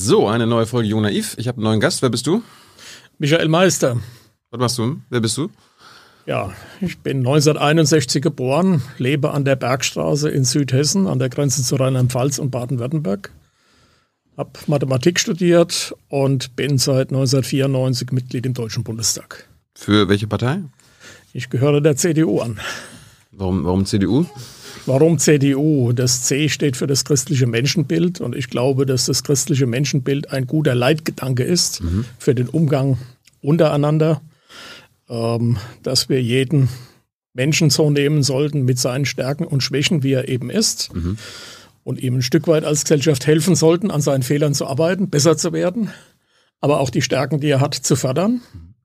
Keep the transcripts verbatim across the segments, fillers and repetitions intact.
So, eine neue Folge Jung Naiv. Ich habe einen neuen Gast. Wer bist du? Michael Meister. Was machst du? Wer bist du? Ja, ich bin neunzehnhunderteinundsechzig geboren, lebe an der Bergstraße in Südhessen, an der Grenze zu Rheinland-Pfalz und Baden-Württemberg. Habe Mathematik studiert und bin seit neunzehnhundertvierundneunzig Mitglied im Deutschen Bundestag. Für welche Partei? Ich gehöre der C D U an. Warum, warum C D U? Warum C D U? Das C steht für das christliche Menschenbild und ich glaube, dass das christliche Menschenbild ein guter Leitgedanke ist mhm. für den Umgang untereinander, ähm, dass wir jeden Menschen so nehmen sollten mit seinen Stärken und Schwächen, wie er eben ist mhm. und ihm ein Stück weit als Gesellschaft helfen sollten, an seinen Fehlern zu arbeiten, besser zu werden, aber auch die Stärken, die er hat, zu fördern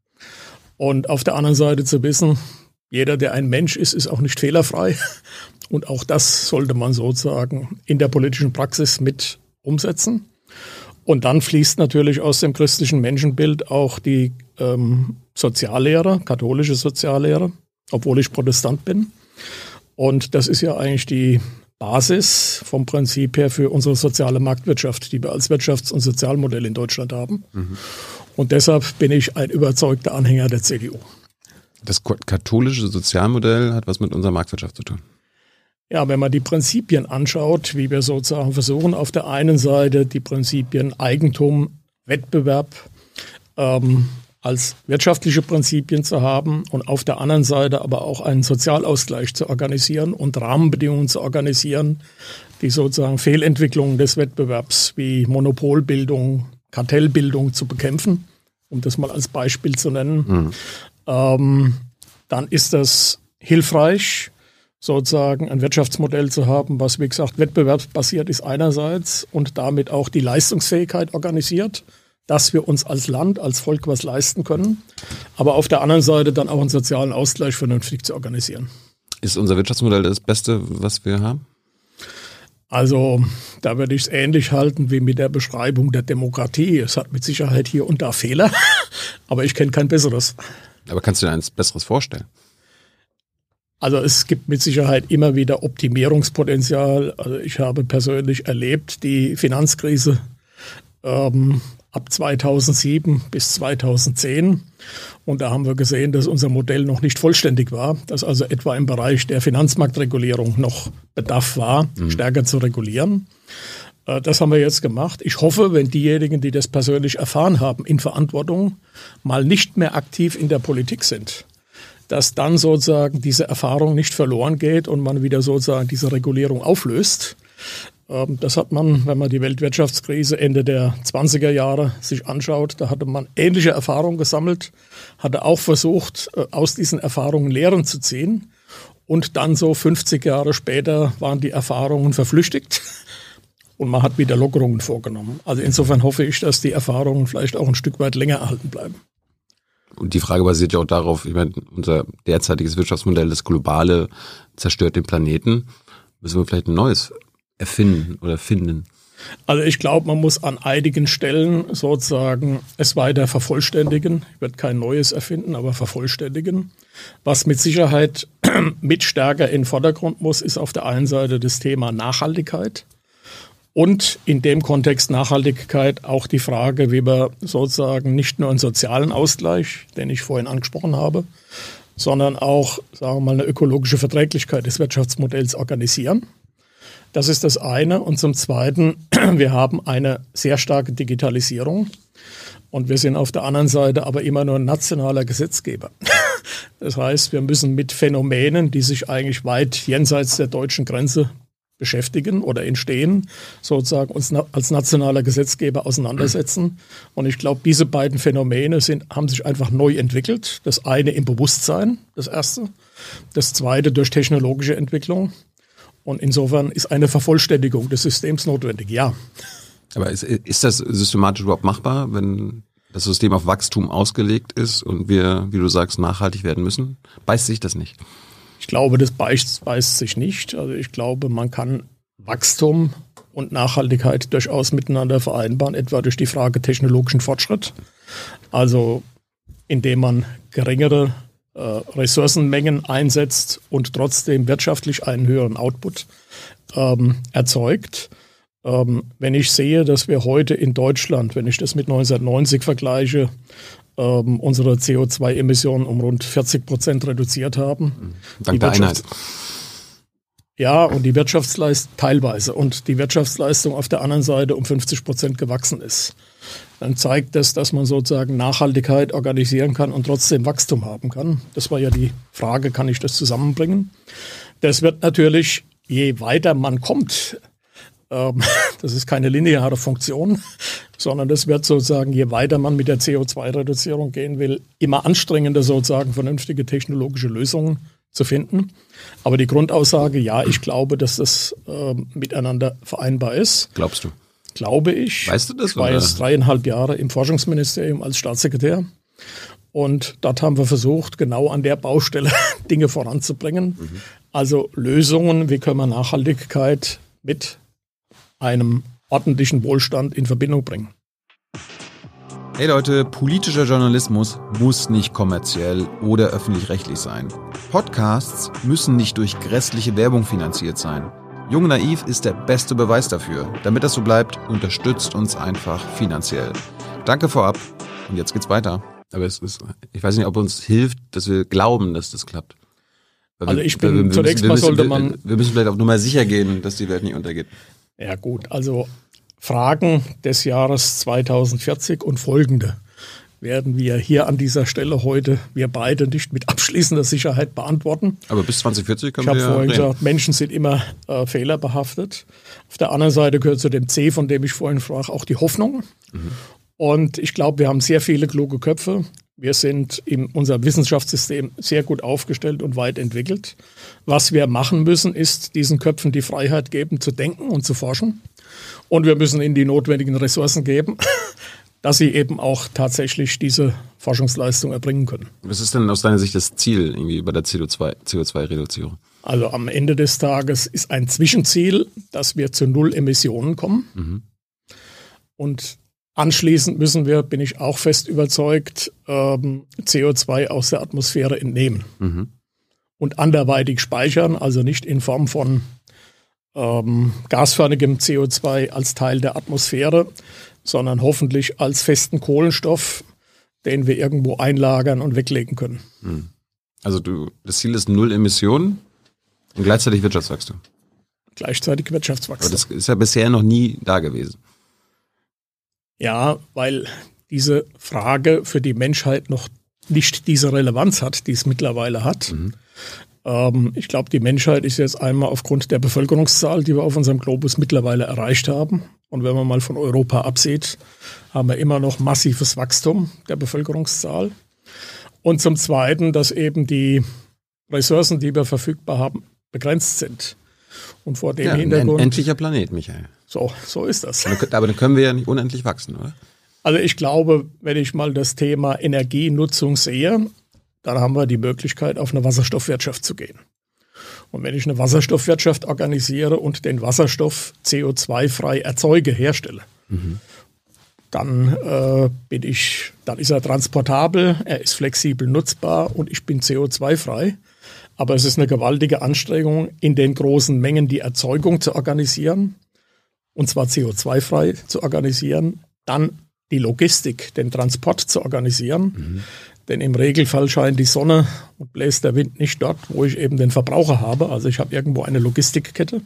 und auf der anderen Seite zu wissen, jeder, der ein Mensch ist, ist auch nicht fehlerfrei. Und auch das sollte man sozusagen in der politischen Praxis mit umsetzen. Und dann fließt natürlich aus dem christlichen Menschenbild auch die ähm, Soziallehre, katholische Soziallehre, obwohl ich Protestant bin. Und das ist ja eigentlich die Basis vom Prinzip her für unsere soziale Marktwirtschaft, die wir als Wirtschafts- und Sozialmodell in Deutschland haben. Mhm. Und deshalb bin ich ein überzeugter Anhänger der C D U. Das katholische Sozialmodell hat was mit unserer Marktwirtschaft zu tun. Ja, wenn man die Prinzipien anschaut, wie wir sozusagen versuchen, auf der einen Seite die Prinzipien Eigentum, Wettbewerb ähm, als wirtschaftliche Prinzipien zu haben und auf der anderen Seite aber auch einen Sozialausgleich zu organisieren und Rahmenbedingungen zu organisieren, die sozusagen Fehlentwicklungen des Wettbewerbs wie Monopolbildung, Kartellbildung zu bekämpfen, um das mal als Beispiel zu nennen. Mhm. Ähm, dann ist das hilfreich, sozusagen ein Wirtschaftsmodell zu haben, was, wie gesagt, wettbewerbsbasiert ist einerseits und damit auch die Leistungsfähigkeit organisiert, dass wir uns als Land, als Volk was leisten können, aber auf der anderen Seite dann auch einen sozialen Ausgleich vernünftig zu organisieren. Ist unser Wirtschaftsmodell das Beste, was wir haben? Also da würde ich es ähnlich halten wie mit der Beschreibung der Demokratie. Es hat mit Sicherheit hier und da Fehler, aber ich kenne kein besseres. Aber kannst du dir eins Besseres vorstellen? Also es gibt mit Sicherheit immer wieder Optimierungspotenzial. Also ich habe persönlich erlebt, die Finanzkrise ähm, ab zweitausendsieben bis zweitausendzehn. Und da haben wir gesehen, dass unser Modell noch nicht vollständig war, dass also etwa im Bereich der Finanzmarktregulierung noch Bedarf war, mhm. stärker zu regulieren. Äh, das haben wir jetzt gemacht. Ich hoffe, wenn diejenigen, die das persönlich erfahren haben, in Verantwortung mal nicht mehr aktiv in der Politik sind, dass dann sozusagen diese Erfahrung nicht verloren geht und man wieder sozusagen diese Regulierung auflöst. Das hat man, wenn man die Weltwirtschaftskrise Ende der zwanziger Jahre sich anschaut, da hatte man ähnliche Erfahrungen gesammelt, hatte auch versucht, aus diesen Erfahrungen Lehren zu ziehen. Und dann so fünfzig Jahre später waren die Erfahrungen verflüchtigt und man hat wieder Lockerungen vorgenommen. Also insofern hoffe ich, dass die Erfahrungen vielleicht auch ein Stück weit länger erhalten bleiben. Und die Frage basiert ja auch darauf, ich meine, unser derzeitiges Wirtschaftsmodell, das globale, zerstört den Planeten. Müssen wir vielleicht ein neues erfinden oder finden? Also ich glaube, man muss an einigen Stellen sozusagen es weiter vervollständigen. Ich werde kein neues erfinden, aber vervollständigen. Was mit Sicherheit mit stärker in den Vordergrund muss, ist auf der einen Seite das Thema Nachhaltigkeit. Und in dem Kontext Nachhaltigkeit auch die Frage, wie wir sozusagen nicht nur einen sozialen Ausgleich, den ich vorhin angesprochen habe, sondern auch, sagen wir mal, eine ökologische Verträglichkeit des Wirtschaftsmodells organisieren. Das ist das eine. Und zum Zweiten, wir haben eine sehr starke Digitalisierung und wir sind auf der anderen Seite aber immer nur ein nationaler Gesetzgeber. Das heißt, wir müssen mit Phänomenen, die sich eigentlich weit jenseits der deutschen Grenze beschäftigen oder entstehen, sozusagen uns na- als nationaler Gesetzgeber auseinandersetzen. Und ich glaube, diese beiden Phänomene sind, haben sich einfach neu entwickelt. Das eine im Bewusstsein, das erste. Das zweite durch technologische Entwicklung. Und insofern ist eine Vervollständigung des Systems notwendig, ja. Aber ist, ist das systematisch überhaupt machbar, wenn das System auf Wachstum ausgelegt ist und wir, wie du sagst, nachhaltig werden müssen? Beißt sich das nicht? Ich glaube, das beißt, beißt sich nicht. Also ich glaube, man kann Wachstum und Nachhaltigkeit durchaus miteinander vereinbaren, etwa durch die Frage technologischen Fortschritt. Also indem man geringere äh, Ressourcenmengen einsetzt und trotzdem wirtschaftlich einen höheren Output ähm, erzeugt. Ähm, wenn ich sehe, dass wir heute in Deutschland, wenn ich das mit neunzehnhundertneunzig vergleiche, ähm, unsere C O zwei Emissionen um rund vierzig Prozent reduziert haben. Dank der Einheit. Ja, und die Wirtschaftsleistung teilweise und die Wirtschaftsleistung auf der anderen Seite um fünfzig Prozent gewachsen ist. Dann zeigt das, dass man sozusagen Nachhaltigkeit organisieren kann und trotzdem Wachstum haben kann. Das war ja die Frage, kann ich das zusammenbringen? Das wird natürlich, je weiter man kommt, ähm, das ist keine lineare Funktion, sondern das wird sozusagen, je weiter man mit der C O zwei Reduzierung gehen will, immer anstrengender sozusagen vernünftige technologische Lösungen zu finden. Aber die Grundaussage, ja, ich glaube, dass das äh, miteinander vereinbar ist. Glaubst du? Glaube ich. Weißt du das? Ich war oder? jetzt dreieinhalb Jahre im Forschungsministerium als Staatssekretär. Und dort haben wir versucht, genau an der Baustelle Dinge voranzubringen. Mhm. Also Lösungen, wie können wir Nachhaltigkeit mit einem ordentlichen Wohlstand in Verbindung bringen. Hey Leute, politischer Journalismus muss nicht kommerziell oder öffentlich-rechtlich sein. Podcasts müssen nicht durch grässliche Werbung finanziert sein. Jung Naiv ist der beste Beweis dafür. Damit das so bleibt, unterstützt uns einfach finanziell. Danke vorab und jetzt geht's weiter. Aber es ist, ich weiß nicht, ob uns hilft, dass wir glauben, dass das klappt. Weil also ich bin, wir, wir zunächst müssen, mal sollte wir, man... Wir müssen vielleicht auch nur mal sicher gehen, dass die Welt nicht untergeht. Ja gut, also Fragen des Jahres zweitausendvierzig und folgende werden wir hier an dieser Stelle heute, wir beide, nicht mit abschließender Sicherheit beantworten. Aber bis zwanzig vierzig können ich wir Ich habe vorhin reden. gesagt, Menschen sind immer äh, fehlerbehaftet. Auf der anderen Seite gehört zu dem C, von dem ich vorhin sprach, auch die Hoffnung. Mhm. Und ich glaube, wir haben sehr viele kluge Köpfe. Wir sind in unserem Wissenschaftssystem sehr gut aufgestellt und weit entwickelt. Was wir machen müssen, ist diesen Köpfen die Freiheit geben, zu denken und zu forschen. Und wir müssen ihnen die notwendigen Ressourcen geben, dass sie eben auch tatsächlich diese Forschungsleistung erbringen können. Was ist denn aus deiner Sicht das Ziel irgendwie bei der C O zwei Reduzierung? Also am Ende des Tages ist ein Zwischenziel, dass wir zu Null Emissionen kommen. Mhm. Und anschließend müssen wir, bin ich auch fest überzeugt, ähm, C O zwei aus der Atmosphäre entnehmen. Mhm. Und anderweitig speichern, also nicht in Form von ähm, gasförmigem C O zwei als Teil der Atmosphäre, sondern hoffentlich als festen Kohlenstoff, den wir irgendwo einlagern und weglegen können. Also du, das Ziel ist Null Emissionen und gleichzeitig Wirtschaftswachstum. Gleichzeitig Wirtschaftswachstum. Aber das ist ja bisher noch nie da gewesen. Ja, weil diese Frage für die Menschheit noch nicht diese Relevanz hat, die es mittlerweile hat. Mhm. Ähm, ich glaube, die Menschheit ist jetzt einmal aufgrund der Bevölkerungszahl, die wir auf unserem Globus mittlerweile erreicht haben. Und wenn man mal von Europa absieht, haben wir immer noch massives Wachstum der Bevölkerungszahl. Und zum Zweiten, dass eben die Ressourcen, die wir verfügbar haben, begrenzt sind. Und vor dem ja, Hintergrund... Ein endlicher Planet, Michael. So, so ist das. Aber dann können wir ja nicht unendlich wachsen, oder? Also ich glaube, wenn ich mal das Thema Energienutzung sehe, dann haben wir die Möglichkeit, auf eine Wasserstoffwirtschaft zu gehen. Und wenn ich eine Wasserstoffwirtschaft organisiere und den Wasserstoff C O zwei frei erzeuge, herstelle, mhm. dann äh, bin ich, dann ist er transportabel, er ist flexibel nutzbar und ich bin C O zwei frei. Aber es ist eine gewaltige Anstrengung, in den großen Mengen die Erzeugung zu organisieren, und zwar C O zwei frei zu organisieren, dann die Logistik, den Transport zu organisieren. Mhm. Denn im Regelfall scheint die Sonne und bläst der Wind nicht dort, wo ich eben den Verbraucher habe. Also ich habe irgendwo eine Logistikkette.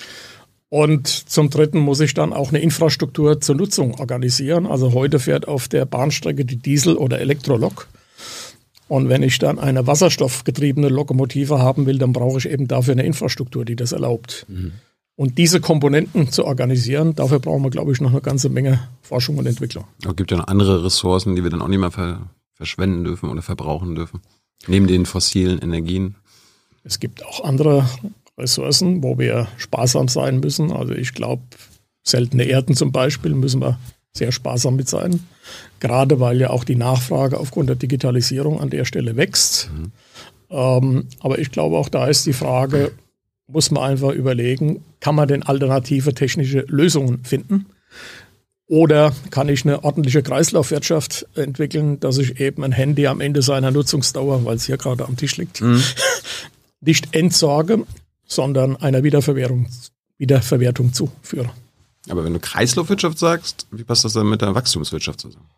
Und zum Dritten muss ich dann auch eine Infrastruktur zur Nutzung organisieren. Also heute fährt auf der Bahnstrecke die Diesel- oder Elektrolok. Und wenn ich dann eine wasserstoffgetriebene Lokomotive haben will, dann brauche ich eben dafür eine Infrastruktur, die das erlaubt. Mhm. Und diese Komponenten zu organisieren, dafür brauchen wir, glaube ich, noch eine ganze Menge Forschung und Entwicklung. Es gibt ja noch andere Ressourcen, die wir dann auch nicht mehr ver- verschwenden dürfen oder verbrauchen dürfen, neben den fossilen Energien. Es gibt auch andere Ressourcen, wo wir sparsam sein müssen. Also ich glaube, seltene Erden zum Beispiel müssen wir sehr sparsam mit sein. Gerade weil ja auch die Nachfrage aufgrund der Digitalisierung an der Stelle wächst. Mhm. Ähm, aber ich glaube, auch da ist die Frage, muss man einfach überlegen, kann man denn alternative technische Lösungen finden? Oder kann ich eine ordentliche Kreislaufwirtschaft entwickeln, dass ich eben ein Handy am Ende seiner Nutzungsdauer, weil es hier gerade am Tisch liegt, mhm. nicht entsorge, sondern einer Wiederverwertung, Wiederverwertung zuführe? Aber wenn du Kreislaufwirtschaft sagst, wie passt das dann mit der Wachstumswirtschaft zusammen?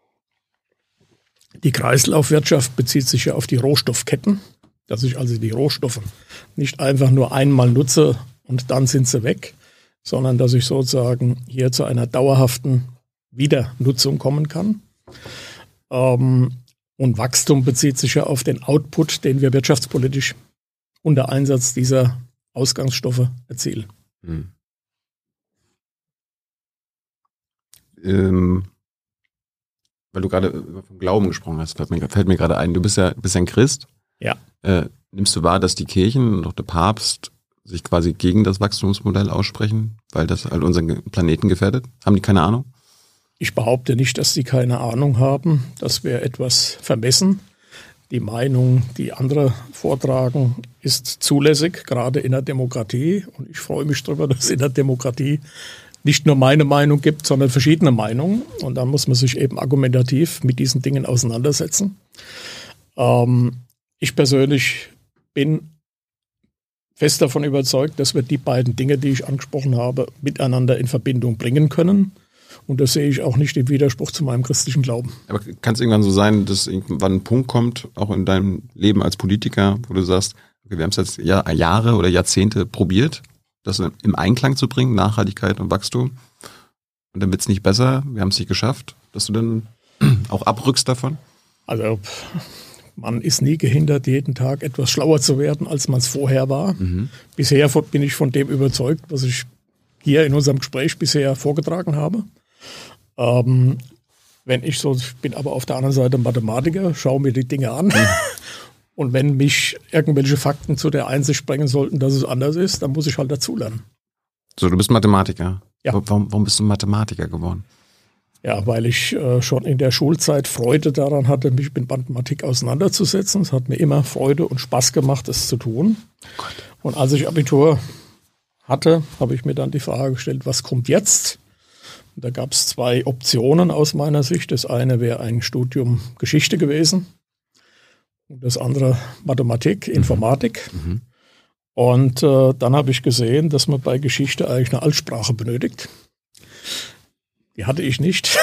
Die Kreislaufwirtschaft bezieht sich ja auf die Rohstoffketten, dass ich also die Rohstoffe nicht einfach nur einmal nutze und dann sind sie weg, sondern dass ich sozusagen hier zu einer dauerhaften Wiedernutzung kommen kann. Ähm, und Wachstum bezieht sich ja auf den Output, den wir wirtschaftspolitisch unter Einsatz dieser Ausgangsstoffe erzielen. Hm. Ähm, weil du gerade vom Glauben gesprochen hast, fällt mir, fällt mir gerade ein, du bist ja, bist ja ein Christ. Ja. Äh, nimmst du wahr, dass die Kirchen und auch der Papst sich quasi gegen das Wachstumsmodell aussprechen, weil das halt unseren Planeten gefährdet? Haben die keine Ahnung? Ich behaupte nicht, dass sie keine Ahnung haben. Das wäre etwas vermessen. Die Meinung, die andere vortragen, ist zulässig, gerade in der Demokratie. Und ich freue mich darüber, dass es in der Demokratie nicht nur meine Meinung gibt, sondern verschiedene Meinungen. Und da muss man sich eben argumentativ mit diesen Dingen auseinandersetzen. Ähm, ich persönlich bin fest davon überzeugt, dass wir die beiden Dinge, die ich angesprochen habe, miteinander in Verbindung bringen können. Und das sehe ich auch nicht im Widerspruch zu meinem christlichen Glauben. Aber kann es irgendwann so sein, dass irgendwann ein Punkt kommt, auch in deinem Leben als Politiker, wo du sagst, okay, wir haben es jetzt Jahr, Jahre oder Jahrzehnte probiert, das im Einklang zu bringen, Nachhaltigkeit und Wachstum. Und dann wird es nicht besser, wir haben es nicht geschafft, dass du dann auch abrückst davon? Also man ist nie gehindert, jeden Tag etwas schlauer zu werden, als man es vorher war. Mhm. Bisher bin ich von dem überzeugt, was ich hier in unserem Gespräch bisher vorgetragen habe. Ähm, wenn ich so, ich bin aber auf der anderen Seite Mathematiker, schaue mir die Dinge an. Mhm. Und wenn mich irgendwelche Fakten zu der Einsicht bringen sollten, dass es anders ist, dann muss ich halt dazulernen. So, du bist Mathematiker. Ja. Warum, warum bist du Mathematiker geworden? Ja, weil ich äh, schon in der Schulzeit Freude daran hatte, mich mit Mathematik auseinanderzusetzen. Es hat mir immer Freude und Spaß gemacht, das zu tun. Oh und als ich Abitur hatte, habe ich mir dann die Frage gestellt, was kommt jetzt? Und da gab es zwei Optionen aus meiner Sicht. Das eine wäre ein Studium Geschichte gewesen und das andere Mathematik, Informatik. Mhm. Und äh, dann habe ich gesehen, dass man bei Geschichte eigentlich eine Altsprache benötigt. Die hatte ich nicht.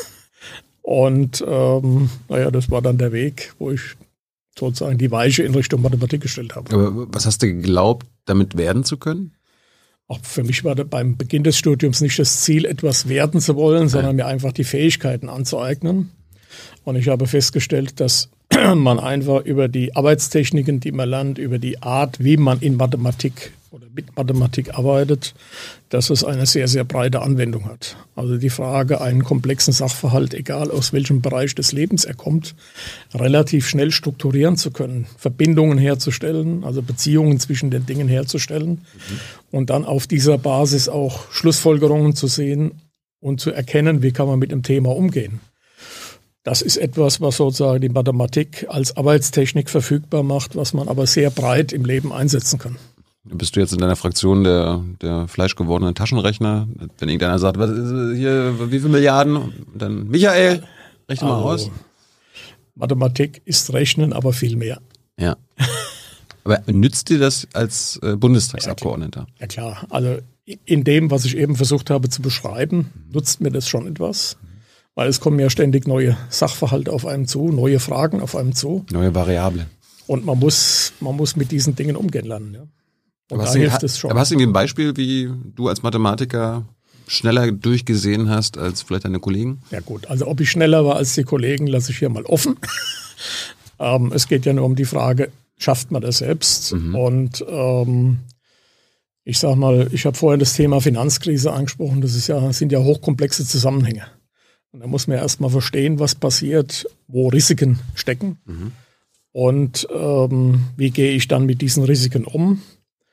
Und ähm, naja, das war dann der Weg, wo ich sozusagen die Weiche in Richtung Mathematik gestellt habe. Aber was hast du geglaubt, damit werden zu können? Auch für mich war da beim Beginn des Studiums nicht das Ziel, etwas werden zu wollen, sondern mir einfach die Fähigkeiten anzueignen. Und ich habe festgestellt, dass man einfach über die Arbeitstechniken, die man lernt, über die Art, wie man in Mathematik oder mit Mathematik arbeitet, dass es eine sehr, sehr breite Anwendung hat. Also die Frage, einen komplexen Sachverhalt, egal aus welchem Bereich des Lebens er kommt, relativ schnell strukturieren zu können, Verbindungen herzustellen, also Beziehungen zwischen den Dingen herzustellen mhm. und dann auf dieser Basis auch Schlussfolgerungen zu sehen und zu erkennen, wie kann man mit dem Thema umgehen. Das ist etwas, was sozusagen die Mathematik als Arbeitstechnik verfügbar macht, was man aber sehr breit im Leben einsetzen kann. Bist du jetzt in deiner Fraktion der, der fleischgewordenen Taschenrechner? Wenn irgendeiner sagt, was ist hier, wie viele Milliarden? Dann Michael, rechne mal also, aus. Mathematik ist Rechnen, aber viel mehr. Ja. Aber nützt dir das als äh, Bundestagsabgeordneter? Ja klar. Also in dem, was ich eben versucht habe zu beschreiben, nutzt mir das schon etwas. Weil es kommen ja ständig neue Sachverhalte auf einem zu, neue Fragen auf einem zu. Neue Variablen. Und man muss, man muss mit diesen Dingen umgehen lernen. Ja. Und aber da hast hilft du, es schon. Aber hast du irgendwie ein Beispiel, wie du als Mathematiker schneller durchgesehen hast als vielleicht deine Kollegen? Ja gut, also ob ich schneller war als die Kollegen, lasse ich hier mal offen. ähm, es geht ja nur um die Frage, schafft man das selbst? Mhm. Und ähm, ich sag mal, ich habe vorhin das Thema Finanzkrise angesprochen. Das ist ja, sind ja hochkomplexe Zusammenhänge. Und da muss man ja erstmal verstehen, was passiert, wo Risiken stecken. Mhm. Und ähm, wie gehe ich dann mit diesen Risiken um?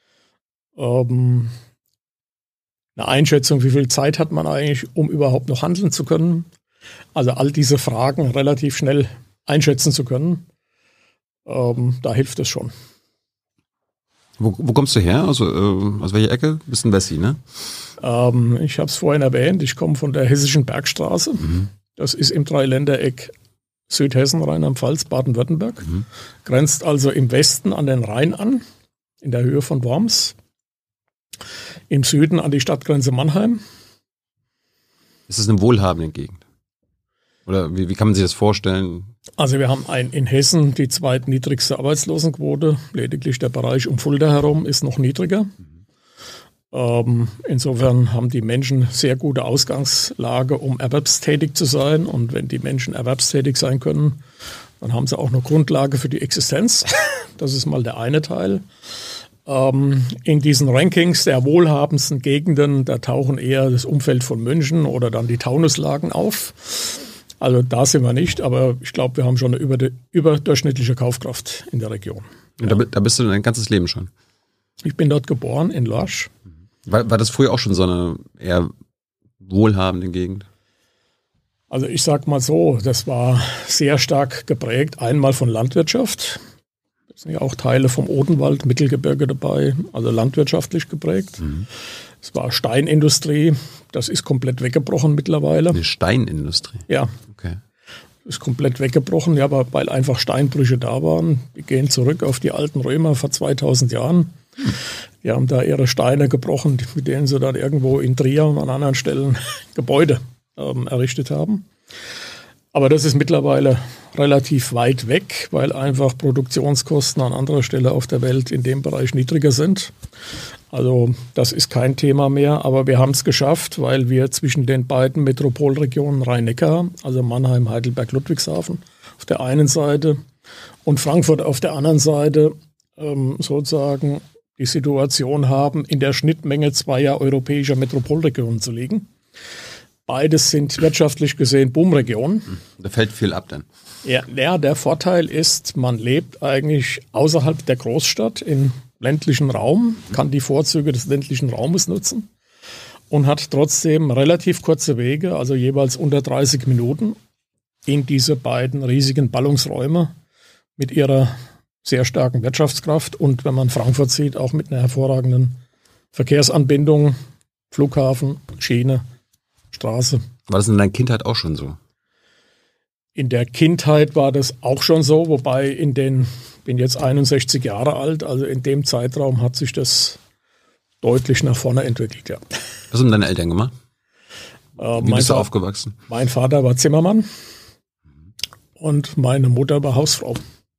Ähm, eine Einschätzung, wie viel Zeit hat man eigentlich, um überhaupt noch handeln zu können? Also all diese Fragen relativ schnell einschätzen zu können, ähm, da hilft es schon. Wo, wo kommst du her? Also äh, aus welcher Ecke? Bist du ein Wessi, ne? Ähm, ich habe es vorhin erwähnt, ich komme von der Hessischen Bergstraße. Mhm. Das ist im Dreiländereck Südhessen, Rheinland-Pfalz, Baden-Württemberg. Mhm. Grenzt also im Westen an den Rhein an, in der Höhe von Worms. Im Süden an die Stadtgrenze Mannheim Ist es eine wohlhabende Gegend? Oder wie, wie kann man sich das vorstellen? Also wir haben ein, in Hessen die zweitniedrigste Arbeitslosenquote. Lediglich der Bereich um Fulda herum ist noch niedriger. Mhm. Ähm, insofern haben die Menschen sehr gute Ausgangslage, um erwerbstätig zu sein. Und wenn die Menschen erwerbstätig sein können, dann haben sie auch eine Grundlage für die Existenz. Das ist mal der eine Teil. Ähm, in diesen Rankings der wohlhabendsten Gegenden, da tauchen eher das Umfeld von München oder dann die Taunuslagen auf. Also da sind wir nicht, aber ich glaube, wir haben schon eine über, überdurchschnittliche Kaufkraft in der Region. Und ja. da, da bist du dein ganzes Leben schon? Ich bin dort geboren, in Lorsch. War, war das früher auch schon so eine eher wohlhabende Gegend? Also ich sag mal so, das war sehr stark geprägt, einmal von Landwirtschaft. Es sind ja auch Teile vom Odenwald, Mittelgebirge dabei, also landwirtschaftlich geprägt. Mhm. Es war Steinindustrie, das ist komplett weggebrochen mittlerweile. Eine Steinindustrie? Ja. Okay. Ist komplett weggebrochen, ja, aber weil einfach Steinbrüche da waren. Die gehen zurück auf die alten Römer vor zweitausend Jahren. Hm. Die haben da ihre Steine gebrochen, mit denen sie dann irgendwo in Trier und an anderen Stellen Gebäude ähm, errichtet haben. Aber das ist mittlerweile relativ weit weg, weil einfach Produktionskosten an anderer Stelle auf der Welt in dem Bereich niedriger sind. Also das ist kein Thema mehr, aber wir haben es geschafft, weil wir zwischen den beiden Metropolregionen Rhein-Neckar, also Mannheim, Heidelberg, Ludwigshafen auf der einen Seite und Frankfurt auf der anderen Seite ähm, sozusagen die Situation haben, in der Schnittmenge zweier europäischer Metropolregionen zu liegen. Beides sind wirtschaftlich gesehen Boomregionen. Da fällt viel ab dann. Ja, ja, der Vorteil ist, man lebt eigentlich außerhalb der Großstadt in ländlichen Raum, kann die Vorzüge des ländlichen Raumes nutzen und hat trotzdem relativ kurze Wege, also jeweils unter dreißig Minuten, in diese beiden riesigen Ballungsräume mit ihrer sehr starken Wirtschaftskraft und, wenn man Frankfurt sieht, auch mit einer hervorragenden Verkehrsanbindung, Flughafen, Schiene, Straße. War das in deiner Kindheit auch schon so? In der Kindheit war das auch schon so, wobei in den, bin jetzt einundsechzig Jahre alt, also in dem Zeitraum hat sich das deutlich nach vorne entwickelt, ja. Was haben deine Eltern gemacht? Äh, Wie bist du aufgewachsen? Mein Vater war Zimmermann und meine Mutter war Hausfrau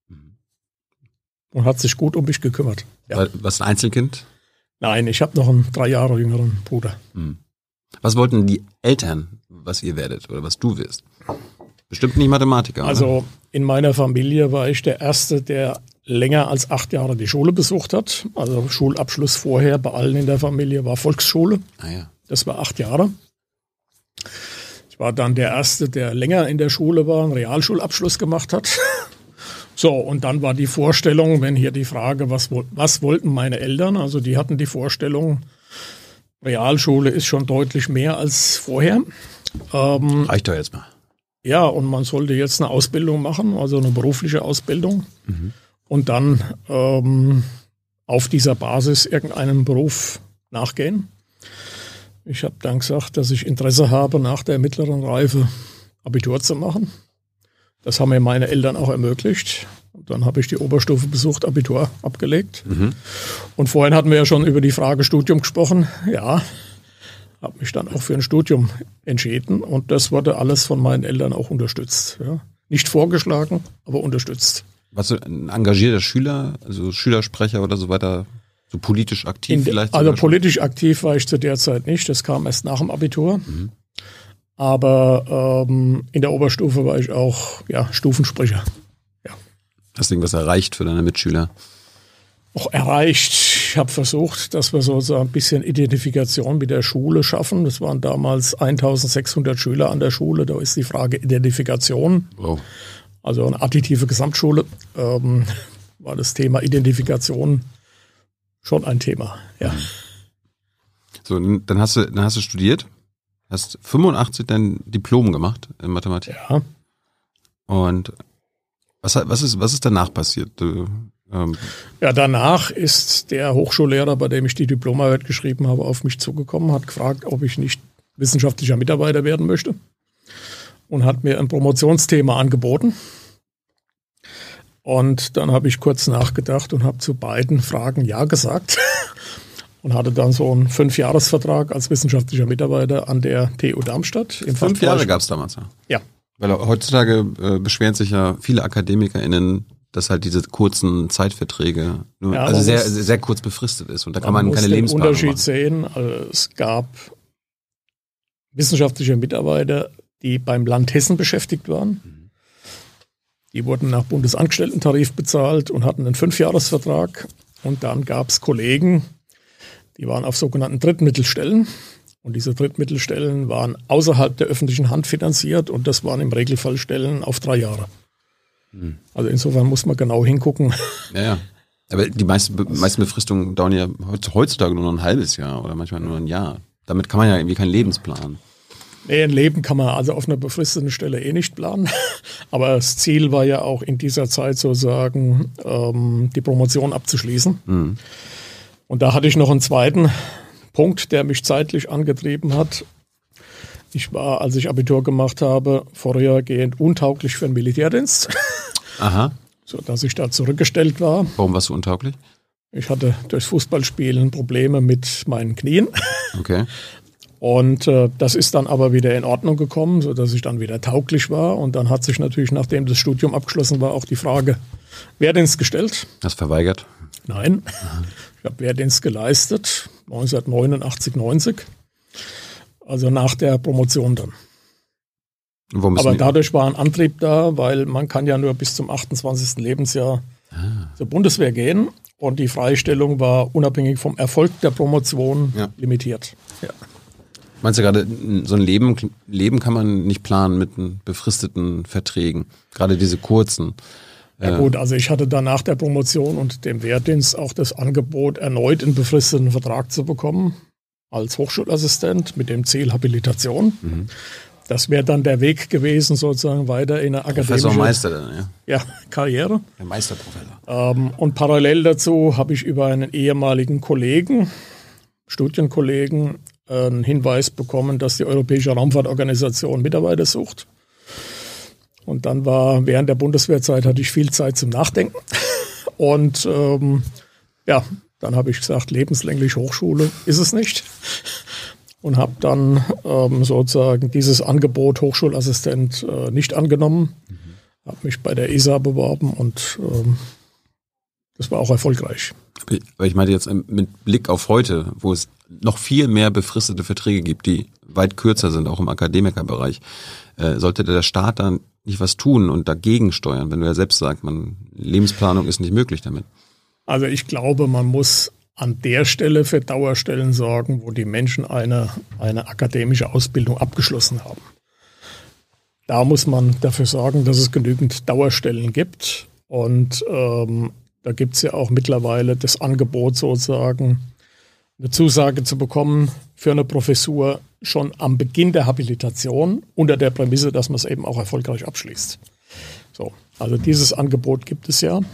und hat sich gut um mich gekümmert. Ja. Warst du ein Einzelkind? Nein, ich habe noch einen drei Jahre jüngeren Bruder. Hm. Was wollten die Eltern, was ihr werdet oder was du wirst? Bestimmt nicht Mathematiker, oder? Also in meiner Familie war ich der Erste, der länger als acht Jahre die Schule besucht hat. Also Schulabschluss vorher bei allen in der Familie war Volksschule. Ah, ja. Das war acht Jahre. Ich war dann der Erste, der länger in der Schule war, einen Realschulabschluss gemacht hat. So, und dann war die Vorstellung, wenn hier die Frage, was, was wollten meine Eltern? Also die hatten die Vorstellung, Realschule ist schon deutlich mehr als vorher. Ähm, Reicht doch jetzt mal. Ja, und man sollte jetzt eine Ausbildung machen, also eine berufliche Ausbildung. Mhm. Und dann ähm, auf dieser Basis irgendeinen Beruf nachgehen. Ich habe dann gesagt, dass ich Interesse habe, nach der mittleren Reife Abitur zu machen. Das haben mir meine Eltern auch ermöglicht. Und dann habe ich die Oberstufe besucht, Abitur abgelegt. Mhm. Und vorhin hatten wir ja schon über die Frage Studium gesprochen. Ja, habe mich dann auch für ein Studium entschieden. Und das wurde alles von meinen Eltern auch unterstützt. Ja. Nicht vorgeschlagen, aber unterstützt. Warst du ein engagierter Schüler, also Schülersprecher oder so weiter, so politisch aktiv In, vielleicht? Also politisch aktiv war ich zu der Zeit nicht. Das kam erst nach dem Abitur. Mhm. Aber ähm, in der Oberstufe war ich auch ja, Stufensprecher. Ja. Hast du irgendwas erreicht für deine Mitschüler? Auch erreicht. Ich habe versucht, dass wir so, so ein bisschen Identifikation mit der Schule schaffen. Das waren damals eintausendsechshundert Schüler an der Schule. Da ist die Frage Identifikation. Wow. Also eine additive Gesamtschule. Ähm, war das Thema Identifikation schon ein Thema. Ja. So, dann hast du, dann hast du studiert. Hast fünfundachtzig dein Diplom gemacht in Mathematik. Ja. Und was, was, ist, was ist danach passiert? Du, ähm ja, danach ist der Hochschullehrer, bei dem ich die Diplomarbeit geschrieben habe, auf mich zugekommen, hat gefragt, ob ich nicht wissenschaftlicher Mitarbeiter werden möchte und hat mir ein Promotionsthema angeboten. Und dann habe ich kurz nachgedacht und habe zu beiden Fragen Ja gesagt. und hatte dann so einen Fünfjahresvertrag als wissenschaftlicher Mitarbeiter an der T U Darmstadt. Im Fünf Jahre gab es damals, ja. Ja. Weil heutzutage äh, beschweren sich ja viele AkademikerInnen, dass halt diese kurzen Zeitverträge nur, ja, also sehr, muss, sehr, sehr kurz befristet ist und da kann man, man keine Lebensplanung machen. Man muss den Unterschied sehen. Also es gab wissenschaftliche Mitarbeiter, die beim Land Hessen beschäftigt waren. Mhm. Die wurden nach Bundesangestellten-Tarif bezahlt und hatten einen Fünfjahresvertrag. Und dann gab es Kollegen, die waren auf sogenannten Drittmittelstellen. Und diese Drittmittelstellen waren außerhalb der öffentlichen Hand finanziert und das waren im Regelfall Stellen auf drei Jahre. Hm. Also insofern muss man genau hingucken. Ja, ja. Aber die meisten, meisten Befristungen dauern ja heutzutage nur noch ein halbes Jahr oder manchmal nur ein Jahr. Damit kann man ja irgendwie keinen Lebensplan. Nee, ein Leben kann man also auf einer befristeten Stelle eh nicht planen. Aber das Ziel war ja auch in dieser Zeit sozusagen, ähm, die Promotion abzuschließen. Hm. Und da hatte ich noch einen zweiten Punkt, der mich zeitlich angetrieben hat. Ich war, als ich Abitur gemacht habe, vorhergehend untauglich für den Militärdienst. Aha. So dass ich da zurückgestellt war. Warum warst du untauglich? Ich hatte durchs Fußballspielen Probleme mit meinen Knien. Okay. Und äh, das ist dann aber wieder in Ordnung gekommen, sodass ich dann wieder tauglich war. Und dann hat sich natürlich, nachdem das Studium abgeschlossen war, auch die Frage Wehrdienst gestellt. Hast du verweigert? Nein. Aha. Ich habe Wehrdienst geleistet, neunzehnhundertneunundachtzig, neunzig. Also nach der Promotion dann. Aber dadurch war ein Antrieb da, weil man kann ja nur bis zum achtundzwanzigsten Lebensjahr ah. zur Bundeswehr gehen. Und die Freistellung war unabhängig vom Erfolg der Promotion ja. limitiert. Ja. Meinst du gerade, so ein Leben, Leben kann man nicht planen mit befristeten Verträgen? Gerade diese kurzen. Ja gut, also ich hatte dann nach der Promotion und dem Wehrdienst auch das Angebot, erneut einen befristeten Vertrag zu bekommen als Hochschulassistent mit dem Ziel Habilitation. Mhm. Das wäre dann der Weg gewesen, sozusagen weiter in eine akademische Professor Meister dann, ja. Ja, Karriere. Der Meisterprofessor. Ähm, und parallel dazu habe ich über einen ehemaligen Kollegen, Studienkollegen, einen Hinweis bekommen, dass die Europäische Raumfahrtorganisation Mitarbeiter sucht. Und dann war, während der Bundeswehrzeit hatte ich viel Zeit zum Nachdenken. Und ähm, ja, dann habe ich gesagt, lebenslänglich Hochschule ist es nicht. Und habe dann ähm, sozusagen dieses Angebot Hochschulassistent äh, nicht angenommen. Mhm. Habe mich bei der E S A beworben und ähm, das war auch erfolgreich. Aber ich meine jetzt mit Blick auf heute, wo es noch viel mehr befristete Verträge gibt, die weit kürzer sind, auch im Akademikerbereich. Äh, sollte der Staat dann nicht was tun und dagegen steuern, wenn du ja selbst sagst, man, Lebensplanung ist nicht möglich damit? Also ich glaube, man muss an der Stelle für Dauerstellen sorgen, wo die Menschen eine, eine akademische Ausbildung abgeschlossen haben. Da muss man dafür sorgen, dass es genügend Dauerstellen gibt. Und ähm, da gibt es ja auch mittlerweile das Angebot sozusagen, eine Zusage zu bekommen für eine Professur schon am Beginn der Habilitation unter der Prämisse, dass man es eben auch erfolgreich abschließt. So, also dieses Angebot gibt es ja.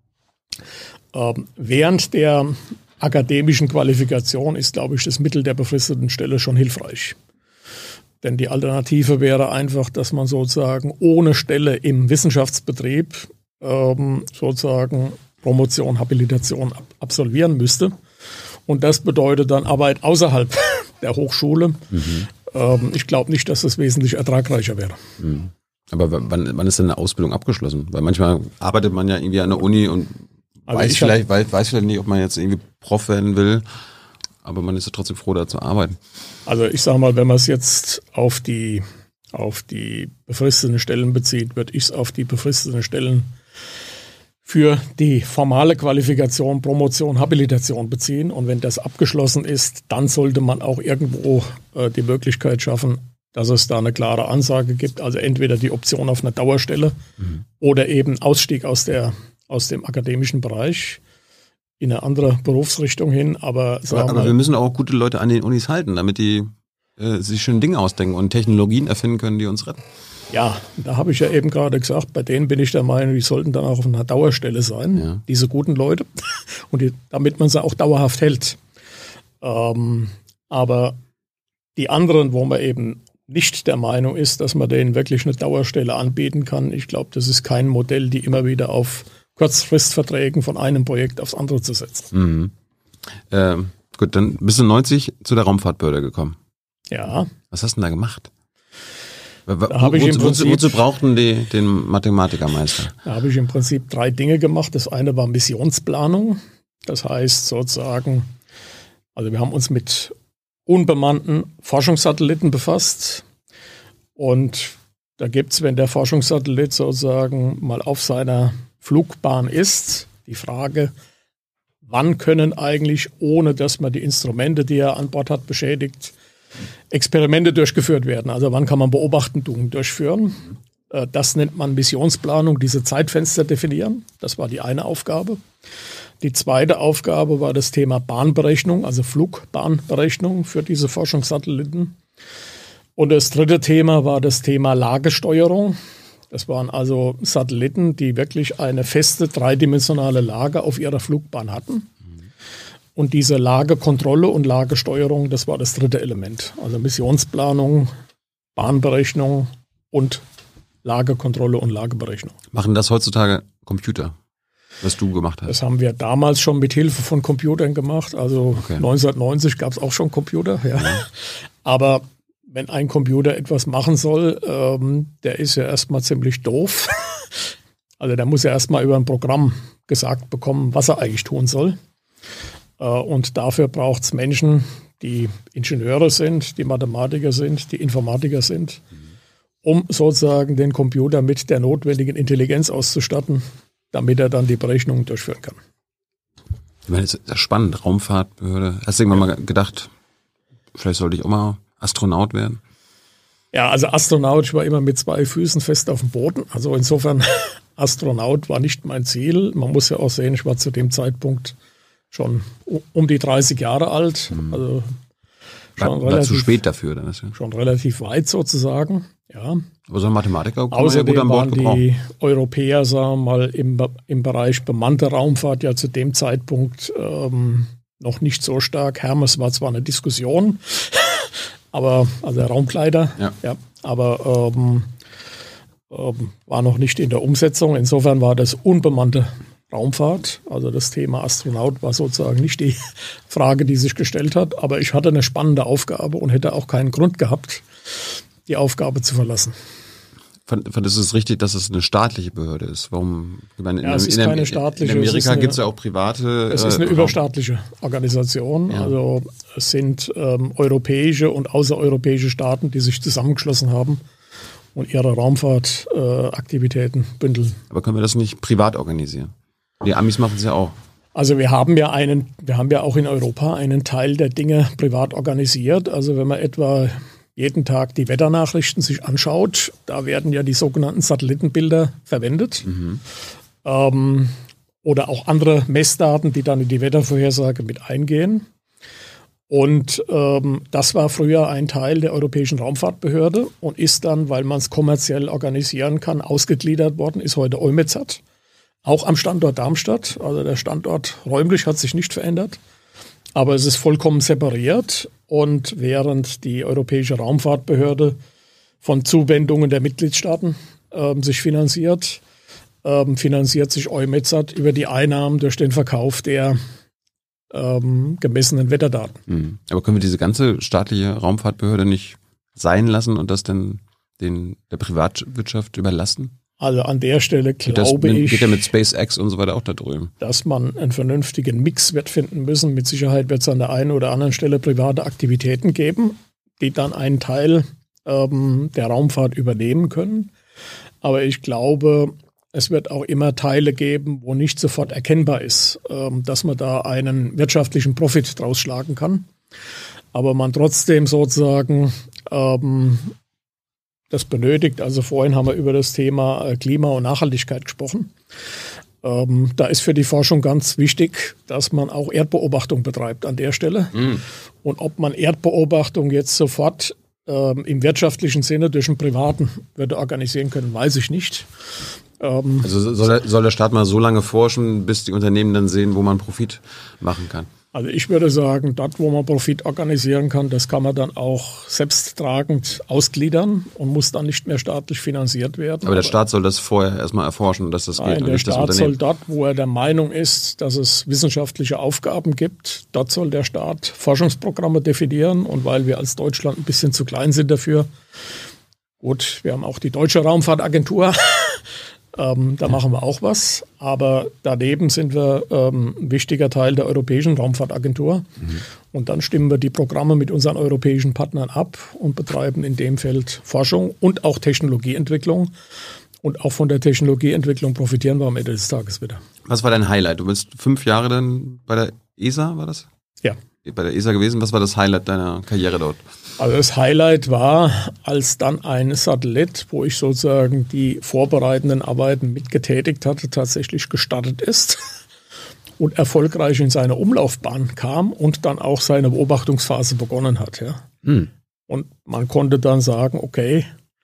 Ähm, während der akademischen Qualifikation ist, glaube ich, das Mittel der befristeten Stelle schon hilfreich. Denn die Alternative wäre einfach, dass man sozusagen ohne Stelle im Wissenschaftsbetrieb ähm, sozusagen Promotion, Habilitation ab- absolvieren müsste. Und das bedeutet dann Arbeit außerhalb der Hochschule. Mhm. Ähm, ich glaube nicht, dass das wesentlich ertragreicher wäre. Mhm. Aber wann, wann ist denn eine Ausbildung abgeschlossen? Weil manchmal arbeitet man ja irgendwie an der Uni und also weiß, vielleicht, weiß, weiß vielleicht nicht, ob man jetzt irgendwie Prof werden will. Aber man ist ja trotzdem froh, da zu arbeiten. Also ich sage mal, wenn man es jetzt auf die, auf die befristeten Stellen bezieht, würde ich es auf die befristeten Stellen für die formale Qualifikation, Promotion, Habilitation beziehen. Und wenn das abgeschlossen ist, dann sollte man auch irgendwo äh, die Möglichkeit schaffen, dass es da eine klare Ansage gibt. Also entweder die Option auf eine Dauerstelle mhm. oder eben Ausstieg aus, der, aus dem akademischen Bereich in eine andere Berufsrichtung hin. Aber, aber, aber mal, wir müssen auch gute Leute an den Unis halten, damit die äh, sich schöne Dinge ausdenken und Technologien erfinden können, die uns retten. Ja, da habe ich ja eben gerade gesagt, bei denen bin ich der Meinung, die sollten dann auch auf einer Dauerstelle sein, ja. diese guten Leute, und die, damit man sie auch dauerhaft hält. Ähm, aber die anderen, wo man eben nicht der Meinung ist, dass man denen wirklich eine Dauerstelle anbieten kann, ich glaube, das ist kein Modell, die immer wieder auf Kurzfristverträgen von einem Projekt aufs andere zu setzen. Mhm. Ähm, Gut, dann bist du neunzig zu der Raumfahrtbehörde gekommen. Ja. Was hast du denn da gemacht? Da habe ich im Prinzip, wozu brauchten die den Mathematikermeister? Da habe ich im Prinzip drei Dinge gemacht. Das eine war Missionsplanung. Das heißt sozusagen, also wir haben uns mit unbemannten Forschungssatelliten befasst. Und da gibt es, wenn der Forschungssatellit sozusagen mal auf seiner Flugbahn ist, die Frage, wann können eigentlich, ohne dass man die Instrumente, die er an Bord hat, beschädigt, Experimente durchgeführt werden. Also wann kann man Beobachtungen durchführen? Das nennt man Missionsplanung, diese Zeitfenster definieren. Das war die eine Aufgabe. Die zweite Aufgabe war das Thema Bahnberechnung, also Flugbahnberechnung für diese Forschungssatelliten. Und das dritte Thema war das Thema Lagesteuerung. Das waren also Satelliten, die wirklich eine feste dreidimensionale Lage auf ihrer Flugbahn hatten. Und diese Lagekontrolle und Lagesteuerung, das war das dritte Element. Also Missionsplanung, Bahnberechnung und Lagekontrolle und Lageberechnung. Machen das heutzutage Computer, was du gemacht hast? Das haben wir damals schon mit Hilfe von Computern gemacht. Also okay. neunzehnhundertneunzig gab es auch schon Computer. Ja. Ja. Aber wenn ein Computer etwas machen soll, ähm, der ist ja erstmal ziemlich doof. Also der muss ja erstmal über ein Programm gesagt bekommen, was er eigentlich tun soll. Äh, und dafür braucht es Menschen, die Ingenieure sind, die Mathematiker sind, die Informatiker sind, um sozusagen den Computer mit der notwendigen Intelligenz auszustatten, damit er dann die Berechnungen durchführen kann. Ich meine, das ist spannend, Raumfahrtbehörde. Hast du irgendwann mal gedacht, vielleicht sollte ich auch mal Astronaut werden? Ja, also Astronaut, ich war immer mit zwei Füßen fest auf dem Boden. Also insofern, Astronaut war nicht mein Ziel. Man muss ja auch sehen, ich war zu dem Zeitpunkt schon um die dreißig Jahre alt. Also schon war, relativ, war zu spät dafür. Dann ist ja. Schon relativ weit sozusagen, ja. Aber so ein Mathematiker kann Außerdem man ja gut an Bord waren gebrauchen. die Europäer, sagen wir mal, im, im Bereich bemannte Raumfahrt ja zu dem Zeitpunkt ähm, noch nicht so stark. Hermes war zwar eine Diskussion, aber also der Raumkleider, ja. ja, aber ähm, ähm, war noch nicht in der Umsetzung. Insofern war das unbemannte Raumfahrt, also das Thema Astronaut war sozusagen nicht die Frage, die sich gestellt hat, aber ich hatte eine spannende Aufgabe und hätte auch keinen Grund gehabt, die Aufgabe zu verlassen. Fandest du es richtig, dass es eine staatliche Behörde ist? Warum? Ich meine, ja, es ist in, keine staatliche. In Amerika gibt es ja auch private. Es ist eine äh, überstaatliche Organisation. Ja. Also es sind ähm, europäische und außereuropäische Staaten, die sich zusammengeschlossen haben und ihre Raumfahrtaktivitäten äh, bündeln. Aber können wir das nicht privat organisieren? Die Amis machen es ja auch. Also wir haben ja einen, wir haben ja auch in Europa einen Teil der Dinge privat organisiert. Also wenn man etwa jeden Tag die Wetternachrichten sich anschaut, da werden ja die sogenannten Satellitenbilder verwendet. Mhm. Ähm, oder auch andere Messdaten, die dann in die Wettervorhersage mit eingehen. Und ähm, das war früher ein Teil der Europäischen Raumfahrtbehörde und ist dann, weil man es kommerziell organisieren kann, ausgegliedert worden, ist heute EUMETSAT. Auch am Standort Darmstadt. Also der Standort räumlich hat sich nicht verändert. Aber es ist vollkommen separiert. Und während die Europäische Raumfahrtbehörde von Zuwendungen der Mitgliedstaaten ähm, sich finanziert, ähm, finanziert sich EUMETSAT über die Einnahmen durch den Verkauf der ähm, gemessenen Wetterdaten. Mhm. Aber können wir diese ganze staatliche Raumfahrtbehörde nicht sein lassen und das dann den, der Privatwirtschaft überlassen? Also an der Stelle glaube das, ich, geht ja mit SpaceX und so weiter auch da drüben, dass man einen vernünftigen Mix wird finden müssen. Mit Sicherheit wird es an der einen oder anderen Stelle private Aktivitäten geben, die dann einen Teil ähm, der Raumfahrt übernehmen können. Aber ich glaube, es wird auch immer Teile geben, wo nicht sofort erkennbar ist, ähm, dass man da einen wirtschaftlichen Profit draus schlagen kann. Aber man trotzdem sozusagen ähm, das benötigt. Also vorhin haben wir über das Thema Klima und Nachhaltigkeit gesprochen. Ähm, da ist für die Forschung ganz wichtig, dass man auch Erdbeobachtung betreibt an der Stelle. Mhm. Und ob man Erdbeobachtung jetzt sofort ähm, im wirtschaftlichen Sinne durch einen Privaten würde organisieren können, weiß ich nicht. Ähm, also soll der, soll der Staat mal so lange forschen, bis die Unternehmen dann sehen, wo man Profit machen kann? Also ich würde sagen, dort, wo man Profit organisieren kann, das kann man dann auch selbsttragend ausgliedern und muss dann nicht mehr staatlich finanziert werden. Aber der Aber Staat soll das vorher erstmal erforschen, dass das nein, geht. Und der nicht Staat das soll dort, wo er der Meinung ist, dass es wissenschaftliche Aufgaben gibt, dort soll der Staat Forschungsprogramme definieren. Und weil wir als Deutschland ein bisschen zu klein sind dafür, gut, wir haben auch die Deutsche Raumfahrtagentur, Ähm, da machen wir auch was, aber daneben sind wir ähm, ein wichtiger Teil der Europäischen Raumfahrtagentur. Mhm. Und dann stimmen wir die Programme mit unseren europäischen Partnern ab und betreiben in dem Feld Forschung und auch Technologieentwicklung. Und auch von der Technologieentwicklung profitieren wir am Ende des Tages wieder. Was war dein Highlight? Du bist fünf Jahre dann bei der E S A, war das? Ja. Bei der E S A gewesen. Was war das Highlight deiner Karriere dort? Also das Highlight war, als dann ein Satellit, wo ich sozusagen die vorbereitenden Arbeiten mitgetätigt hatte, tatsächlich gestartet ist und erfolgreich in seine Umlaufbahn kam und dann auch seine Beobachtungsphase begonnen hat. Ja. Hm. Und man konnte dann sagen, okay,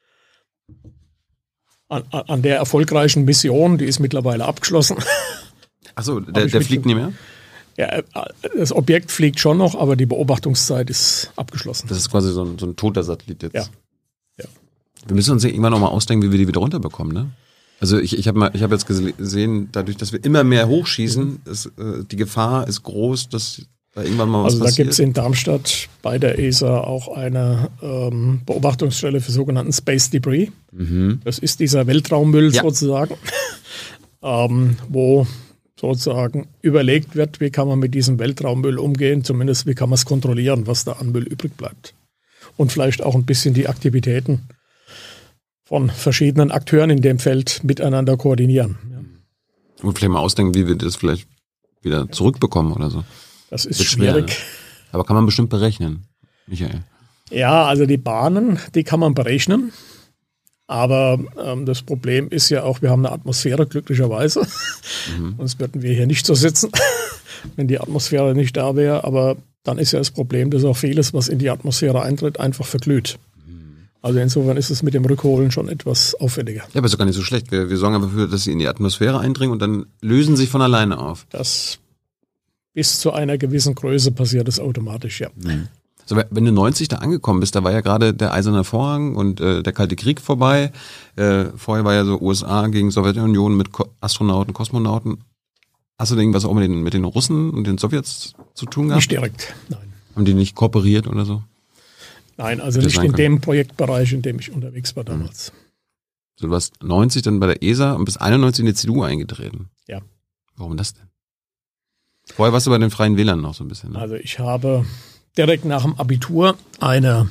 an, an der erfolgreichen Mission, die ist mittlerweile abgeschlossen. Achso, der, der fliegt nicht mehr? Ja, das Objekt fliegt schon noch, aber die Beobachtungszeit ist abgeschlossen. Das ist quasi so ein, so ein toter Satellit jetzt. Ja. ja. Wir müssen uns irgendwann noch mal ausdenken, wie wir die wieder runterbekommen, ne? Also ich, ich habe hab jetzt gesehen, dadurch, dass wir immer mehr hochschießen, ist, äh, die Gefahr ist groß, dass da irgendwann mal was passiert. Also da gibt es passiert. in Darmstadt bei der E S A auch eine ähm, Beobachtungsstelle für sogenannten Space Debris. Mhm. Das ist dieser Weltraummüll ja. sozusagen, ähm, wo sozusagen überlegt wird, wie kann man mit diesem Weltraummüll umgehen, zumindest wie kann man es kontrollieren, was da an Müll übrig bleibt. Und vielleicht auch ein bisschen die Aktivitäten von verschiedenen Akteuren in dem Feld miteinander koordinieren. Ja. Und vielleicht mal ausdenken, wie wir das vielleicht wieder zurückbekommen oder so. Das ist schwierig. Schwer, ne? Aber kann man bestimmt berechnen, Michael. Ja, also die Bahnen, die kann man berechnen. Aber ähm, das Problem ist ja auch, wir haben eine Atmosphäre, glücklicherweise. Mhm. Sonst würden wir hier nicht so sitzen, wenn die Atmosphäre nicht da wäre. Aber dann ist ja das Problem, dass auch vieles, was in die Atmosphäre eintritt, einfach verglüht. Mhm. Also insofern ist es mit dem Rückholen schon etwas aufwendiger. Ja, aber ist doch gar nicht so schlecht. Wir, wir sorgen aber dafür, dass sie in die Atmosphäre eindringen und dann lösen sie sich von alleine auf. Das bis zu einer gewissen Größe passiert das automatisch, ja. Mhm. So, wenn du neunzig da angekommen bist, da war ja gerade der Eiserne Vorhang und äh, der Kalte Krieg vorbei. Äh, vorher war ja so U S A gegen Sowjetunion mit Ko- Astronauten, Kosmonauten. Hast du denn irgendwas auch mit den, mit den Russen und den Sowjets zu tun gehabt? Nicht direkt, nein. Haben die nicht kooperiert oder so? Nein, also nicht in dem Projektbereich, in dem ich unterwegs war damals. So, du warst neunzig dann bei der E S A und bis einundneunzig in die C D U eingetreten. Ja. Warum das denn? Vorher warst du bei den Freien Wählern noch so ein bisschen. Ne? Also ich habe direkt nach dem Abitur eine,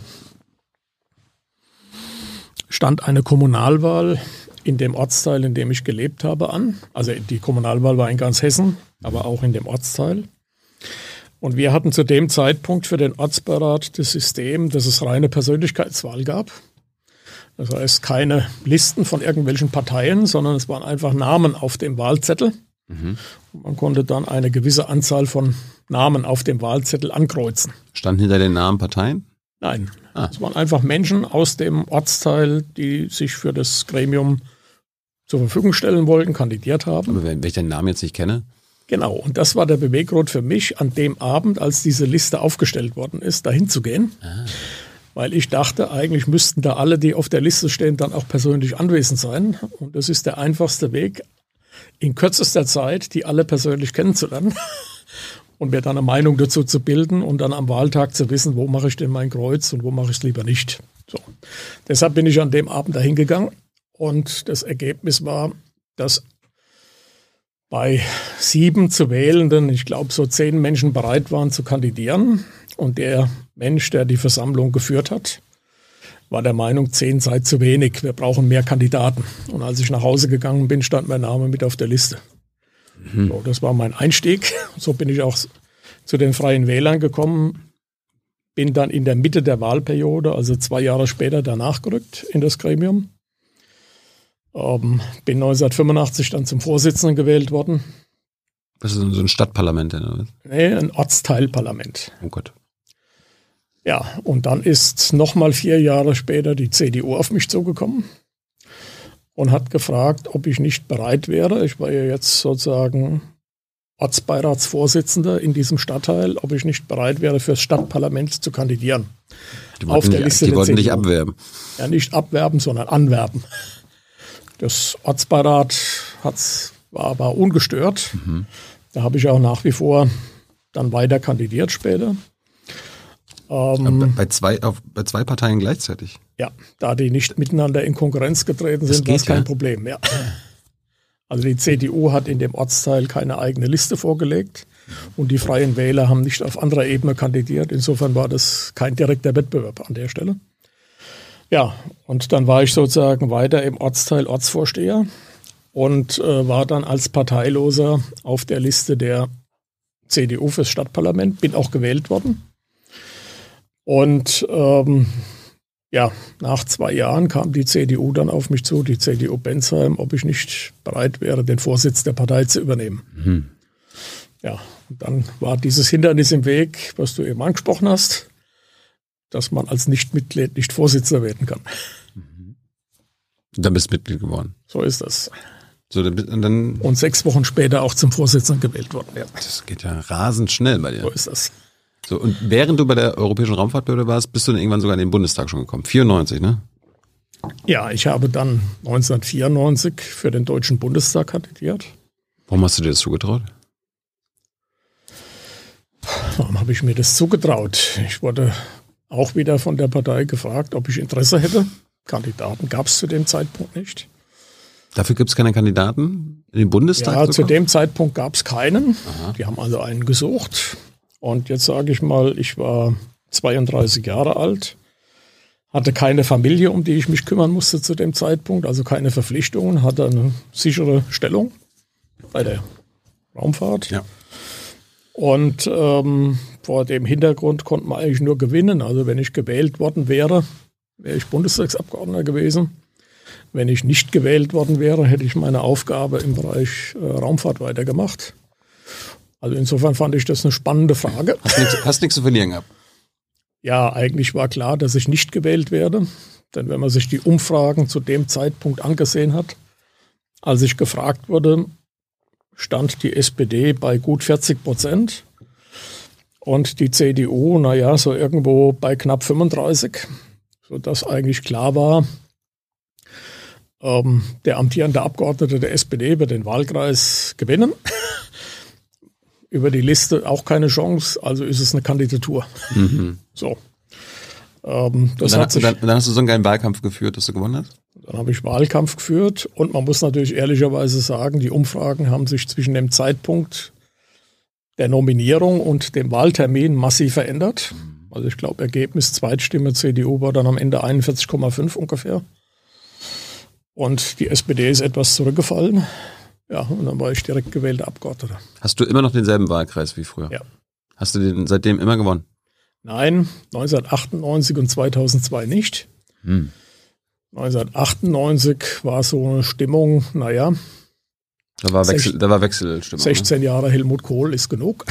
stand eine Kommunalwahl in dem Ortsteil, in dem ich gelebt habe, an. Also die Kommunalwahl war in ganz Hessen, aber auch in dem Ortsteil. Und wir hatten zu dem Zeitpunkt für den Ortsbeirat das System, dass es reine Persönlichkeitswahl gab. Das heißt, keine Listen von irgendwelchen Parteien, sondern es waren einfach Namen auf dem Wahlzettel. Mhm. Und man konnte dann eine gewisse Anzahl von Namen auf dem Wahlzettel ankreuzen. Standen hinter den Namen Parteien? Nein, ah. Es waren einfach Menschen aus dem Ortsteil, die sich für das Gremium zur Verfügung stellen wollten, kandidiert haben. Aber wenn ich den Namen jetzt nicht kenne? Genau, und das war der Beweggrund für mich, an dem Abend, als diese Liste aufgestellt worden ist, dahin zu gehen. Ah. Weil ich dachte, eigentlich müssten da alle, die auf der Liste stehen, dann auch persönlich anwesend sein. Und das ist der einfachste Weg, in kürzester Zeit die alle persönlich kennenzulernen und mir dann eine Meinung dazu zu bilden und dann am Wahltag zu wissen, wo mache ich denn mein Kreuz und wo mache ich es lieber nicht. So. Deshalb bin ich an dem Abend dahin gegangen und das Ergebnis war, dass bei sieben zu Wählenden, ich glaube so zehn Menschen bereit waren zu kandidieren und der Mensch, der die Versammlung geführt hat, war der Meinung, zehn sei zu wenig, wir brauchen mehr Kandidaten. Und als ich nach Hause gegangen bin, stand mein Name mit auf der Liste. Mhm. So, das war mein Einstieg. So bin ich auch zu den Freien Wählern gekommen. Bin dann in der Mitte der Wahlperiode, also zwei Jahre später, danach gerückt in das Gremium. Ähm, bin neunzehnhundertfünfundachtzig dann zum Vorsitzenden gewählt worden. Das ist so ein Stadtparlament, oder? Nee, ein Ortsteilparlament. Oh Gott. Ja, und dann ist nochmal vier Jahre später die C D U auf mich zugekommen und hat gefragt, ob ich nicht bereit wäre. Ich war ja jetzt sozusagen Ortsbeiratsvorsitzender in diesem Stadtteil, ob ich nicht bereit wäre, fürs Stadtparlament zu kandidieren. Die auf der nicht, Liste die wollten dich abwerben. Ja, nicht abwerben, sondern anwerben. Das Ortsbeirat hat's, war, war ungestört. Mhm. Da habe ich auch nach wie vor dann weiter kandidiert später. Ähm, bei, zwei, auf, bei zwei Parteien gleichzeitig? Ja, da die nicht miteinander in Konkurrenz getreten sind, war es kein ja. Problem. Ja. Also die C D U hat in dem Ortsteil keine eigene Liste vorgelegt und die Freien Wähler haben nicht auf anderer Ebene kandidiert. Insofern war das kein direkter Wettbewerb an der Stelle. Ja, und dann war ich sozusagen weiter im Ortsteil Ortsvorsteher und äh, war dann als Parteiloser auf der Liste der C D U fürs Stadtparlament, bin auch gewählt worden. Und ähm, ja, nach zwei Jahren kam die C D U dann auf mich zu, die C D U Bensheim, ob ich nicht bereit wäre, den Vorsitz der Partei zu übernehmen. Mhm. Ja, und dann war dieses Hindernis im Weg, was du eben angesprochen hast, dass man als Nichtmitglied nicht Vorsitzender werden kann. Mhm. Dann bist du Mitglied geworden. So ist das. So, dann, dann und sechs Wochen später auch zum Vorsitzenden gewählt worden. Ja. Das geht ja rasend schnell bei dir. So ist das. So, und während du bei der Europäischen Raumfahrtbehörde warst, bist du dann irgendwann sogar in den Bundestag schon gekommen. vierundneunzig, ne? Ja, ich habe dann neunzehnhundertvierundneunzig für den Deutschen Bundestag kandidiert. Warum hast du dir das zugetraut? Warum habe ich mir das zugetraut? Ich wurde auch wieder von der Partei gefragt, ob ich Interesse hätte. Kandidaten gab es zu dem Zeitpunkt nicht. Dafür gibt es keine Kandidaten in den Bundestag? Ja, sogar? Zu dem Zeitpunkt gab es keinen. Aha. Die haben also einen gesucht. Und jetzt sage ich mal, ich war zweiunddreißig Jahre alt, hatte keine Familie, um die ich mich kümmern musste zu dem Zeitpunkt, also keine Verpflichtungen, hatte eine sichere Stellung bei der Raumfahrt. Ja. Und ähm, vor dem Hintergrund konnte man eigentlich nur gewinnen. Also wenn ich gewählt worden wäre, wäre ich Bundestagsabgeordneter gewesen. Wenn ich nicht gewählt worden wäre, hätte ich meine Aufgabe im Bereich äh, Raumfahrt weitergemacht. Also insofern fand ich das eine spannende Frage. Hast nichts, hast nichts zu verlieren gehabt? Ja, eigentlich war klar, dass ich nicht gewählt werde. Denn wenn man sich die Umfragen zu dem Zeitpunkt angesehen hat, als ich gefragt wurde, stand die S P D bei gut vierzig Prozent und die C D U, naja, so irgendwo bei knapp fünfunddreißig, sodass eigentlich klar war, ähm, der amtierende Abgeordnete der S P D wird den Wahlkreis gewinnen. Über die Liste auch keine Chance, also ist es eine Kandidatur. Mhm. So. Ähm, das und, dann, hat sich, dann, dann hast du so einen geilen Wahlkampf geführt, dass du gewonnen hast? Dann habe ich Wahlkampf geführt und man muss natürlich ehrlicherweise sagen, die Umfragen haben sich zwischen dem Zeitpunkt der Nominierung und dem Wahltermin massiv verändert. Also ich glaube, Ergebnis Zweitstimme C D U war dann am Ende einundvierzig Komma fünf ungefähr. Und die S P D ist etwas zurückgefallen. Ja, und dann war ich direkt gewählter Abgeordneter. Hast du immer noch denselben Wahlkreis wie früher? Ja. Hast du den seitdem immer gewonnen? Nein, neunzehnhundertachtundneunzig und zweitausendzwei nicht. Hm. neunzehnhundertachtundneunzig war so eine Stimmung, naja. Da war, Wechsel, da war Wechselstimmung. sechzehn ne? Jahre Helmut Kohl ist genug.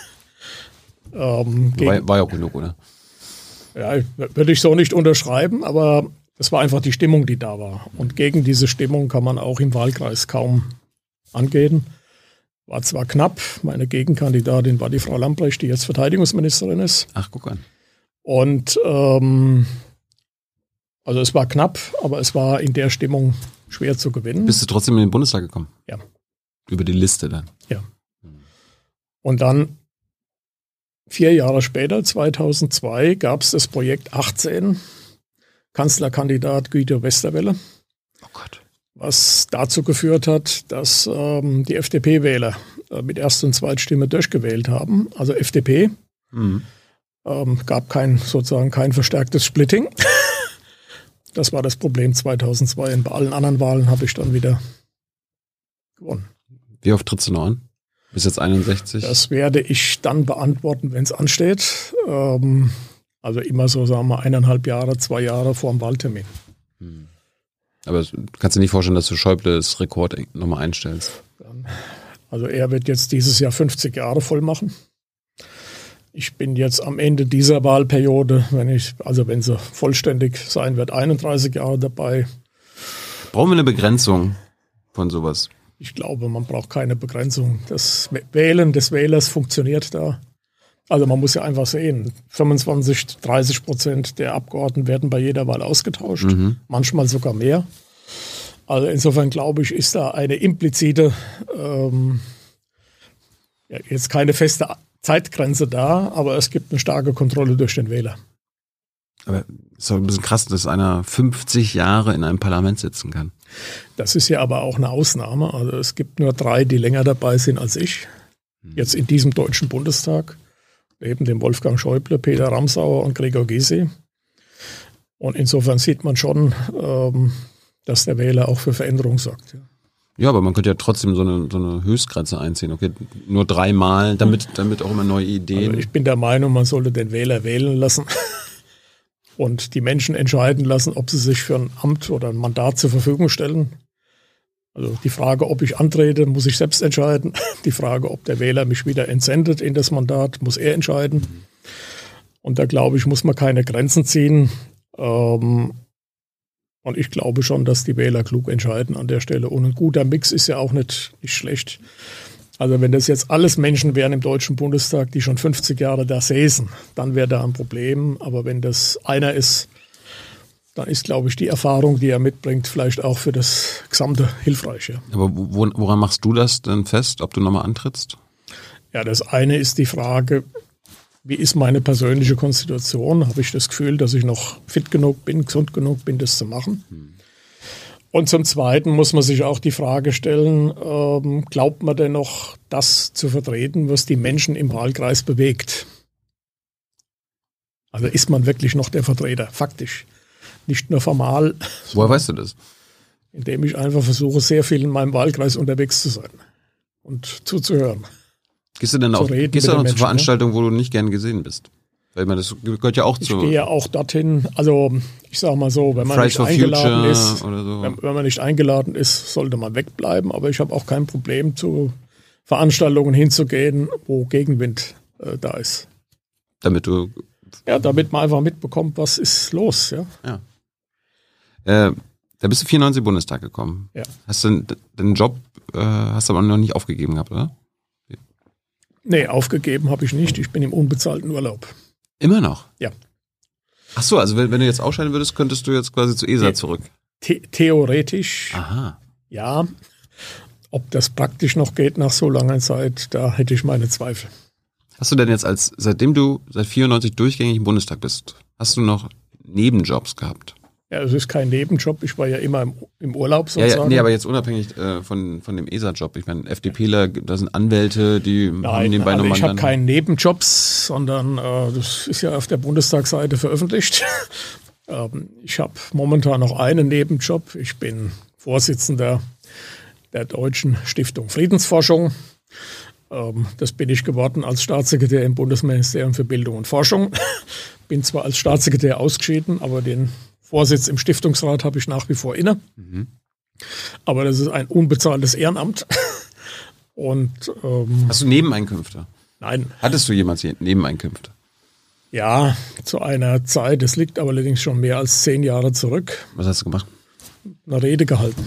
ähm, gegen, war, war ja auch genug, oder? Ja, würde ich so nicht unterschreiben, aber es war einfach die Stimmung, die da war. Und gegen diese Stimmung kann man auch im Wahlkreis kaum angehen. War zwar knapp, meine Gegenkandidatin war die Frau Lambrecht, die jetzt Verteidigungsministerin ist. Ach, guck an. Und ähm, also es war knapp, aber es war in der Stimmung schwer zu gewinnen. Bist du trotzdem in den Bundestag gekommen? Ja. Über die Liste dann? Ja. Und dann vier Jahre später, zweitausendzwei, gab es das Projekt achtzehn, Kanzlerkandidat Guido Westerwelle. Oh Gott. Was dazu geführt hat, dass ähm, die F D P-Wähler äh, mit Erst- und Zweitstimme durchgewählt haben. Also F D P. Mhm. Ähm, gab kein, sozusagen kein verstärktes Splitting. Das war das Problem zweitausendzwei. Und bei allen anderen Wahlen habe ich dann wieder gewonnen. Wie oft trittst du noch an? Bis jetzt einundsechzig? Das werde ich dann beantworten, wenn es ansteht. Ähm, also immer so, sagen wir, eineinhalb Jahre, zwei Jahre vor dem Wahltermin. Mhm. Aber du kannst dir nicht vorstellen, dass du Schäubles Rekord nochmal einstellst? Also er wird jetzt dieses Jahr fünfzig Jahre voll machen. Ich bin jetzt am Ende dieser Wahlperiode, wenn ich, also wenn sie vollständig sein wird, einunddreißig Jahre dabei. Brauchen wir eine Begrenzung von sowas? Ich glaube, man braucht keine Begrenzung. Das Wählen des Wählers funktioniert da. Also man muss ja einfach sehen, fünfundzwanzig, dreißig Prozent der Abgeordneten werden bei jeder Wahl ausgetauscht, mhm. manchmal sogar mehr. Also insofern glaube ich, ist da eine implizite, ähm, ja, jetzt keine feste Zeitgrenze da, aber es gibt eine starke Kontrolle durch den Wähler. Aber es ist doch ein bisschen krass, dass einer fünfzig Jahre in einem Parlament sitzen kann. Das ist ja aber auch eine Ausnahme. Also es gibt nur drei, die länger dabei sind als ich. Jetzt in diesem Deutschen Bundestag. Neben dem Wolfgang Schäuble, Peter Ramsauer und Gregor Gysi. Und insofern sieht man schon, ähm, dass der Wähler auch für Veränderung sorgt. Ja. Ja, aber man könnte ja trotzdem so eine, so eine Höchstgrenze einziehen. Okay, nur dreimal, damit, damit auch immer neue Ideen. Also ich bin der Meinung, man sollte den Wähler wählen lassen. Und die Menschen entscheiden lassen, ob sie sich für ein Amt oder ein Mandat zur Verfügung stellen. Also die Frage, ob ich antrete, muss ich selbst entscheiden. Die Frage, ob der Wähler mich wieder entsendet in das Mandat, muss er entscheiden. Und da glaube ich, muss man keine Grenzen ziehen. Und ich glaube schon, dass die Wähler klug entscheiden an der Stelle. Und ein guter Mix ist ja auch nicht, nicht schlecht. Also wenn das jetzt alles Menschen wären im Deutschen Bundestag, die schon fünfzig Jahre da säßen, dann wäre da ein Problem. Aber wenn das einer ist, dann ist, glaube ich, die Erfahrung, die er mitbringt, vielleicht auch für das Gesamte hilfreich. Ja. Aber wo, woran machst du das denn fest, ob du nochmal antrittst? Ja, das eine ist die Frage, wie ist meine persönliche Konstitution? Habe ich das Gefühl, dass ich noch fit genug bin, gesund genug bin, das zu machen? Hm. Und zum Zweiten muss man sich auch die Frage stellen, ähm, glaubt man denn noch, das zu vertreten, was die Menschen im Wahlkreis bewegt? Also ist man wirklich noch der Vertreter, faktisch, nicht nur formal. Woher weißt du das? Indem ich einfach versuche, sehr viel in meinem Wahlkreis unterwegs zu sein und zuzuhören. Gehst du denn auch, gehst du auch zu Veranstaltungen, ja? Wo du nicht gern gesehen bist? Weil man das gehört ja auch ich zu. Ich gehe ja auch dorthin, also ich sage mal so, wenn man Fridays nicht eingeladen Future ist, oder so. wenn, wenn man nicht eingeladen ist, sollte man wegbleiben. Aber ich habe auch kein Problem, zu Veranstaltungen hinzugehen, wo Gegenwind äh, da ist. Damit du. Ja, damit man einfach mitbekommt, was ist los. Ja. Ja. Äh, da bist du vierundneunzig im Bundestag gekommen. Ja. Hast du den Job, äh, hast du aber noch nicht aufgegeben gehabt, oder? Nee, aufgegeben habe ich nicht. Ich bin im unbezahlten Urlaub. Immer noch? Ja. Ach so, also wenn, wenn du jetzt ausscheiden würdest, könntest du jetzt quasi zu E S A The- zurück. The- theoretisch, Aha. ja. Ob das praktisch noch geht nach so langer Zeit, da hätte ich meine Zweifel. Hast du denn jetzt als, seitdem du seit vierundneunzig durchgängig im Bundestag bist, hast du noch Nebenjobs gehabt? Ja, es ist kein Nebenjob. Ich war ja immer im, im Urlaub Ja, sozusagen. ja, nee, aber jetzt unabhängig äh, von, von dem E S A-Job. Ich meine, FDPler, da sind Anwälte, die haben Nein, nebenbei also nochmal. ich habe keinen Nebenjobs, sondern äh, das ist ja auf der Bundestagsseite veröffentlicht. ähm, ich habe momentan noch einen Nebenjob. Ich bin Vorsitzender der Deutschen Stiftung Friedensforschung. Ähm, das bin ich geworden als Staatssekretär im Bundesministerium für Bildung und Forschung. Bin zwar als Staatssekretär ausgeschieden, aber den Vorsitz im Stiftungsrat habe ich nach wie vor inne. Mhm. Aber das ist ein unbezahltes Ehrenamt. Und, ähm, Hast du Nebeneinkünfte? Nein. Hattest du jemals Nebeneinkünfte? Ja, zu einer Zeit, das liegt aber allerdings schon mehr als zehn Jahre zurück, Was hast du gemacht? eine Rede gehalten.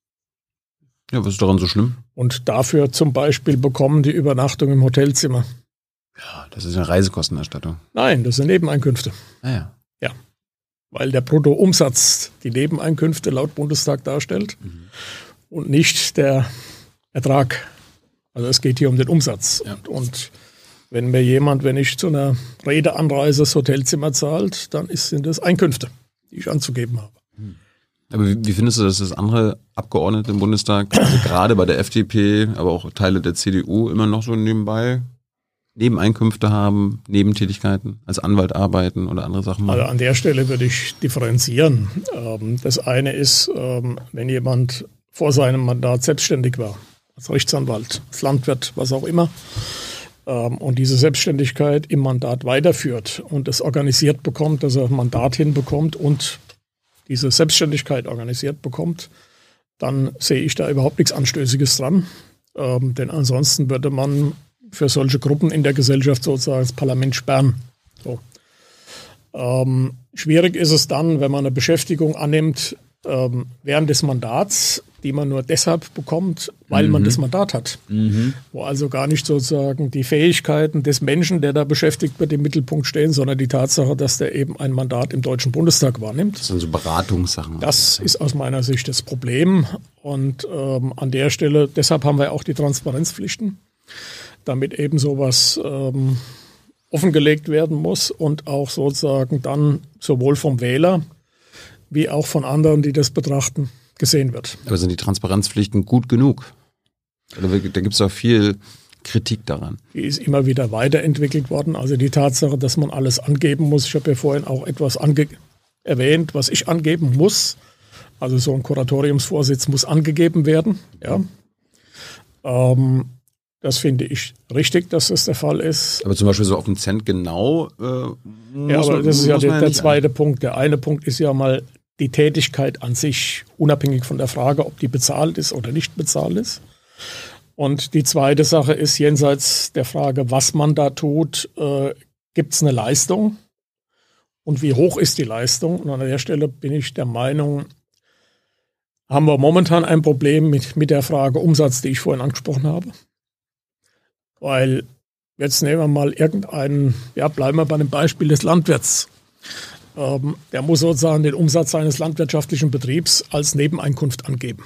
Ja, was ist daran so schlimm? Und dafür zum Beispiel bekommen die Übernachtung im Hotelzimmer. Ja, das ist eine Reisekostenerstattung. Nein, das sind Nebeneinkünfte. Ah ja. Ja, weil der Bruttoumsatz die Nebeneinkünfte laut Bundestag darstellt mhm. und nicht der Ertrag. Also es geht hier um den Umsatz. Ja. Und, und wenn mir jemand, wenn ich zu einer Rede anreise, das Hotelzimmer zahlt, dann ist, sind das Einkünfte, die ich anzugeben habe. Mhm. Aber wie, wie findest du, dass das andere Abgeordnete im Bundestag, also gerade bei der F D P, aber auch Teile der C D U, immer noch so nebenbei Nebeneinkünfte haben, Nebentätigkeiten, als Anwalt arbeiten oder andere Sachen machen? Also an der Stelle würde ich differenzieren. Das eine ist, wenn jemand vor seinem Mandat selbstständig war, als Rechtsanwalt, als Landwirt, was auch immer, und diese Selbstständigkeit im Mandat weiterführt und es organisiert bekommt, dass er ein Mandat hinbekommt und diese Selbstständigkeit organisiert bekommt, dann sehe ich da überhaupt nichts Anstößiges dran. Denn ansonsten würde man für solche Gruppen in der Gesellschaft sozusagen das Parlament sperren. So. Ähm, schwierig ist es dann, wenn man eine Beschäftigung annimmt ähm, während des Mandats, die man nur deshalb bekommt, weil mhm. man das Mandat hat. Mhm. Wo also gar nicht sozusagen die Fähigkeiten des Menschen, der da beschäftigt wird, im Mittelpunkt stehen, sondern die Tatsache, dass der eben ein Mandat im Deutschen Bundestag wahrnimmt. Das sind so Beratungssachen. Das ist aus meiner Sicht das Problem. Und ähm, an der Stelle, deshalb haben wir auch die Transparenzpflichten, damit eben sowas ähm, offengelegt werden muss und auch sozusagen dann sowohl vom Wähler wie auch von anderen, die das betrachten, gesehen wird. Aber sind die Transparenzpflichten gut genug? Da gibt es auch viel Kritik daran. Die ist immer wieder weiterentwickelt worden. Also die Tatsache, dass man alles angeben muss. Ich habe ja vorhin auch etwas ange- erwähnt, was ich angeben muss. Also so ein Kuratoriumsvorsitz muss angegeben werden. Ja. Ähm, das finde ich richtig, dass das der Fall ist. Aber zum Beispiel so auf den Cent genau. Äh, ja, aber man, das ist ja der, der zweite an. Punkt. Der eine Punkt ist ja mal die Tätigkeit an sich, unabhängig von der Frage, ob die bezahlt ist oder nicht bezahlt ist. Und die zweite Sache ist, jenseits der Frage, was man da tut, äh, gibt es eine Leistung und wie hoch ist die Leistung? Und an der Stelle bin ich der Meinung, haben wir momentan ein Problem mit, mit der Frage Umsatz, die ich vorhin angesprochen habe. Weil jetzt nehmen wir mal irgendeinen, ja, bleiben wir bei dem Beispiel des Landwirts. Ähm, der muss sozusagen den Umsatz seines landwirtschaftlichen Betriebs als Nebeneinkunft angeben.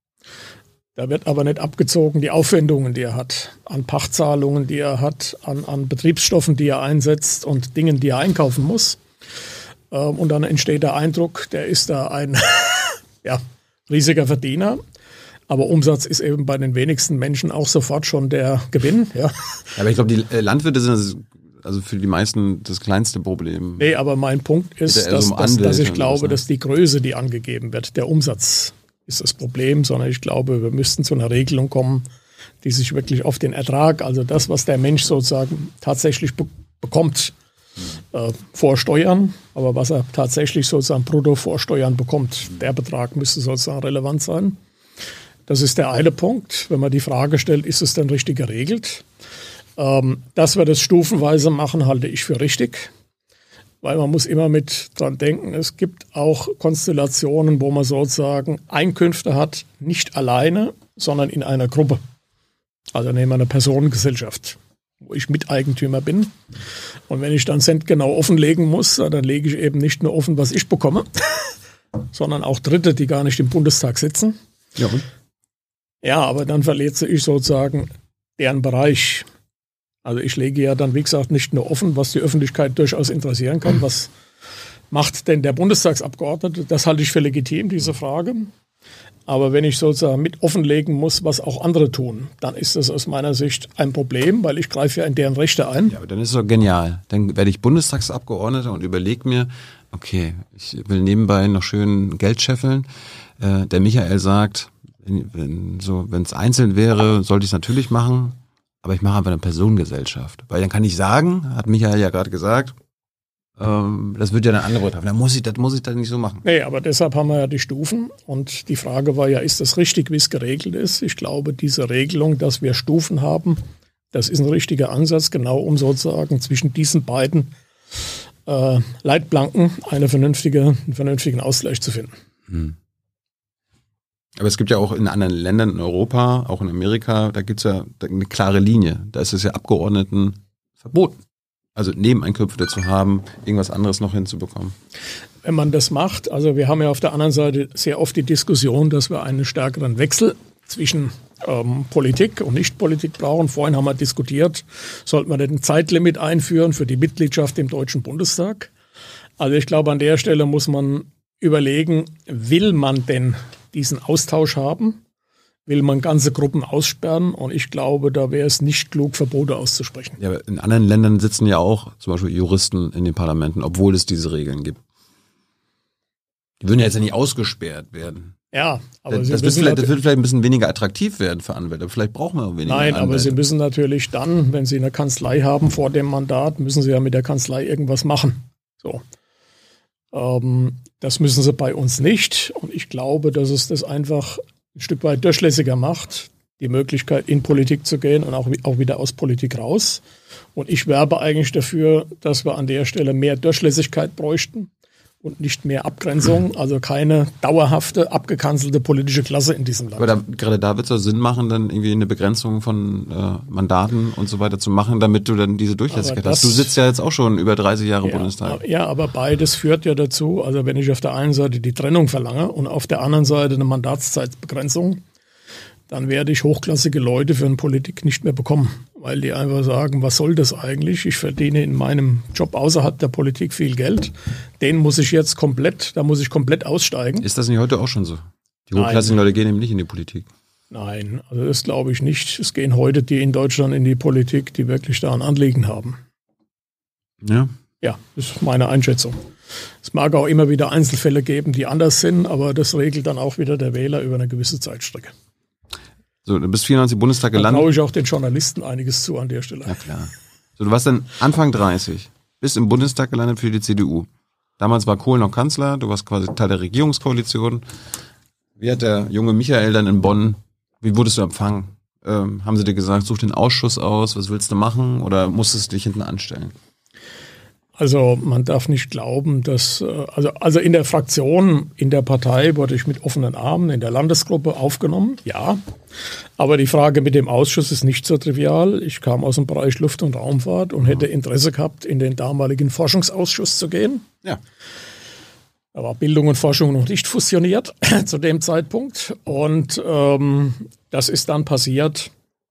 Da wird aber nicht abgezogen die Aufwendungen, die er hat, an Pachtzahlungen, die er hat, an, an Betriebsstoffen, die er einsetzt und Dingen, die er einkaufen muss. Ähm, und dann entsteht der Eindruck, der ist da ein ja, riesiger Verdiener. Aber Umsatz ist eben bei den wenigsten Menschen auch sofort schon der Gewinn. Ja. Aber ich glaube, die Landwirte sind also für die meisten das kleinste Problem. Nee, aber mein Punkt ist, dass, dass, dass ich glaube, was, ne? dass die Größe, die angegeben wird, der Umsatz ist das Problem, sondern ich glaube, wir müssten zu einer Regelung kommen, die sich wirklich auf den Ertrag, also das, was der Mensch sozusagen tatsächlich be- bekommt, mhm. äh, vorsteuern. Aber was er tatsächlich sozusagen brutto vorsteuern bekommt, mhm. der Betrag müsste sozusagen relevant sein. Das ist der eine Punkt. Wenn man die Frage stellt, ist es denn richtig geregelt? Ähm, dass wir das stufenweise machen, halte ich für richtig. Weil man muss immer mit dran denken, es gibt auch Konstellationen, wo man sozusagen Einkünfte hat, nicht alleine, sondern in einer Gruppe. Also nehmen wir eine Personengesellschaft, wo ich Miteigentümer bin. Und wenn ich dann Cent genau offenlegen muss, dann lege ich eben nicht nur offen, was ich bekomme, sondern auch Dritte, die gar nicht im Bundestag sitzen. Ja, und? Ja, aber dann verletze ich sozusagen deren Bereich. Also ich lege ja dann, wie gesagt, nicht nur offen, was die Öffentlichkeit durchaus interessieren kann. Was macht denn der Bundestagsabgeordnete? Das halte ich für legitim, diese Frage. Aber wenn ich sozusagen mit offenlegen muss, was auch andere tun, dann ist das aus meiner Sicht ein Problem, weil ich greife ja in deren Rechte ein. Ja, aber dann ist es doch genial. Dann werde ich Bundestagsabgeordneter und überlege mir, okay, ich will nebenbei noch schön Geld scheffeln. Äh, der Michael sagt, wenn, wenn so, wenn es einzeln wäre, sollte ich es natürlich machen. Aber ich mache einfach eine Personengesellschaft. Weil dann kann ich sagen, hat Michael ja gerade gesagt, ähm, das wird ja dann andere treffen. Dann muss ich, das muss ich dann nicht so machen. Nee, aber deshalb haben wir ja die Stufen. Und die Frage war ja, ist das richtig, wie es geregelt ist? Ich glaube, diese Regelung, dass wir Stufen haben, das ist ein richtiger Ansatz, genau um sozusagen zwischen diesen beiden äh, Leitplanken eine vernünftige, einen vernünftigen Ausgleich zu finden. Hm. Aber es gibt ja auch in anderen Ländern in Europa, auch in Amerika, da gibt es ja eine klare Linie. Da ist es ja Abgeordneten verboten. Also Nebeneinkünfte zu haben, irgendwas anderes noch hinzubekommen. Wenn man das macht, also wir haben ja auf der anderen Seite sehr oft die Diskussion, dass wir einen stärkeren Wechsel zwischen ähm, Politik und Nichtpolitik brauchen. Vorhin haben wir diskutiert, sollte man denn ein Zeitlimit einführen für die Mitgliedschaft im Deutschen Bundestag? Also ich glaube, an der Stelle muss man überlegen, will man denn diesen Austausch haben? Will man ganze Gruppen aussperren? Und ich glaube, da wäre es nicht klug, Verbote auszusprechen. Ja, aber in anderen Ländern sitzen ja auch zum Beispiel Juristen in den Parlamenten, obwohl es diese Regeln gibt. Die würden ja jetzt ja nicht ausgesperrt werden. Ja, aber das, Sie das, wird vielleicht, das wird vielleicht ein bisschen weniger attraktiv werden für Anwälte. Vielleicht brauchen wir auch weniger Nein, Anwälte. Aber Sie müssen natürlich dann, wenn Sie eine Kanzlei haben vor dem Mandat, müssen Sie ja mit der Kanzlei irgendwas machen. So. Ähm, das müssen Sie bei uns nicht. Und ich glaube, dass es das einfach ein Stück weit durchlässiger macht, die Möglichkeit, in Politik zu gehen und auch, auch wieder aus Politik raus. Und ich werbe eigentlich dafür, dass wir an der Stelle mehr Durchlässigkeit bräuchten und nicht mehr Abgrenzung, also keine dauerhafte, abgekanzelte politische Klasse in diesem Land. Aber da, gerade da wird es ja Sinn machen, dann irgendwie eine Begrenzung von äh, Mandaten und so weiter zu machen, damit du dann diese Durchlässigkeit hast. Du sitzt ja jetzt auch schon über dreißig Jahre im ja, Bundestag. Ja, aber beides führt ja dazu, also wenn ich auf der einen Seite die Trennung verlange und auf der anderen Seite eine Mandatszeitbegrenzung, dann werde ich hochklassige Leute für eine Politik nicht mehr bekommen, weil die einfach sagen, was soll das eigentlich? Ich verdiene in meinem Job außerhalb der Politik viel Geld. Den muss ich jetzt komplett, da muss ich komplett aussteigen. Ist das nicht heute auch schon so? Die hochklassigen Leute gehen eben nicht in die Politik. Nein, also das glaube ich nicht. Es gehen heute die in Deutschland in die Politik, die wirklich da ein Anliegen haben. Ja. Ja, das ist meine Einschätzung. Es mag auch immer wieder Einzelfälle geben, die anders sind, aber das regelt dann auch wieder der Wähler über eine gewisse Zeitstrecke. So, du bist vierundneunzig im Bundestag gelandet. Da traue ich auch den Journalisten einiges zu an der Stelle. Ja, klar. So, du warst dann Anfang dreißig, bist im Bundestag gelandet für die C D U. Damals war Kohl noch Kanzler, du warst quasi Teil der Regierungskoalition. Wie hat der junge Michael dann in Bonn, wie wurdest du empfangen? Ähm, haben sie dir gesagt, such den Ausschuss aus, was willst du machen? Oder musstest du dich hinten anstellen? Also man darf nicht glauben, dass, also, also in der Fraktion, in der Partei wurde ich mit offenen Armen in der Landesgruppe aufgenommen, ja. Aber die Frage mit dem Ausschuss ist nicht so trivial. Ich kam aus dem Bereich Luft- und Raumfahrt und hätte Interesse gehabt, in den damaligen Forschungsausschuss zu gehen. Ja. Da war Bildung und Forschung noch nicht fusioniert zu dem Zeitpunkt. Und ähm, das ist dann passiert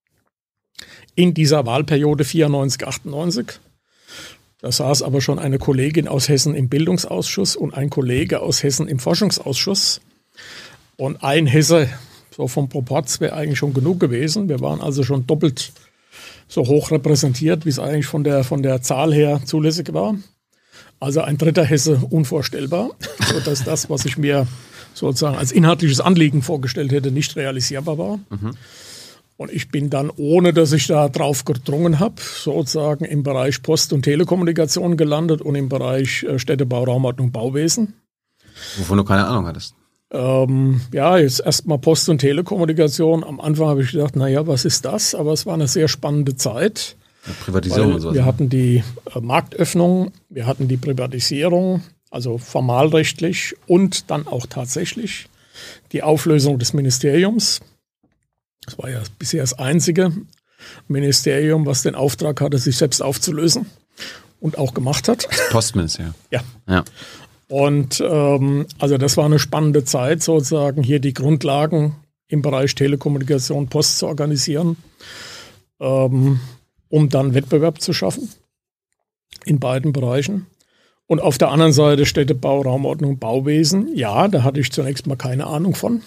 in dieser Wahlperiode vierundneunzig, achtundneunzig. Da saß aber schon eine Kollegin aus Hessen im Bildungsausschuss und ein Kollege aus Hessen im Forschungsausschuss. Und ein Hesse, so vom Proporz, wäre eigentlich schon genug gewesen. Wir waren also schon doppelt so hoch repräsentiert, wie es eigentlich von der, von der Zahl her zulässig war. Also ein dritter Hesse unvorstellbar, sodass das, was ich mir sozusagen als inhaltliches Anliegen vorgestellt hätte, nicht realisierbar war. Mhm. Und ich bin dann, ohne dass ich da drauf gedrungen habe, sozusagen im Bereich Post- und Telekommunikation gelandet und im Bereich Städtebau, Raumordnung, Bauwesen. Wovon du keine Ahnung hattest. Ähm, ja, jetzt erstmal Post- und Telekommunikation. Am Anfang habe ich gedacht, naja, was ist das? Aber es war eine sehr spannende Zeit. Ja, Privatisierung und so. Wir hatten die äh, Marktöffnung, wir hatten die Privatisierung, also formalrechtlich und dann auch tatsächlich die Auflösung des Ministeriums. Das war ja bisher das einzige Ministerium, was den Auftrag hatte, sich selbst aufzulösen und auch gemacht hat. Das Postministerium. Ja. Ja. Und ähm, also das war eine spannende Zeit, sozusagen hier die Grundlagen im Bereich Telekommunikation, Post zu organisieren, ähm, um dann Wettbewerb zu schaffen in beiden Bereichen. Und auf der anderen Seite Städtebau, Raumordnung, Bauwesen. Ja, da hatte ich zunächst mal keine Ahnung von.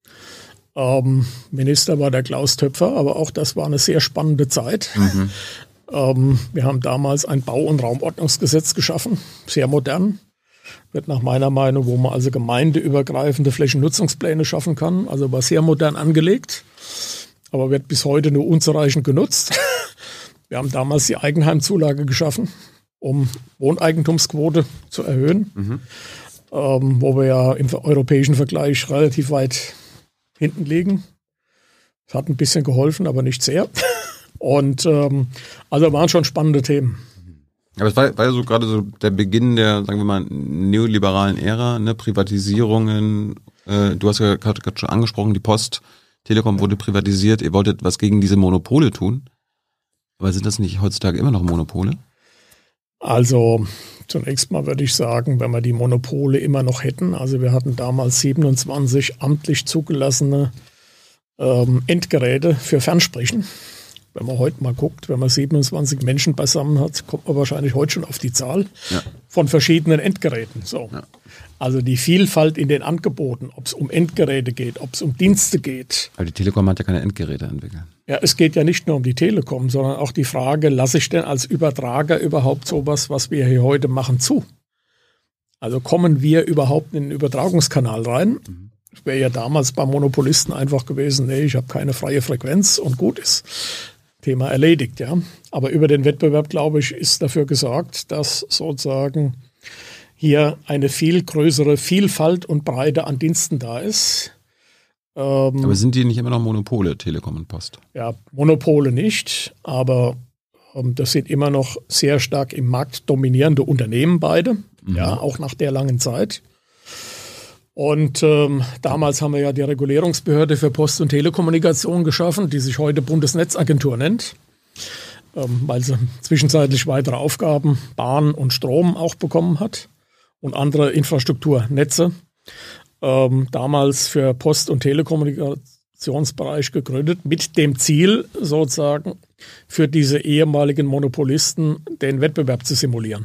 Ähm, Minister war der Klaus Töpfer, aber auch das war eine sehr spannende Zeit. Mhm. Ähm, wir haben damals ein Bau- und Raumordnungsgesetz geschaffen, sehr modern. Wird nach meiner Meinung, wo man also gemeindeübergreifende Flächennutzungspläne schaffen kann, also war sehr modern angelegt, aber wird bis heute nur unzureichend genutzt. Wir haben damals die Eigenheimzulage geschaffen, um Wohneigentumsquote zu erhöhen, mhm. ähm, wo wir ja im europäischen Vergleich relativ weit hinten liegen. Das hat ein bisschen geholfen, aber nicht sehr. Und ähm, also waren schon spannende Themen. Aber es war, war ja so gerade so der Beginn der, sagen wir mal, neoliberalen Ära, ne, Privatisierungen. Äh, du hast ja gerade schon angesprochen, die Post, Telekom wurde privatisiert. Ihr wolltet was gegen diese Monopole tun. Aber sind das nicht heutzutage immer noch Monopole? Also zunächst mal würde ich sagen, wenn wir die Monopole immer noch hätten, also wir hatten damals siebenundzwanzig amtlich zugelassene ähm, Endgeräte für Fernsprechen. Wenn man heute mal guckt, wenn man siebenundzwanzig Menschen beisammen hat, kommt man wahrscheinlich heute schon auf die Zahl ja. von verschiedenen Endgeräten. So. Ja. Also die Vielfalt in den Angeboten, ob es um Endgeräte geht, ob es um Dienste geht. Aber die Telekom hat ja keine Endgeräte entwickelt. Ja, es geht ja nicht nur um die Telekom, sondern auch die Frage, lasse ich denn als Übertrager überhaupt sowas, was wir hier heute machen, zu? Also kommen wir überhaupt in den Übertragungskanal rein? Mhm. Das wäre ja damals bei Monopolisten einfach gewesen, nee, ich habe keine freie Frequenz und gut ist. Thema erledigt, ja. Aber über den Wettbewerb, glaube ich, ist dafür gesorgt, dass sozusagen hier eine viel größere Vielfalt und Breite an Diensten da ist. Ähm, aber sind die nicht immer noch Monopole, Telekom und Post? Ja, Monopole nicht, aber ähm, das sind immer noch sehr stark im Markt dominierende Unternehmen beide. mhm. ja, auch nach der langen Zeit. Und ähm, damals haben wir ja die Regulierungsbehörde für Post- und Telekommunikation geschaffen, die sich heute Bundesnetzagentur nennt, ähm, weil sie zwischenzeitlich weitere Aufgaben, Bahn und Strom auch bekommen hat und andere Infrastrukturnetze. Ähm, damals für Post- und Telekommunikationsbereich gegründet, mit dem Ziel sozusagen für diese ehemaligen Monopolisten den Wettbewerb zu simulieren.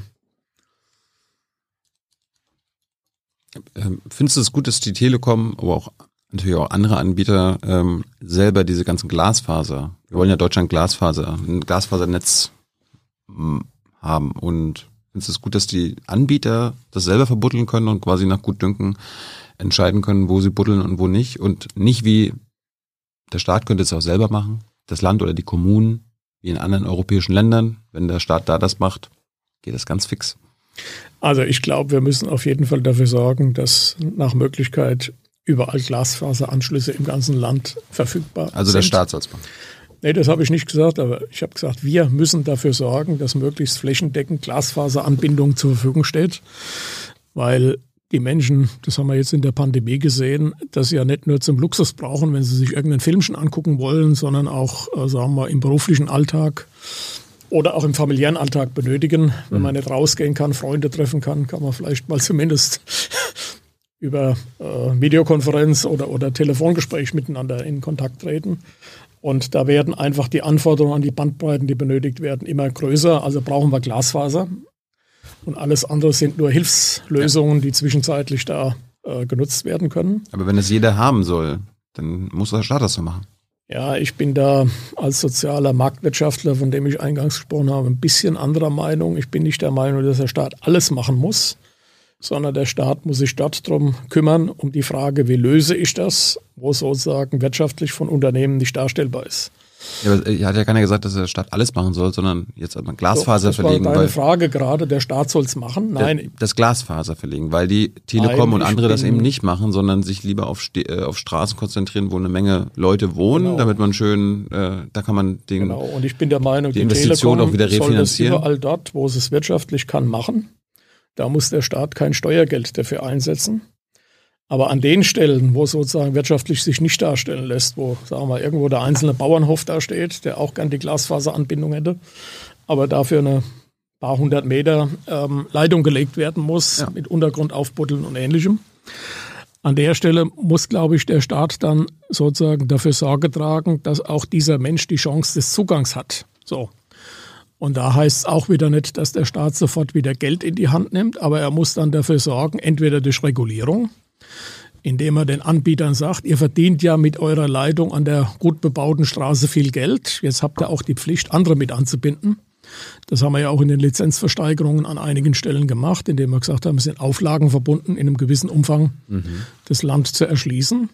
Findest du es gut, dass die Telekom, aber auch natürlich auch andere Anbieter ähm, selber diese ganzen Glasfaser, wir wollen ja Deutschland Glasfaser, ein Glasfasernetz m, haben und findest du es gut, dass die Anbieter das selber verbuddeln können und quasi nach Gutdünken entscheiden können, wo sie buddeln und wo nicht und nicht wie der Staat könnte es auch selber machen, das Land oder die Kommunen, wie in anderen europäischen Ländern, wenn der Staat da das macht, geht das ganz fix. Also ich glaube, wir müssen auf jeden Fall dafür sorgen, dass nach Möglichkeit überall Glasfaseranschlüsse im ganzen Land verfügbar sind. Also der Staat soll es machen. Nee, das habe ich nicht gesagt, aber ich habe gesagt, wir müssen dafür sorgen, dass möglichst flächendeckend Glasfaseranbindung zur Verfügung steht, weil die Menschen, das haben wir jetzt in der Pandemie gesehen, das ja nicht nur zum Luxus brauchen, wenn sie sich irgendeinen Filmchen angucken wollen, sondern auch, äh, sagen wir, im beruflichen Alltag oder auch im familiären Alltag benötigen. Wenn man nicht rausgehen kann, Freunde treffen kann, kann man vielleicht mal zumindest über äh, Videokonferenz oder, oder Telefongespräch miteinander in Kontakt treten. Und da werden einfach die Anforderungen an die Bandbreiten, die benötigt werden, immer größer. Also brauchen wir Glasfaser. Und alles andere sind nur Hilfslösungen, die zwischenzeitlich da äh, genutzt werden können. Aber wenn es jeder haben soll, dann muss der Staat das so machen. Ja, ich bin da als sozialer Marktwirtschaftler, von dem ich eingangs gesprochen habe, ein bisschen anderer Meinung. Ich bin nicht der Meinung, dass der Staat alles machen muss, sondern der Staat muss sich dort drum kümmern, um die Frage, wie löse ich das, wo sozusagen wirtschaftlich von Unternehmen nicht darstellbar ist. Ja, aber hier hat ja keiner gesagt, dass der Staat alles machen soll, sondern jetzt einmal Glasfaser so, das verlegen. Das war deine weil Frage gerade, der Staat soll es machen? Nein. Das Glasfaser verlegen, weil die Telekom Nein, und andere das eben nicht machen, sondern sich lieber auf, St- äh, auf Straßen konzentrieren, wo eine Menge Leute wohnen, genau. damit man schön, äh, da kann man den Genau, und ich bin der Meinung, die, die Investition Telekom auch wieder refinanzieren. Soll das überall dort, wo es es wirtschaftlich kann, machen. Da muss der Staat kein Steuergeld dafür einsetzen. Aber an den Stellen, wo sozusagen wirtschaftlich sich nicht darstellen lässt, wo, sagen wir mal, irgendwo der einzelne Bauernhof da steht, der auch gern die Glasfaseranbindung hätte, aber dafür eine paar hundert Meter ähm, Leitung gelegt werden muss, ja. mit Untergrund aufbuddeln und Ähnlichem. An der Stelle muss, glaube ich, der Staat dann sozusagen dafür Sorge tragen, dass auch dieser Mensch die Chance des Zugangs hat. So. Und da heißt es auch wieder nicht, dass der Staat sofort wieder Geld in die Hand nimmt, aber er muss dann dafür sorgen, entweder durch Regulierung, indem er den Anbietern sagt, ihr verdient ja mit eurer Leitung an der gut bebauten Straße viel Geld. Jetzt habt ihr auch die Pflicht, andere mit anzubinden. Das haben wir ja auch in den Lizenzversteigerungen an einigen Stellen gemacht, indem wir gesagt haben, es sind Auflagen verbunden, in einem gewissen Umfang mhm. das Land zu erschließen.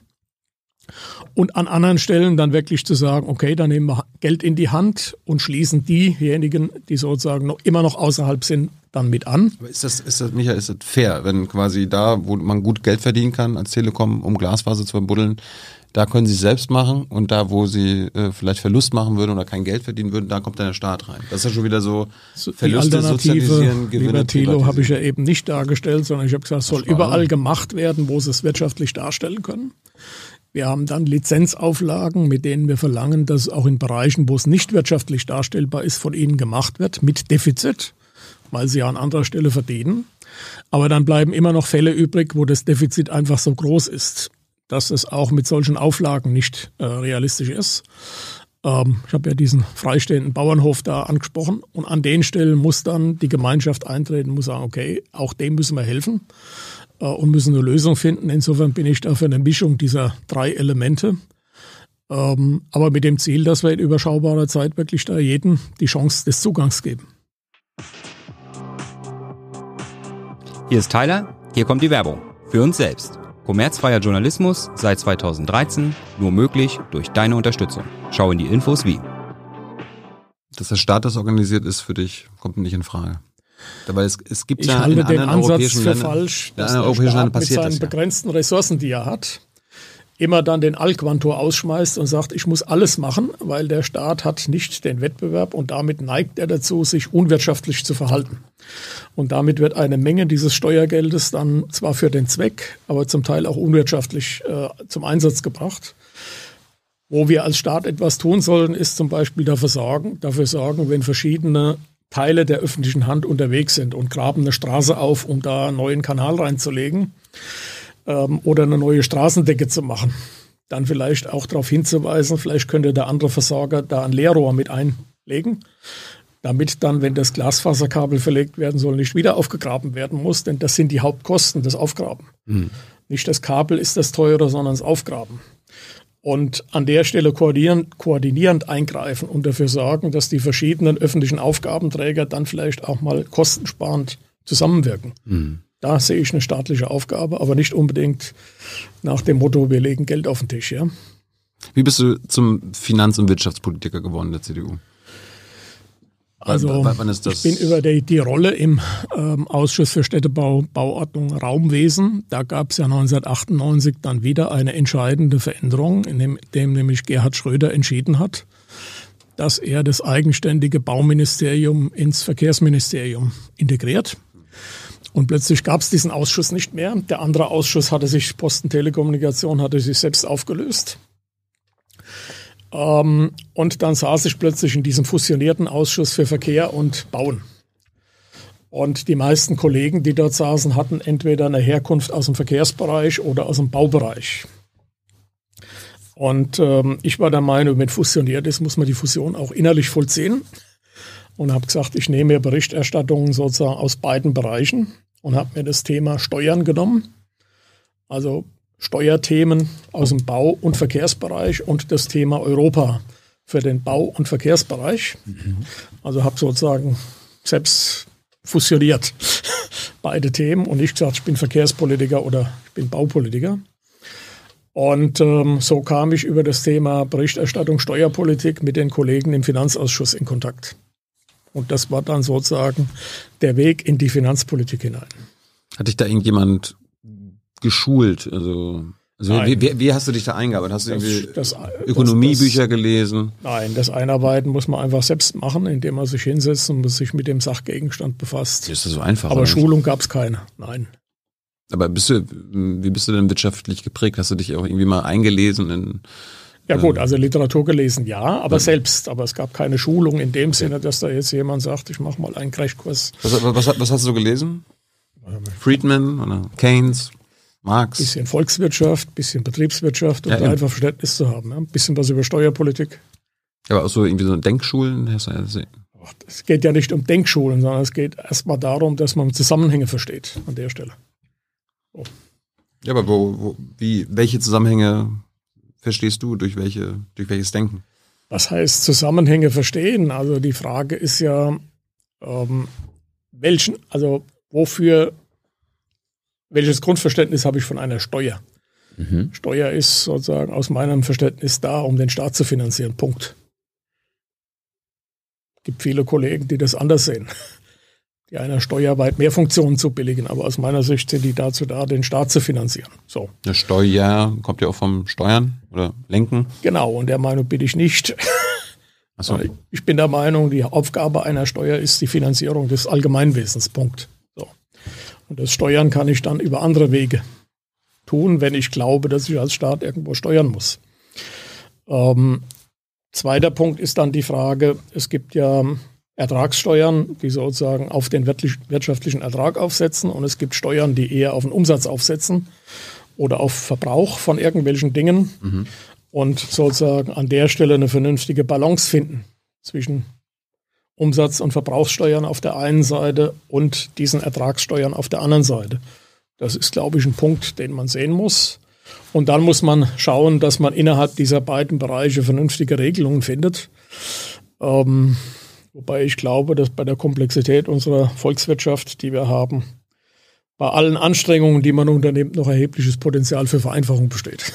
Und an anderen Stellen dann wirklich zu sagen, okay, dann nehmen wir Geld in die Hand und schließen diejenigen, die sozusagen noch immer noch außerhalb sind, dann mit an. Aber ist das, ist das, Michael, ist das fair, wenn quasi da, wo man gut Geld verdienen kann als Telekom, um Glasfaser zu verbuddeln, da können sie es selbst machen und da, wo sie äh, vielleicht Verlust machen würden oder kein Geld verdienen würden, da kommt dann der Staat rein. Das ist ja schon wieder so, so Verluste sozialisieren, Gewinne lieber Thilo, habe ich ja eben nicht dargestellt, sondern ich habe gesagt, es soll überall gemacht werden, wo sie es wirtschaftlich darstellen können. Wir haben dann Lizenzauflagen, mit denen wir verlangen, dass auch in Bereichen, wo es nicht wirtschaftlich darstellbar ist, von ihnen gemacht wird, mit Defizit, weil sie ja an anderer Stelle verdienen. Aber dann bleiben immer noch Fälle übrig, wo das Defizit einfach so groß ist, dass es auch mit solchen Auflagen nicht äh, realistisch ist. Ähm, ich habe ja diesen freistehenden Bauernhof da angesprochen. Und an den Stellen muss dann die Gemeinschaft eintreten, muss sagen, okay, auch dem müssen wir helfen äh, und müssen eine Lösung finden. Insofern bin ich da für eine Mischung dieser drei Elemente. Ähm, aber mit dem Ziel, dass wir in überschaubarer Zeit wirklich da jedem die Chance des Zugangs geben. Hier ist Tyler, hier kommt die Werbung. Für uns selbst. Kommerzfreier Journalismus seit zweitausenddreizehn, nur möglich durch deine Unterstützung. Schau in die Infos wie. Dass der Staat das organisiert ist für dich, kommt nicht in Frage. Dabei es, es gibt ich ja halte in den anderen Ansatz europäischen für Ländern, falsch, dass in der europäischen Staat Ländern mit passiert seinen das ja. begrenzten Ressourcen, die er hat, immer dann den Allquantor ausschmeißt und sagt, ich muss alles machen, weil der Staat hat nicht den Wettbewerb und damit neigt er dazu, sich unwirtschaftlich zu verhalten. Und damit wird eine Menge dieses Steuergeldes dann zwar für den Zweck, aber zum Teil auch unwirtschaftlich äh, zum Einsatz gebracht. Wo wir als Staat etwas tun sollen, ist zum Beispiel dafür sorgen, dafür sorgen, wenn verschiedene Teile der öffentlichen Hand unterwegs sind und graben eine Straße auf, um da einen neuen Kanal reinzulegen ähm, oder eine neue Straßendecke zu machen. Dann vielleicht auch darauf hinzuweisen, vielleicht könnte der andere Versorger da ein Leerrohr mit einlegen, damit dann, wenn das Glasfaserkabel verlegt werden soll, nicht wieder aufgegraben werden muss, denn das sind die Hauptkosten, das Aufgraben. Mhm. Nicht das Kabel ist das teure, sondern das Aufgraben. Und an der Stelle koordinierend, koordinierend eingreifen und dafür sorgen, dass die verschiedenen öffentlichen Aufgabenträger dann vielleicht auch mal kostensparend zusammenwirken. Mhm. Da sehe ich eine staatliche Aufgabe, aber nicht unbedingt nach dem Motto, wir legen Geld auf den Tisch. Ja? Wie bist du zum Finanz- und Wirtschaftspolitiker geworden der C D U? Also w- wann ist das? Ich bin über die, die Rolle im ähm, Ausschuss für Städtebau, Bauordnung, Raumwesen. Da gab es ja neunzehnhundertachtundneunzig dann wieder eine entscheidende Veränderung, in dem, dem nämlich Gerhard Schröder entschieden hat, dass er das eigenständige Bauministerium ins Verkehrsministerium integriert. Und plötzlich gab es diesen Ausschuss nicht mehr. Der andere Ausschuss hatte sich, Posten Telekommunikation, hatte sich selbst aufgelöst. Ähm, und dann saß ich plötzlich in diesem fusionierten Ausschuss für Verkehr und Bauen. Und die meisten Kollegen, die dort saßen, hatten entweder eine Herkunft aus dem Verkehrsbereich oder aus dem Baubereich. Und ähm, ich war der Meinung, wenn fusioniert ist, muss man die Fusion auch innerlich vollziehen. Und habe gesagt, ich nehme mir Berichterstattungen sozusagen aus beiden Bereichen und habe mir das Thema Steuern genommen. Also Steuerthemen aus dem Bau- und Verkehrsbereich und das Thema Europa für den Bau- und Verkehrsbereich. Mhm. Also habe sozusagen selbst fusioniert beide Themen und nicht gesagt, ich bin Verkehrspolitiker oder ich bin Baupolitiker. Und ähm, so kam ich über das Thema Berichterstattung Steuerpolitik mit den Kollegen im Finanzausschuss in Kontakt. Und das war dann sozusagen der Weg in die Finanzpolitik hinein. Hat dich da irgendjemand geschult? Also, also wie, wie, wie hast du dich da eingearbeitet? Hast du das, irgendwie das, Ökonomiebücher das, gelesen? Nein, das Einarbeiten muss man einfach selbst machen, indem man sich hinsetzt und sich mit dem Sachgegenstand befasst. Ist das so einfach? Aber Schulung gab es keine, nein. Aber bist du, wie bist du denn wirtschaftlich geprägt? Hast du dich auch irgendwie mal eingelesen in... Ja gut, also Literatur gelesen, ja, aber ja. selbst. Aber es gab keine Schulung in dem Sinne, dass da jetzt jemand sagt, ich mache mal einen Crashkurs. Was, was, was hast du gelesen? Friedman oder Keynes? Marx. Bisschen Volkswirtschaft, bisschen Betriebswirtschaft, um ja, da einfach Verständnis zu haben. Ja? Ein bisschen was über Steuerpolitik. Aber auch so irgendwie so Denkschulen? Es geht ja nicht um Denkschulen, sondern es geht erstmal darum, dass man Zusammenhänge versteht an der Stelle. So. Ja, aber wo, wo, wie, welche Zusammenhänge verstehst du? Durch welche, durch welches Denken? Was heißt Zusammenhänge verstehen? Also die Frage ist ja, ähm, welchen, also wofür Welches Grundverständnis habe ich von einer Steuer? Mhm. Steuer ist sozusagen aus meinem Verständnis da, um den Staat zu finanzieren. Punkt. Es gibt viele Kollegen, die das anders sehen. Die einer Steuer weit mehr Funktionen zubilligen. Aber aus meiner Sicht sind die dazu da, den Staat zu finanzieren. So. Eine Steuer kommt ja auch vom Steuern oder Lenken. Genau, und der Meinung bin ich nicht. Ach so. Ich bin der Meinung, die Aufgabe einer Steuer ist die Finanzierung des Allgemeinwesens. Punkt. Und das Steuern kann ich dann über andere Wege tun, wenn ich glaube, dass ich als Staat irgendwo steuern muss. Ähm, zweiter Punkt ist dann die Frage, es gibt ja Ertragssteuern, die sozusagen auf den wirtschaftlichen Ertrag aufsetzen und es gibt Steuern, die eher auf den Umsatz aufsetzen oder auf Verbrauch von irgendwelchen Dingen mhm. und sozusagen an der Stelle eine vernünftige Balance finden zwischen Umsatz- und Verbrauchssteuern auf der einen Seite und diesen Ertragssteuern auf der anderen Seite. Das ist, glaube ich, ein Punkt, den man sehen muss. Und dann muss man schauen, dass man innerhalb dieser beiden Bereiche vernünftige Regelungen findet. Ähm, wobei ich glaube, dass bei der Komplexität unserer Volkswirtschaft, die wir haben, bei allen Anstrengungen, die man unternimmt, noch erhebliches Potenzial für Vereinfachung besteht.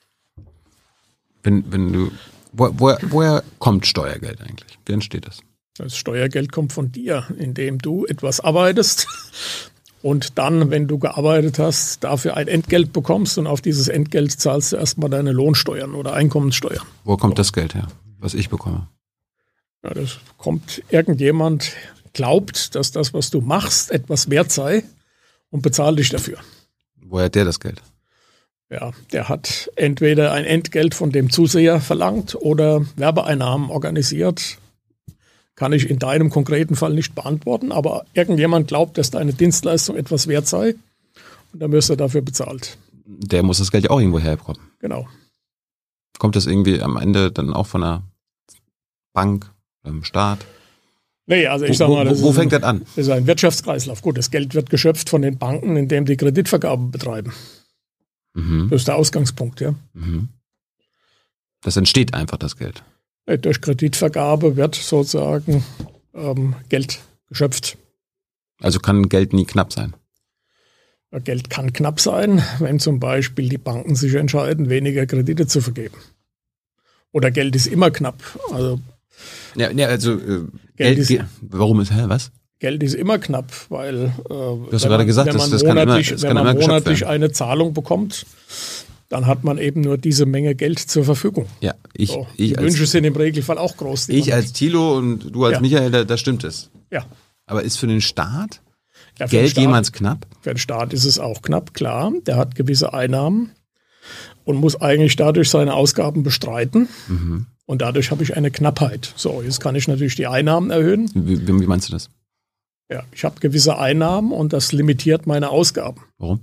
Wenn, wenn du, wo, woher, woher kommt Steuergeld eigentlich? Wie entsteht das? Das Steuergeld kommt von dir, indem du etwas arbeitest und dann, wenn du gearbeitet hast, dafür ein Entgelt bekommst und auf dieses Entgelt zahlst du erstmal deine Lohnsteuern oder Einkommenssteuern. Wo kommt so. das Geld her, was ich bekomme? Ja, das kommt, irgendjemand glaubt, dass das, was du machst, etwas wert sei und bezahlt dich dafür. Woher hat der das Geld? Ja, der hat entweder ein Entgelt von dem Zuseher verlangt oder Werbeeinnahmen organisiert. Kann ich in deinem konkreten Fall nicht beantworten, aber irgendjemand glaubt, dass deine Dienstleistung etwas wert sei und dann wirst du dafür bezahlt. Der muss das Geld ja auch irgendwo herbekommen. Genau. Kommt das irgendwie am Ende dann auch von einer Bank, einem Staat? Nee, also ich wo, sag mal, das wo, wo ist fängt ein, das an? Das ist ein Wirtschaftskreislauf. Gut, das Geld wird geschöpft von den Banken, indem die Kreditvergabe betreiben. Mhm. Das ist der Ausgangspunkt, ja. Mhm. Das entsteht einfach, das Geld. Durch Kreditvergabe wird sozusagen ähm, Geld geschöpft. Also kann Geld nie knapp sein? Geld kann knapp sein, wenn zum Beispiel die Banken sich entscheiden, weniger Kredite zu vergeben. Oder Geld ist immer knapp. Also, ja, ja, also äh, Geld, Geld ist, warum ist, hä, was? Geld ist immer knapp, weil äh, du hast gerade gesagt, wenn man das, das monatlich, kann immer, das wenn kann man immer monatlich werden. eine Zahlung bekommt, dann hat man eben nur diese Menge Geld zur Verfügung. Ja, ich, so, ich die als, Wünsche sind im Regelfall auch groß. Ich als Thilo und du als ja. Michael, da, da stimmt es. Ja. Aber ist für den Staat ja, für Geld den Staat, jemals knapp? Für den Staat ist es auch knapp, klar. Der hat gewisse Einnahmen und muss eigentlich dadurch seine Ausgaben bestreiten. Mhm. Und dadurch habe ich eine Knappheit. So, jetzt kann ich natürlich die Einnahmen erhöhen. Wie, wie meinst du das? Ja, ich habe gewisse Einnahmen und das limitiert meine Ausgaben. Warum?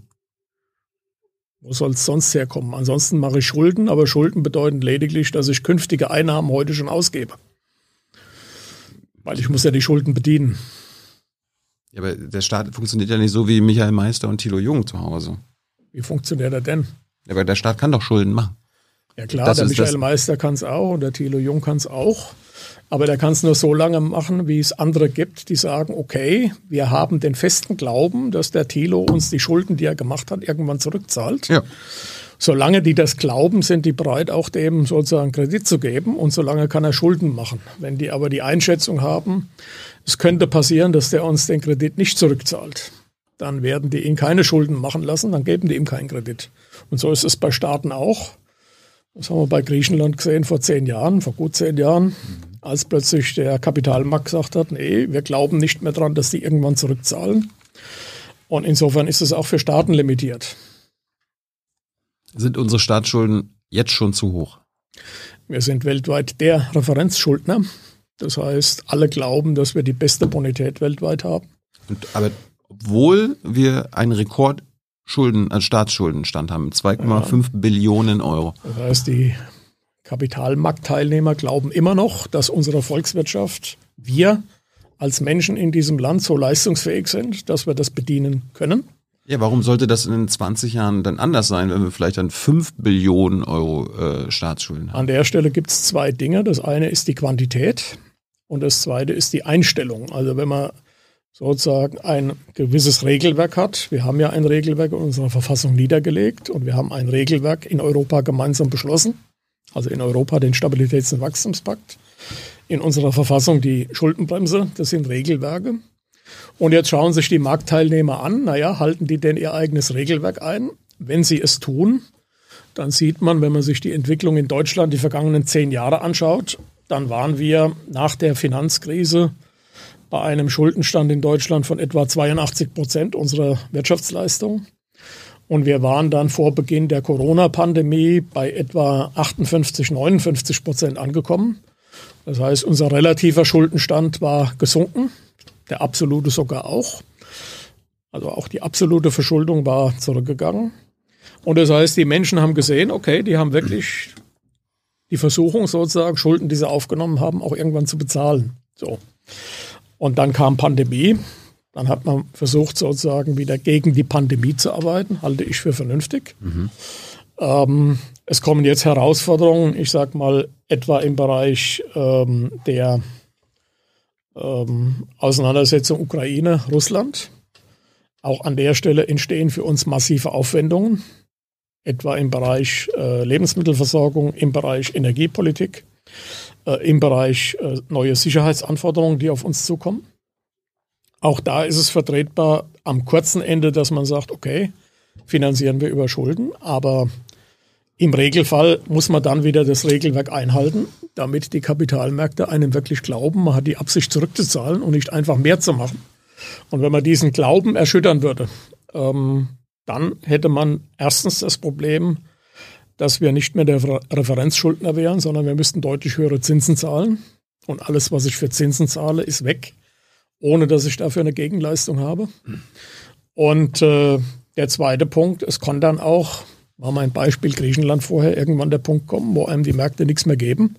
Wo soll es sonst herkommen? Ansonsten mache ich Schulden, aber Schulden bedeuten lediglich, dass ich künftige Einnahmen heute schon ausgebe. Weil ich muss ja die Schulden bedienen. Ja, aber der Staat funktioniert ja nicht so wie Michael Meister und Thilo Jung zu Hause. Wie funktioniert er denn? Ja, aber der Staat kann doch Schulden machen. Ja klar, das der ist Michael das Meister kann es auch und der Thilo Jung kann es auch. Aber der kann es nur so lange machen, wie es andere gibt, die sagen, okay, wir haben den festen Glauben, dass der Thilo uns die Schulden, die er gemacht hat, irgendwann zurückzahlt. Ja. Solange die das glauben, sind die bereit, auch dem sozusagen Kredit zu geben und solange kann er Schulden machen. Wenn die aber die Einschätzung haben, es könnte passieren, dass der uns den Kredit nicht zurückzahlt, dann werden die ihn keine Schulden machen lassen, dann geben die ihm keinen Kredit. Und so ist es bei Staaten auch. Das haben wir bei Griechenland gesehen vor zehn Jahren, vor gut zehn Jahren, als plötzlich der Kapitalmarkt gesagt hat, nee, wir glauben nicht mehr dran, dass die irgendwann zurückzahlen. Und insofern ist es auch für Staaten limitiert. Sind unsere Staatsschulden jetzt schon zu hoch? Wir sind weltweit der Referenzschuldner. Das heißt, alle glauben, dass wir die beste Bonität weltweit haben. Und, aber obwohl wir einen Rekordschulden, als Staatsschuldenstand haben, zwei Komma fünf ja. Billionen Euro. Das heißt, die Kapitalmarktteilnehmer glauben immer noch, dass unsere Volkswirtschaft, wir als Menschen in diesem Land so leistungsfähig sind, dass wir das bedienen können. Ja, warum sollte das in zwanzig Jahren dann anders sein, wenn wir vielleicht dann fünf Billionen Euro äh, Staatsschulden haben? An der Stelle gibt es zwei Dinge. Das eine ist die Quantität und das zweite ist die Einstellung. Also wenn man sozusagen ein gewisses Regelwerk hat, wir haben ja ein Regelwerk in unserer Verfassung niedergelegt und wir haben ein Regelwerk in Europa gemeinsam beschlossen, also in Europa den Stabilitäts- und Wachstumspakt, in unserer Verfassung die Schuldenbremse, das sind Regelwerke. Und jetzt schauen sich die Marktteilnehmer an, naja, halten die denn ihr eigenes Regelwerk ein? Wenn sie es tun, dann sieht man, wenn man sich die Entwicklung in Deutschland die vergangenen zehn Jahre anschaut, dann waren wir nach der Finanzkrise bei einem Schuldenstand in Deutschland von etwa zweiundachtzig Prozent unserer Wirtschaftsleistung. Und wir waren dann vor Beginn der Corona-Pandemie bei etwa achtundfünfzig, neunundfünfzig Prozent angekommen. Das heißt, unser relativer Schuldenstand war gesunken. Der absolute sogar auch. Also auch die absolute Verschuldung war zurückgegangen. Und das heißt, die Menschen haben gesehen, okay, die haben wirklich die Versuchung sozusagen, Schulden, die sie aufgenommen haben, auch irgendwann zu bezahlen. So. Und dann kam Pandemie. Dann hat man versucht, sozusagen wieder gegen die Pandemie zu arbeiten. Halte ich für vernünftig. Mhm. Ähm, es kommen jetzt Herausforderungen, ich sag mal, etwa im Bereich ähm, der Ähm, Auseinandersetzung Ukraine, Russland. Auch an der Stelle entstehen für uns massive Aufwendungen, etwa im Bereich äh, Lebensmittelversorgung, im Bereich Energiepolitik, äh, im Bereich äh, neue Sicherheitsanforderungen, die auf uns zukommen. Auch da ist es vertretbar, am kurzen Ende, dass man sagt, okay, finanzieren wir über Schulden, aber im Regelfall muss man dann wieder das Regelwerk einhalten, damit die Kapitalmärkte einem wirklich glauben, man hat die Absicht zurückzuzahlen und nicht einfach mehr zu machen. Und wenn man diesen Glauben erschüttern würde, ähm, dann hätte man erstens das Problem, dass wir nicht mehr der Referenzschuldner wären, sondern wir müssten deutlich höhere Zinsen zahlen. Und alles, was ich für Zinsen zahle, ist weg, ohne dass ich dafür eine Gegenleistung habe. Und äh, der zweite Punkt, es kann dann auch, war mein Beispiel Griechenland vorher, irgendwann der Punkt kommen, wo einem die Märkte nichts mehr geben.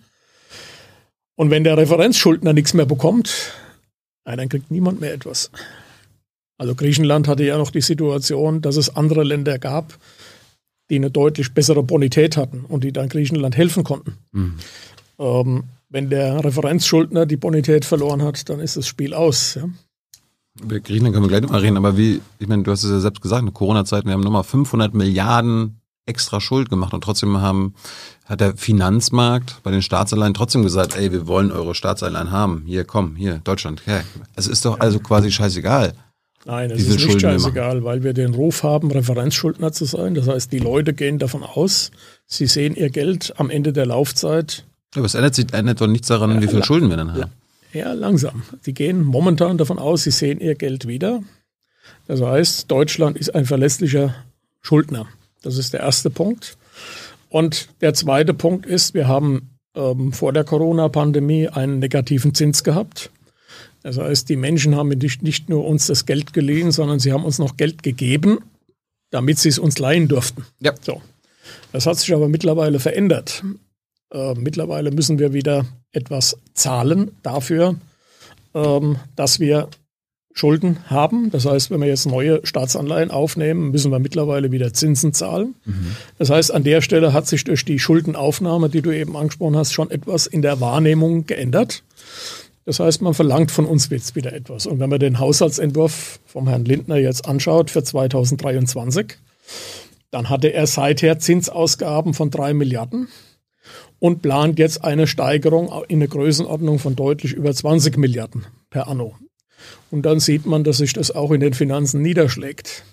Und wenn der Referenzschuldner nichts mehr bekommt, ja, dann kriegt niemand mehr etwas. Also Griechenland hatte ja noch die Situation, dass es andere Länder gab, die eine deutlich bessere Bonität hatten und die dann Griechenland helfen konnten. Mhm. Ähm, wenn der Referenzschuldner die Bonität verloren hat, dann ist das Spiel aus. Ja? Über Griechenland können wir gleich noch mal reden, aber wie, ich meine, du hast es ja selbst gesagt, in der Corona-Zeit, wir haben nochmal fünfhundert Milliarden extra Schuld gemacht und trotzdem haben, hat der Finanzmarkt bei den Staatsanleihen trotzdem gesagt, ey, wir wollen eure Staatsanleihen haben. Hier, komm, hier, Deutschland. Ja. Es ist doch also quasi scheißegal. Nein, es ist nicht scheißegal, weil wir den Ruf haben, Referenzschuldner zu sein. Das heißt, die Leute gehen davon aus, sie sehen ihr Geld am Ende der Laufzeit. Aber es ändert sich ändert doch nichts daran, ja, wie viel Schulden wir dann haben. Ja, langsam. Die gehen momentan davon aus, sie sehen ihr Geld wieder. Das heißt, Deutschland ist ein verlässlicher Schuldner. Das ist der erste Punkt. Und der zweite Punkt ist, wir haben ähm, vor der Corona-Pandemie einen negativen Zins gehabt. Das heißt, die Menschen haben nicht, nicht nur uns das Geld geliehen, sondern sie haben uns noch Geld gegeben, damit sie es uns leihen durften. Ja. So. Das hat sich aber mittlerweile verändert. Äh, mittlerweile müssen wir wieder etwas zahlen dafür, ähm, dass wir Schulden haben. Das heißt, wenn wir jetzt neue Staatsanleihen aufnehmen, müssen wir mittlerweile wieder Zinsen zahlen. Mhm. Das heißt, an der Stelle hat sich durch die Schuldenaufnahme, die du eben angesprochen hast, schon etwas in der Wahrnehmung geändert. Das heißt, man verlangt von uns jetzt wieder etwas. Und wenn man den Haushaltsentwurf vom Herrn Lindner jetzt anschaut für zweitausenddreiundzwanzig, dann hatte er seither Zinsausgaben von drei Milliarden und plant jetzt eine Steigerung in der Größenordnung von deutlich über zwanzig Milliarden per anno. Und dann sieht man, dass sich das auch in den Finanzen niederschlägt.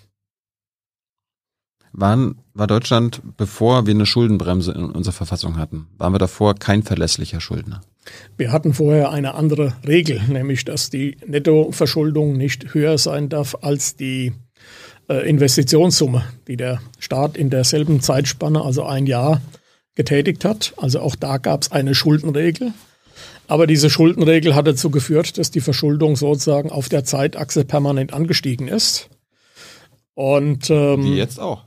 Waren, war Deutschland, bevor wir eine Schuldenbremse in unserer Verfassung hatten, waren wir davor kein verlässlicher Schuldner? Wir hatten vorher eine andere Regel, nämlich dass die Nettoverschuldung nicht höher sein darf als die äh, Investitionssumme, die der Staat in derselben Zeitspanne, also ein Jahr, getätigt hat. Also auch da gab es eine Schuldenregel. Aber diese Schuldenregel hat dazu geführt, dass die Verschuldung sozusagen auf der Zeitachse permanent angestiegen ist. Und ähm, wie jetzt auch.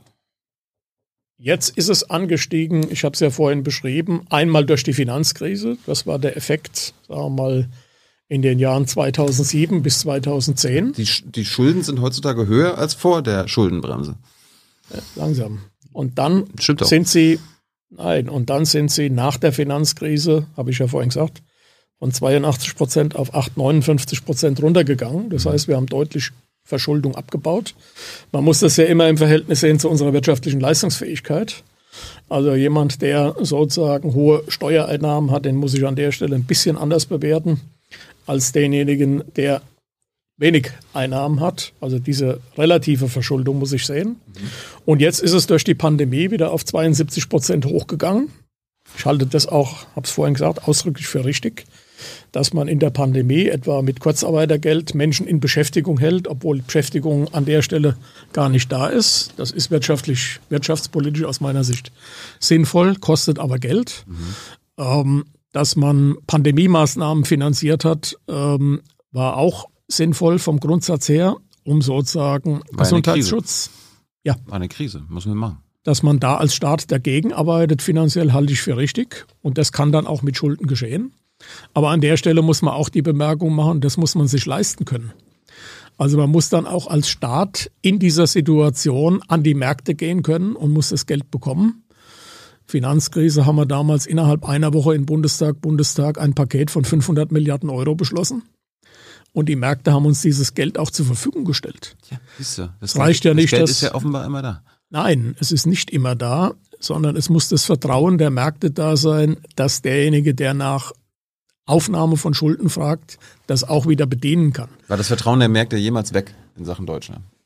Jetzt ist es angestiegen, ich habe es ja vorhin beschrieben, einmal durch die Finanzkrise. Das war der Effekt, sagen wir mal, in den Jahren zweitausendsieben bis zweitausendzehn. Die, die Schulden sind heutzutage höher als vor der Schuldenbremse. Ja, langsam. Und dann sind sie, nein, und dann sind sie nach der Finanzkrise, habe ich ja vorhin gesagt, von zweiundachtzig Prozent auf acht, neunundfünfzig Prozent runtergegangen. Das heißt, wir haben deutlich Verschuldung abgebaut. Man muss das ja immer im Verhältnis sehen zu unserer wirtschaftlichen Leistungsfähigkeit. Also jemand, der sozusagen hohe Steuereinnahmen hat, den muss ich an der Stelle ein bisschen anders bewerten als denjenigen, der wenig Einnahmen hat. Also diese relative Verschuldung muss ich sehen. Mhm. Und jetzt ist es durch die Pandemie wieder auf zweiundsiebzig Prozent hochgegangen. Ich halte das auch, habe es vorhin gesagt, ausdrücklich für richtig, dass man in der Pandemie etwa mit Kurzarbeitergeld Menschen in Beschäftigung hält, obwohl Beschäftigung an der Stelle gar nicht da ist. Das ist wirtschaftlich, wirtschaftspolitisch aus meiner Sicht sinnvoll, kostet aber Geld. Mhm. Ähm, dass man Pandemiemaßnahmen finanziert hat, ähm, war auch sinnvoll vom Grundsatz her, um sozusagen war Gesundheitsschutz. Ja. War eine Krise, muss man machen. Dass man da als Staat dagegen arbeitet, finanziell halte ich für richtig. Und das kann dann auch mit Schulden geschehen. Aber an der Stelle muss man auch die Bemerkung machen, das muss man sich leisten können. Also man muss dann auch als Staat in dieser Situation an die Märkte gehen können und muss das Geld bekommen. Finanzkrise haben wir damals innerhalb einer Woche im Bundestag, Bundestag ein Paket von fünfhundert Milliarden Euro beschlossen. Und die Märkte haben uns dieses Geld auch zur Verfügung gestellt. Ja, siehst du, das, das reicht ja nicht, das Geld dass, ist ja offenbar immer da. Nein, es ist nicht immer da, sondern es muss das Vertrauen der Märkte da sein, dass derjenige, der nach Aufnahme von Schulden fragt, das auch wieder bedienen kann. War das Vertrauen der Märkte jemals weg in Sachen Deutschland?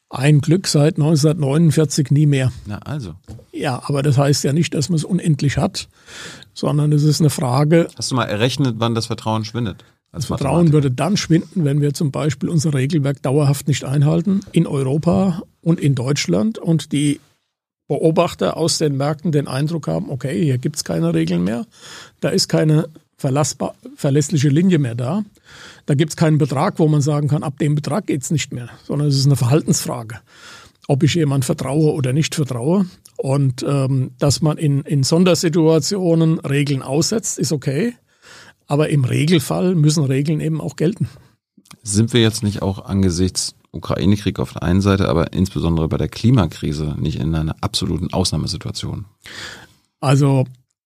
Ein Glück seit neunzehnhundertneunundvierzig nie mehr. Na also. Ja, aber das heißt ja nicht, dass man es unendlich hat, sondern es ist eine Frage. Hast du mal errechnet, wann das Vertrauen schwindet? Das Vertrauen würde dann schwinden, wenn wir zum Beispiel unser Regelwerk dauerhaft nicht einhalten, in Europa und in Deutschland, und die Beobachter aus den Märkten den Eindruck haben, okay, hier gibt es keine Regeln mehr, da ist keine verlassbar, verlässliche Linie mehr da. Da gibt es keinen Betrag, wo man sagen kann, ab dem Betrag geht es nicht mehr, sondern es ist eine Verhaltensfrage, ob ich jemand vertraue oder nicht vertraue. Und ähm, dass man in, in Sondersituationen Regeln aussetzt, ist okay, aber im Regelfall müssen Regeln eben auch gelten. Sind wir jetzt nicht auch angesichts Ukraine-Krieg auf der einen Seite, aber insbesondere bei der Klimakrise nicht in einer absoluten Ausnahmesituation? Also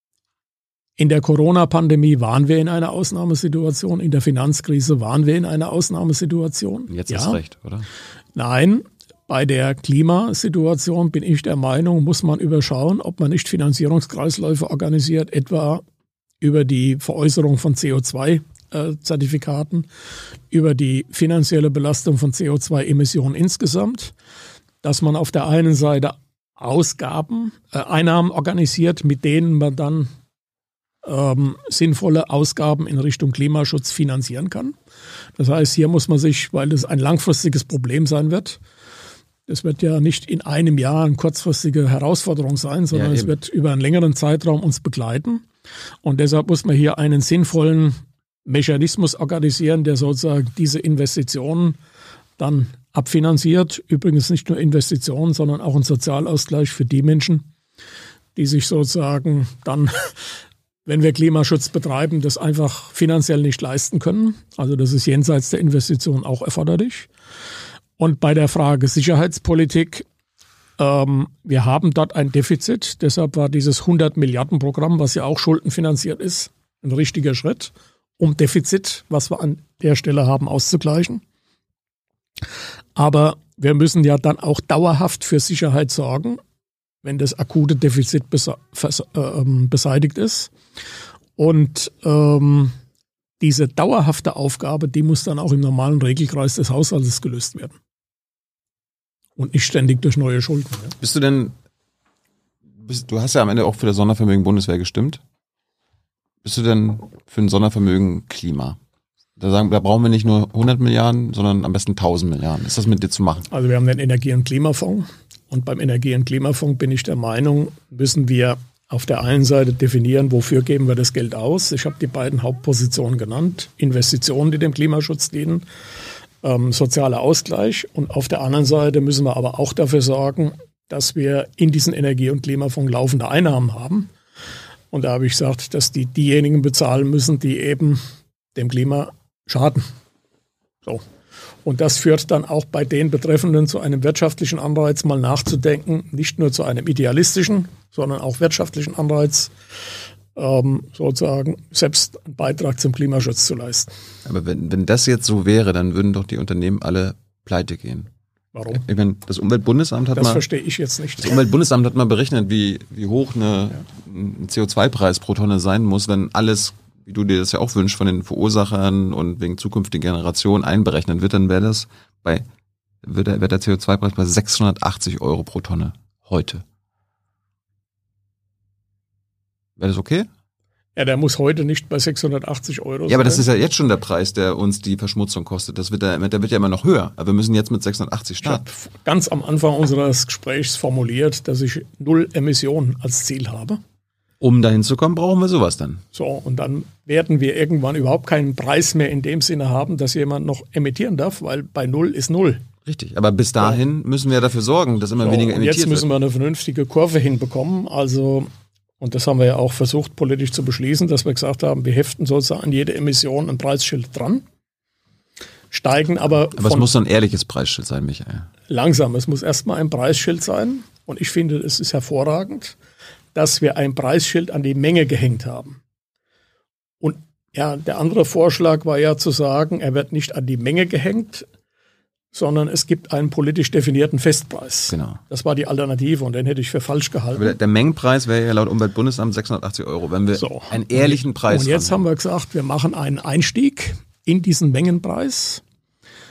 in der Corona-Pandemie waren wir in einer Ausnahmesituation, in der Finanzkrise waren wir in einer Ausnahmesituation. Jetzt ja. ist recht, oder? Nein, bei der Klimasituation bin ich der Meinung, muss man überschauen, ob man nicht Finanzierungskreisläufe organisiert, etwa über die Veräußerung von C O zwei Zertifikaten, über die finanzielle Belastung von C O zwei Emissionen insgesamt, dass man auf der einen Seite Ausgaben, äh, Einnahmen organisiert, mit denen man dann ähm, sinnvolle Ausgaben in Richtung Klimaschutz finanzieren kann. Das heißt, hier muss man sich, weil es ein langfristiges Problem sein wird, es wird ja nicht in einem Jahr eine kurzfristige Herausforderung sein, sondern ja, es wird über einen längeren Zeitraum uns begleiten. Und deshalb muss man hier einen sinnvollen Mechanismus organisieren, der sozusagen diese Investitionen dann abfinanziert. Übrigens nicht nur Investitionen, sondern auch ein Sozialausgleich für die Menschen, die sich sozusagen dann, wenn wir Klimaschutz betreiben, das einfach finanziell nicht leisten können. Also das ist jenseits der Investition auch erforderlich. Und bei der Frage Sicherheitspolitik, ähm, wir haben dort ein Defizit. Deshalb war dieses hundert Milliarden Programm, was ja auch schuldenfinanziert ist, ein richtiger Schritt, um Defizit, was wir an der Stelle haben, auszugleichen. Aber wir müssen ja dann auch dauerhaft für Sicherheit sorgen, wenn das akute Defizit bese- vers- äh, beseitigt ist. Und ähm, diese dauerhafte Aufgabe, die muss dann auch im normalen Regelkreis des Haushaltes gelöst werden. Und nicht ständig durch neue Schulden. Ja. Bist du denn, bist, du hast ja am Ende auch für das Sondervermögen Bundeswehr gestimmt. Bist du denn für ein Sondervermögen Klima? Da sagen, da brauchen wir nicht nur hundert Milliarden, sondern am besten tausend Milliarden. Ist das mit dir zu machen? Also wir haben den Energie- und Klimafonds. Und beim Energie- und Klimafonds bin ich der Meinung, müssen wir auf der einen Seite definieren, wofür geben wir das Geld aus. Ich habe die beiden Hauptpositionen genannt. Investitionen, die dem Klimaschutz dienen, ähm, sozialer Ausgleich. Und auf der anderen Seite müssen wir aber auch dafür sorgen, dass wir in diesen Energie- und Klimafonds laufende Einnahmen haben. Und da habe ich gesagt, dass die diejenigen bezahlen müssen, die eben dem Klima schaden. So. Und das führt dann auch bei den Betreffenden zu einem wirtschaftlichen Anreiz, mal nachzudenken, nicht nur zu einem idealistischen, sondern auch wirtschaftlichen Anreiz, ähm, sozusagen selbst einen Beitrag zum Klimaschutz zu leisten. Aber wenn, wenn das jetzt so wäre, dann würden doch die Unternehmen alle pleite gehen. Warum? Ich meine, das Umweltbundesamt hat das mal. Das verstehe ich jetzt nicht. Das Umweltbundesamt hat mal berechnet, wie, wie hoch eine, ja. ein C O zwei Preis pro Tonne sein muss, wenn alles, wie du dir das ja auch wünschst, von den Verursachern und wegen zukünftiger Generationen einberechnet wird, dann wäre das bei, wird der, wird der C O zwei Preis bei sechshundertachtzig Euro pro Tonne heute. Wäre das okay? Ja, der muss heute nicht bei sechshundertachtzig Euro sein. Ja, aber das ist ja jetzt schon der Preis, der uns die Verschmutzung kostet. Das wird der, der wird ja immer noch höher. Aber wir müssen jetzt mit sechshundertachtzig starten. Ich habe ganz am Anfang unseres Gesprächs formuliert, dass ich null Emissionen als Ziel habe. Um dahin zu kommen, brauchen wir sowas dann. So, und dann werden wir irgendwann überhaupt keinen Preis mehr in dem Sinne haben, dass jemand noch emittieren darf, weil bei null ist null. Richtig, aber bis dahin ja. müssen wir dafür sorgen, dass immer so, weniger emittiert wird. Und jetzt müssen wir eine vernünftige Kurve hinbekommen. Also, und das haben wir ja auch versucht, politisch zu beschließen, dass wir gesagt haben, wir heften sozusagen an jede Emission ein Preisschild dran. Steigen aber. Aber es muss so ein ehrliches Preisschild sein, Michael. Langsam, es muss erstmal ein Preisschild sein. Und ich finde, es ist hervorragend, dass wir ein Preisschild an die Menge gehängt haben. Und ja, der andere Vorschlag war ja zu sagen, er wird nicht an die Menge gehängt, sondern es gibt einen politisch definierten Festpreis. Genau. Das war die Alternative und den hätte ich für falsch gehalten. Aber der, der Mengenpreis wäre ja laut Umweltbundesamt sechshundertachtzig Euro, wenn wir so. einen ehrlichen Preis haben. Und jetzt haben wir gesagt, wir machen einen Einstieg in diesen Mengenpreis,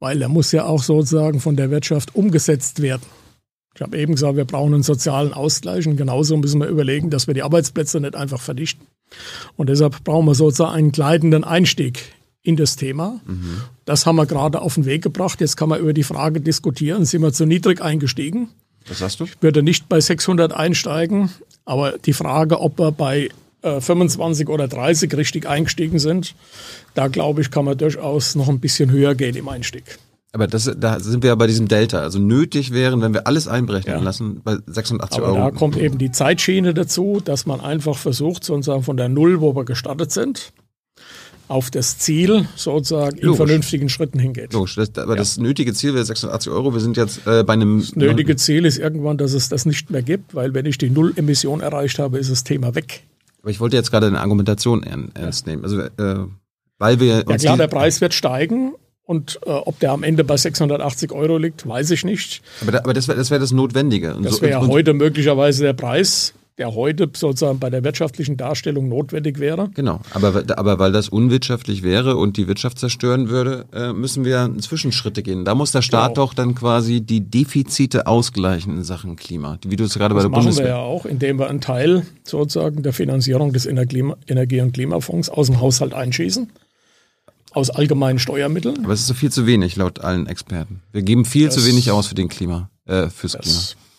Weil er muss ja auch sozusagen von der Wirtschaft umgesetzt werden. Ich habe eben gesagt, wir brauchen einen sozialen Ausgleich und genauso müssen wir überlegen, dass wir die Arbeitsplätze nicht einfach verdichten. Und deshalb brauchen wir sozusagen einen gleitenden Einstieg in das Thema. Mhm. Das haben wir gerade auf den Weg gebracht. Jetzt kann man über die Frage diskutieren, sind wir zu niedrig eingestiegen? Was sagst du? Ich würde nicht bei sechshundert einsteigen, aber die Frage, ob wir bei äh, fünfundzwanzig oder dreißig richtig eingestiegen sind, da glaube ich, kann man durchaus noch ein bisschen höher gehen im Einstieg. Aber das, da sind wir ja bei diesem Delta. Also nötig wären, wenn wir alles einberechnen ja. lassen, bei sechsundachtzig aber Euro. Da kommt eben die Zeitschiene dazu, dass man einfach versucht, sozusagen von der Null, wo wir gestartet sind, auf das Ziel sozusagen in Logisch. vernünftigen Schritten hingeht. Logisch, das, aber ja. das nötige Ziel wäre sechsundachtzig Euro. Wir sind jetzt äh, bei einem... Das nötige Ziel ist irgendwann, dass es das nicht mehr gibt, weil wenn ich die Null-Emission erreicht habe, ist das Thema weg. Aber ich wollte jetzt gerade eine Argumentation ernst nehmen. Also, äh, weil wir... Ja klar, der Preis wird steigen. Und äh, ob der am Ende bei sechshundertachtzig Euro liegt, weiß ich nicht. Aber, da, aber das wäre das, wär das Notwendige. Und das wäre ja heute möglicherweise der Preis, der heute sozusagen bei der wirtschaftlichen Darstellung notwendig wäre. Genau, aber, aber weil das unwirtschaftlich wäre und die Wirtschaft zerstören würde, äh, müssen wir Zwischenschritte gehen. Da muss der Staat genau. doch dann quasi die Defizite ausgleichen in Sachen Klima. Wie du es gerade bei der Bundeswehr... Das machen wir ja auch, indem wir einen Teil sozusagen der Finanzierung des Energie- Energie- und Klimafonds aus dem Haushalt einschießen. Aus allgemeinen Steuermitteln. Aber es ist so viel zu wenig, laut allen Experten. Wir geben viel das, zu wenig aus für den Klima, äh, fürs Klima.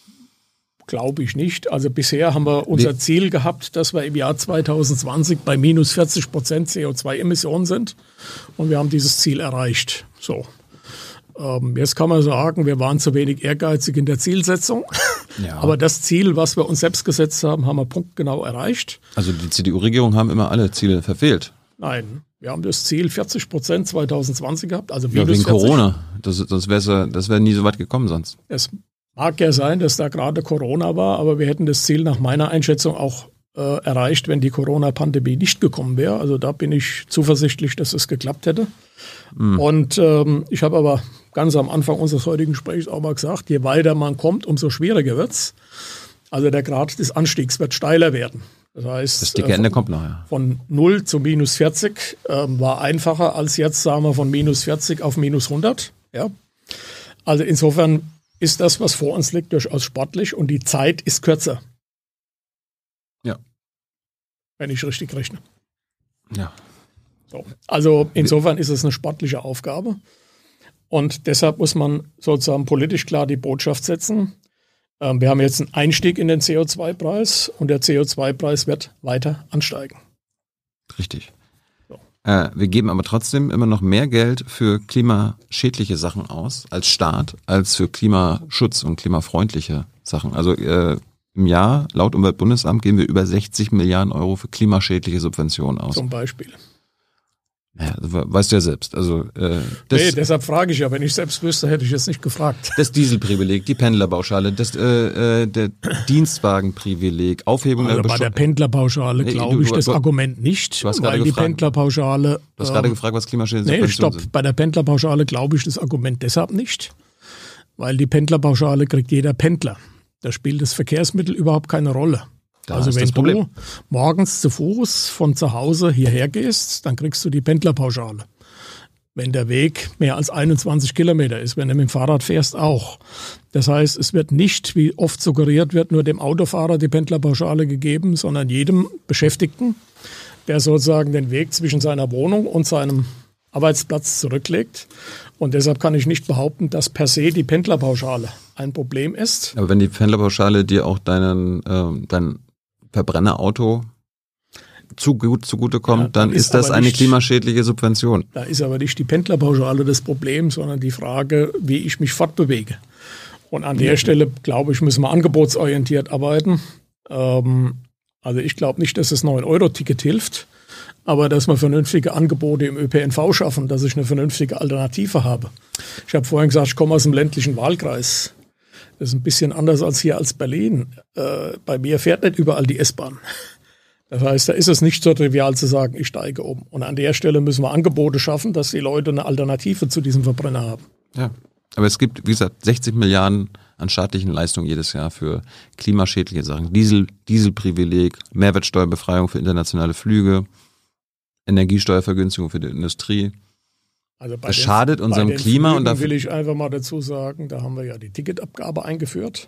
Glaube ich nicht. Also bisher haben wir unser nee. Ziel gehabt, dass wir im Jahr zwanzig zwanzig bei minus vierzig Prozent C O zwei Emissionen sind. Und wir haben dieses Ziel erreicht. So. Ähm, jetzt kann man sagen, wir waren zu wenig ehrgeizig in der Zielsetzung. Ja. Aber das Ziel, was wir uns selbst gesetzt haben, haben wir punktgenau erreicht. Also die C D U-Regierung haben immer alle Ziele verfehlt. Nein, wir haben das Ziel vierzig Prozent zwanzig zwanzig gehabt, also minus ja, wegen vierzig. Corona. Das, das wäre das wär nie so weit gekommen sonst. Es mag ja sein, dass da gerade Corona war, aber wir hätten das Ziel nach meiner Einschätzung auch äh, erreicht, wenn die Corona-Pandemie nicht gekommen wäre. Also da bin ich zuversichtlich, dass es geklappt hätte. Mhm. Und ähm, ich habe aber ganz am Anfang unseres heutigen Gesprächs auch mal gesagt, je weiter man kommt, umso schwieriger wird's. Also der Grad des Anstiegs wird steiler werden. Das heißt, das dicke Ende kommt noch, ja. Von null zu minus vierzig ähm, war einfacher als jetzt, sagen wir, von minus vierzig auf minus hundert. Ja. Also insofern ist das, was vor uns liegt, durchaus sportlich und die Zeit ist kürzer. Ja. Wenn ich richtig rechne. Ja. So. Also insofern ist es eine sportliche Aufgabe und deshalb muss man sozusagen politisch klar die Botschaft setzen. Wir haben jetzt einen Einstieg in den C O zwei Preis und der C O zwei Preis wird weiter ansteigen. Richtig. So. Äh, wir geben aber trotzdem immer noch mehr Geld für klimaschädliche Sachen aus als Staat, als für Klimaschutz und klimafreundliche Sachen. Also äh, im Jahr, laut Umweltbundesamt, geben wir über sechzig Milliarden Euro für klimaschädliche Subventionen aus. Zum Beispiel. Ja, weißt du ja selbst. Also, äh, das, nee, deshalb frage ich ja. Wenn ich selbst wüsste, hätte ich es nicht gefragt. Das Dieselprivileg, die Pendlerpauschale, das äh, äh, der Dienstwagenprivileg, Aufhebung also der Bei der Pendlerpauschale glaube ich das du, Argument nicht, du hast weil gefragt, die Pendlerpauschale... Du hast ähm, gerade gefragt, was klimaschädliche Nee, stopp. Sind. Bei der Pendlerpauschale glaube ich das Argument deshalb nicht, weil die Pendlerpauschale kriegt jeder Pendler. Da spielt das Verkehrsmittel überhaupt keine Rolle. Da also wenn du morgens zu Fuß von zu Hause hierher gehst, dann kriegst du die Pendlerpauschale. Wenn der Weg mehr als einundzwanzig Kilometer ist, wenn du mit dem Fahrrad fährst, auch. Das heißt, es wird nicht, wie oft suggeriert wird, nur dem Autofahrer die Pendlerpauschale gegeben, sondern jedem Beschäftigten, der sozusagen den Weg zwischen seiner Wohnung und seinem Arbeitsplatz zurücklegt. Und deshalb kann ich nicht behaupten, dass per se die Pendlerpauschale ein Problem ist. Aber wenn die Pendlerpauschale dir auch deinen, äh, dein Verbrennerauto zu gut zugutekommt, ja, dann, dann ist das eine nicht, klimaschädliche Subvention. Da ist aber nicht die Pendlerpauschale das Problem, sondern die Frage, wie ich mich fortbewege. Und an der ja. Stelle, glaube ich, müssen wir angebotsorientiert arbeiten. Ähm, also ich glaube nicht, dass das neun Euro Ticket hilft, aber dass wir vernünftige Angebote im Ö P N V schaffen, dass ich eine vernünftige Alternative habe. Ich habe vorhin gesagt, ich komme aus dem ländlichen Wahlkreis. Das ist ein bisschen anders als hier als Berlin. Äh, bei mir fährt nicht überall die S-Bahn. Das heißt, da ist es nicht so trivial zu sagen, ich steige um. Und an der Stelle müssen wir Angebote schaffen, dass die Leute eine Alternative zu diesem Verbrenner haben. Ja, aber es gibt, wie gesagt, sechzig Milliarden an staatlichen Leistungen jedes Jahr für klimaschädliche Sachen. Diesel, Dieselprivileg, Mehrwertsteuerbefreiung für internationale Flüge, Energiesteuervergünstigung für die Industrie. Also bei das den, schadet unserem bei den Klima. Flügen Und dafür will ich einfach mal dazu sagen, da haben wir ja die Ticketabgabe eingeführt.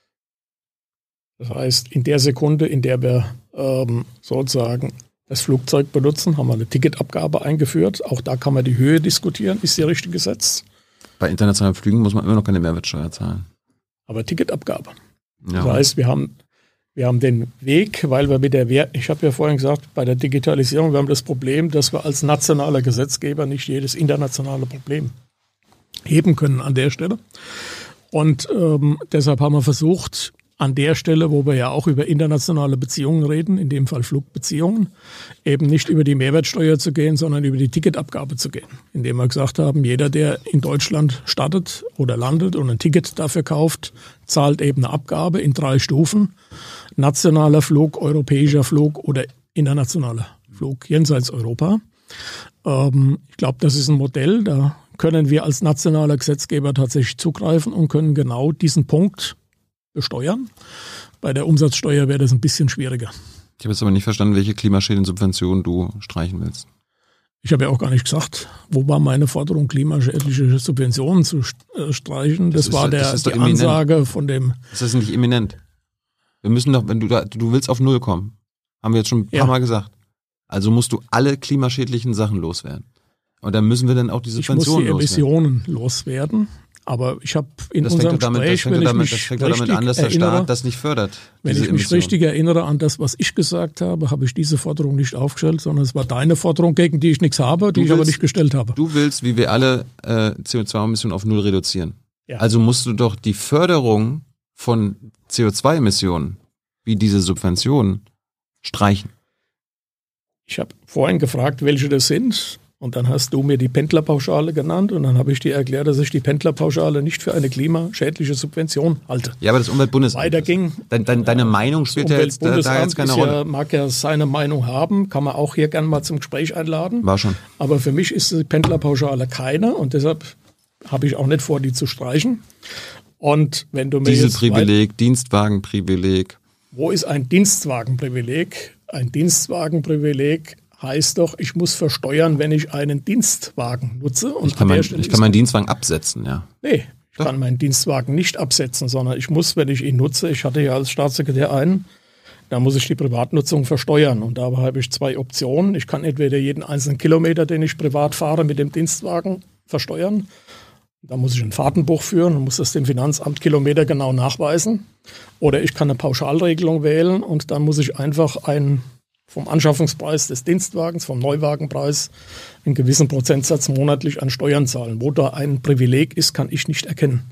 Das heißt, in der Sekunde, in der wir ähm, sozusagen das Flugzeug benutzen, haben wir eine Ticketabgabe eingeführt. Auch da kann man die Höhe diskutieren. Ist die richtig gesetzt? Bei internationalen Flügen muss man immer noch keine Mehrwertsteuer zahlen. Aber Ticketabgabe. Ja. Das heißt, wir haben, wir haben den Weg, weil wir mit der Wert, ich habe ja vorhin gesagt, bei der Digitalisierung, wir haben das Problem, dass wir als nationaler Gesetzgeber nicht jedes internationale Problem heben können an der Stelle. Und ähm, deshalb haben wir versucht, an der Stelle, wo wir ja auch über internationale Beziehungen reden, in dem Fall Flugbeziehungen, eben nicht über die Mehrwertsteuer zu gehen, sondern über die Ticketabgabe zu gehen. Indem wir gesagt haben, jeder, der in Deutschland startet oder landet und ein Ticket dafür kauft, zahlt eben eine Abgabe in drei Stufen. Nationaler Flug, europäischer Flug oder internationaler Flug jenseits Europa. Ähm, ich glaube, das ist ein Modell, da können wir als nationaler Gesetzgeber tatsächlich zugreifen und können genau diesen Punkt besteuern. Bei der Umsatzsteuer wäre das ein bisschen schwieriger. Ich habe jetzt aber nicht verstanden, welche Klimaschädensubventionen du streichen willst. Ich habe ja auch gar nicht gesagt, wo war meine Forderung, klimaschädliche Subventionen zu streichen. Das, das war ist, der, das die Ansage von dem... Das ist nicht imminent. Wir müssen doch, wenn du da, du willst auf Null kommen, haben wir jetzt schon ein paar ja. Mal gesagt. Also musst du alle klimaschädlichen Sachen loswerden. Und dann müssen wir dann auch die Subventionen loswerden. Ich muss die Emissionen loswerden. Aber ich habe in das unserem damit, Gespräch, das wenn ich damit, mich das fängt richtig damit an, dass der erinnere, Staat das nicht fördert. Wenn ich mich Emissionen. richtig erinnere an das, was ich gesagt habe, habe ich diese Forderung nicht aufgestellt, sondern es war deine Forderung, gegen die ich nichts habe, die du ich willst, aber nicht gestellt habe. Du willst, wie wir alle, äh, C O zwei Emissionen auf Null reduzieren. Ja. Also musst du doch die Förderung von C O zwei Emissionen, wie diese Subventionen, streichen. Ich habe vorhin gefragt, welche das sind. Und dann hast du mir die Pendlerpauschale genannt und dann habe ich dir erklärt, dass ich die Pendlerpauschale nicht für eine klimaschädliche Subvention halte. Ja, aber das Umweltbundesamt. Weiter ging. Dein, dein, deine Meinung spielt ja jetzt da, da jetzt keine Rolle. Ja, mag ja seine Meinung haben, kann man auch hier gerne mal zum Gespräch einladen. War schon. Aber für mich ist die Pendlerpauschale keine und deshalb habe ich auch nicht vor, die zu streichen. Und wenn du mir Dieselprivileg, Dienstwagenprivileg. Wo ist ein Dienstwagenprivileg? Ein Dienstwagenprivileg heißt doch, ich muss versteuern, wenn ich einen Dienstwagen nutze. Und ich kann, mein, ich kann meinen Dienstwagen absetzen, ja. Nee, ich doch. kann meinen Dienstwagen nicht absetzen, sondern ich muss, wenn ich ihn nutze, ich hatte ja als Staatssekretär einen, da muss ich die Privatnutzung versteuern. Und da habe ich zwei Optionen. Ich kann entweder jeden einzelnen Kilometer, den ich privat fahre, mit dem Dienstwagen versteuern. Da muss ich ein Fahrtenbuch führen und muss das dem Finanzamt kilometergenau nachweisen. Oder ich kann eine Pauschalregelung wählen und dann muss ich einfach einen vom Anschaffungspreis des Dienstwagens, vom Neuwagenpreis, einen gewissen Prozentsatz monatlich an Steuern zahlen. Wo da ein Privileg ist, kann ich nicht erkennen.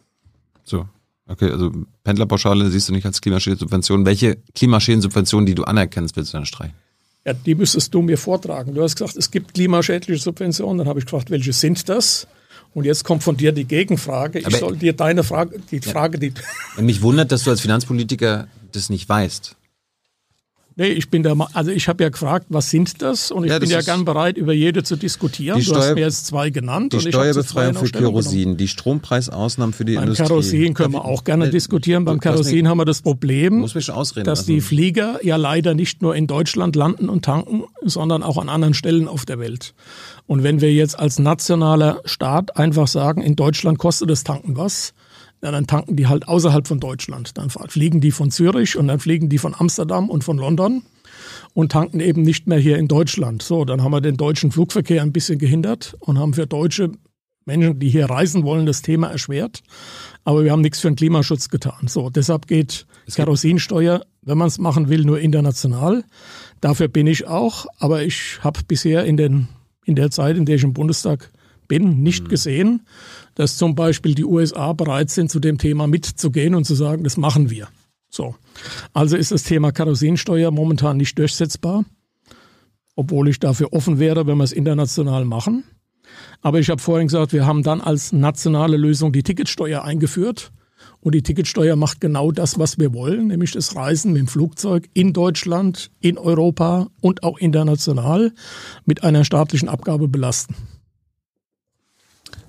So, okay, also Pendlerpauschale siehst du nicht als Klimaschädensubvention. Welche Klimaschädensubventionen, die du anerkennst, willst du dann streichen? Ja, die müsstest du mir vortragen. Du hast gesagt, es gibt klimaschädliche Subventionen. Dann habe ich gefragt, welche sind das? Und jetzt kommt von dir die Gegenfrage. Ich Aber soll dir deine Frage, die ja. Frage, die... Mich wundert, dass du als Finanzpolitiker das nicht weißt. Nee, ich bin der, also ich habe ja gefragt, was sind das? Und ich ja, bin ja gern bereit, über jede zu diskutieren. Du Steuer, hast mir jetzt zwei genannt. Die und ich Steuerbefreiung für Kerosin, die Strompreisausnahmen für die Beim Industrie. Beim Kerosin können wir auch gerne diskutieren. Beim Kerosin haben wir das Problem, muss mich ausreden, dass also. die Flieger ja leider nicht nur in Deutschland landen und tanken, sondern auch an anderen Stellen auf der Welt. Und wenn wir jetzt als nationaler Staat einfach sagen, in Deutschland kostet das Tanken was, ja, dann tanken die halt außerhalb von Deutschland. Dann fliegen die von Zürich und dann fliegen die von Amsterdam und von London und tanken eben nicht mehr hier in Deutschland. So, dann haben wir den deutschen Flugverkehr ein bisschen gehindert und haben für deutsche Menschen, die hier reisen wollen, das Thema erschwert. Aber wir haben nichts für den Klimaschutz getan. So, deshalb geht Kerosinsteuer, wenn man es machen will, nur international. Dafür bin ich auch. Aber ich habe bisher in, den, in der Zeit, in der ich im Bundestag bin, nicht mhm. gesehen, dass zum Beispiel die U S A bereit sind, zu dem Thema mitzugehen und zu sagen, das machen wir. So. Also ist das Thema Kerosinsteuer momentan nicht durchsetzbar, obwohl ich dafür offen wäre, wenn wir es international machen. Aber ich habe vorhin gesagt, wir haben dann als nationale Lösung die Ticketsteuer eingeführt. Und die Ticketsteuer macht genau das, was wir wollen, nämlich das Reisen mit dem Flugzeug in Deutschland, in Europa und auch international mit einer staatlichen Abgabe belasten.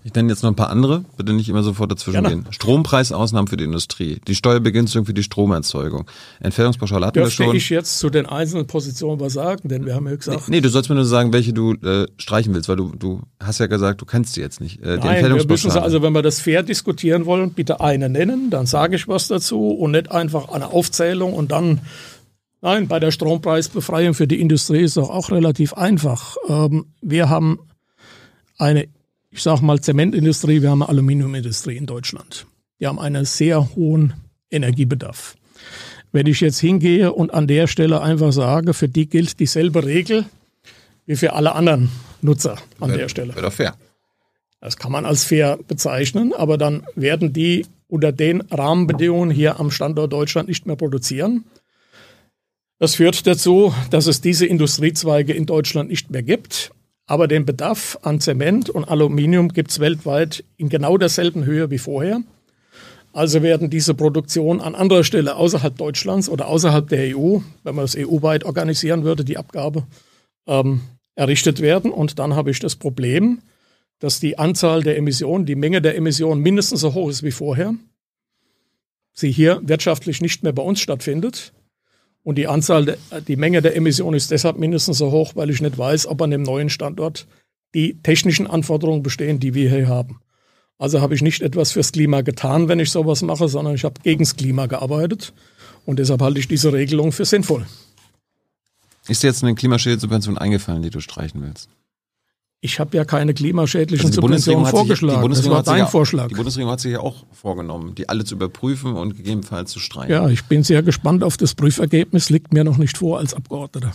Ich nenne jetzt noch ein paar andere, bitte nicht immer sofort dazwischen Gerne. gehen. Strompreisausnahmen für die Industrie, die Steuerbegünstigung für die Stromerzeugung, Entfernungspauschale hatten wir Dürfte schon. ich jetzt zu den einzelnen Positionen was sagen? Denn wir haben ja gesagt... Nee, nee, du sollst mir nur sagen, welche du äh, streichen willst, weil du, du hast ja gesagt, du kennst sie jetzt nicht. Äh, die Nein, wir müssen Entfernungspauschale. sie, also wenn wir das fair diskutieren wollen, bitte eine nennen, dann sage ich was dazu und nicht einfach eine Aufzählung und dann... Nein, bei der Strompreisbefreiung für die Industrie ist doch auch relativ einfach. Ähm, wir haben eine, ich sage mal Zementindustrie, wir haben eine Aluminiumindustrie in Deutschland. Die haben einen sehr hohen Energiebedarf. Wenn ich jetzt hingehe und an der Stelle einfach sage, für die gilt dieselbe Regel wie für alle anderen Nutzer an Wär, der Stelle. Wäre doch fair. Das kann man als fair bezeichnen, aber dann werden die unter den Rahmenbedingungen hier am Standort Deutschland nicht mehr produzieren. Das führt dazu, dass es diese Industriezweige in Deutschland nicht mehr gibt. Aber den Bedarf an Zement und Aluminium gibt es weltweit in genau derselben Höhe wie vorher. Also werden diese Produktionen an anderer Stelle außerhalb Deutschlands oder außerhalb der E U, wenn man das E U-weit organisieren würde, die Abgabe, ähm, errichtet werden. Und dann habe ich das Problem, dass die Anzahl der Emissionen, die Menge der Emissionen mindestens so hoch ist wie vorher. Sie hier wirtschaftlich nicht mehr bei uns stattfindet. Und die Anzahl, der, die Menge der Emissionen ist deshalb mindestens so hoch, weil ich nicht weiß, ob an dem neuen Standort die technischen Anforderungen bestehen, die wir hier haben. Also habe ich nicht etwas fürs Klima getan, wenn ich sowas mache, sondern ich habe gegen das Klima gearbeitet. Und deshalb halte ich diese Regelung für sinnvoll. Ist dir jetzt eine Klimaschädelsubvention eingefallen, die du streichen willst? Ich habe ja keine klimaschädlichen Also die Subventionen vorgeschlagen. Sich, das war dein ja, Vorschlag. Die Bundesregierung hat sich ja auch vorgenommen, die alle zu überprüfen und gegebenenfalls zu streichen. Ja, ich bin sehr gespannt auf das Prüfergebnis. Liegt mir noch nicht vor als Abgeordneter.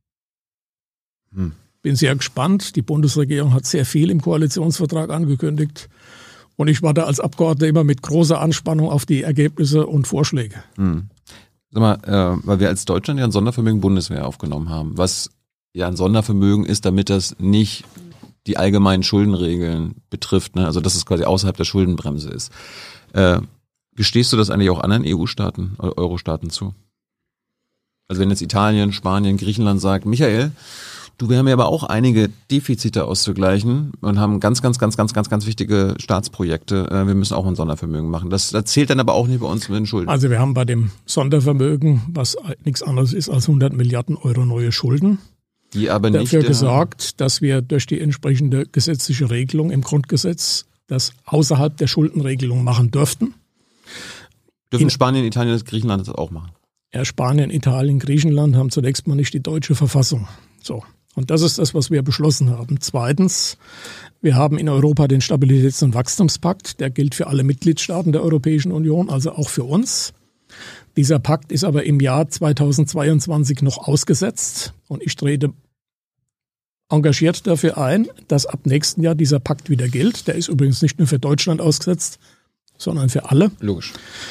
Hm. Bin sehr gespannt. Die Bundesregierung hat sehr viel im Koalitionsvertrag angekündigt. Und ich warte als Abgeordneter immer mit großer Anspannung auf die Ergebnisse und Vorschläge. Hm. Sag mal, äh, weil wir als Deutschland ja ein Sondervermögen Bundeswehr aufgenommen haben, was ja ein Sondervermögen ist, damit das nicht die allgemeinen Schuldenregeln betrifft, ne? Also dass es quasi außerhalb der Schuldenbremse ist. Äh, gestehst du das eigentlich auch anderen E U-Staaten, Euro-Staaten zu? Also wenn jetzt Italien, Spanien, Griechenland sagt, Michael, du, wir haben ja aber auch einige Defizite auszugleichen und haben ganz, ganz, ganz, ganz, ganz, ganz wichtige Staatsprojekte. Äh, wir müssen auch ein Sondervermögen machen. Das, das zählt dann aber auch nicht bei uns mit den Schulden. Also wir haben bei dem Sondervermögen, was nichts anderes ist als hundert Milliarden Euro neue Schulden, die aber nicht dafür gesorgt, dass wir durch die entsprechende gesetzliche Regelung im Grundgesetz das außerhalb der Schuldenregelung machen dürften. Dürfen In, Spanien, Italien, Griechenland das auch machen? Ja, Spanien, Italien, Griechenland haben zunächst mal nicht die deutsche Verfassung. So. Und das ist das, was wir beschlossen haben. Zweitens, wir haben in Europa den Stabilitäts- und Wachstumspakt. Der gilt für alle Mitgliedstaaten der Europäischen Union, also auch für uns. Dieser Pakt ist aber im Jahr zweitausendzweiundzwanzig noch ausgesetzt. Und ich trete engagiert dafür ein, dass ab nächsten Jahr dieser Pakt wieder gilt. Der ist übrigens nicht nur für Deutschland ausgesetzt, sondern für alle. Logisch.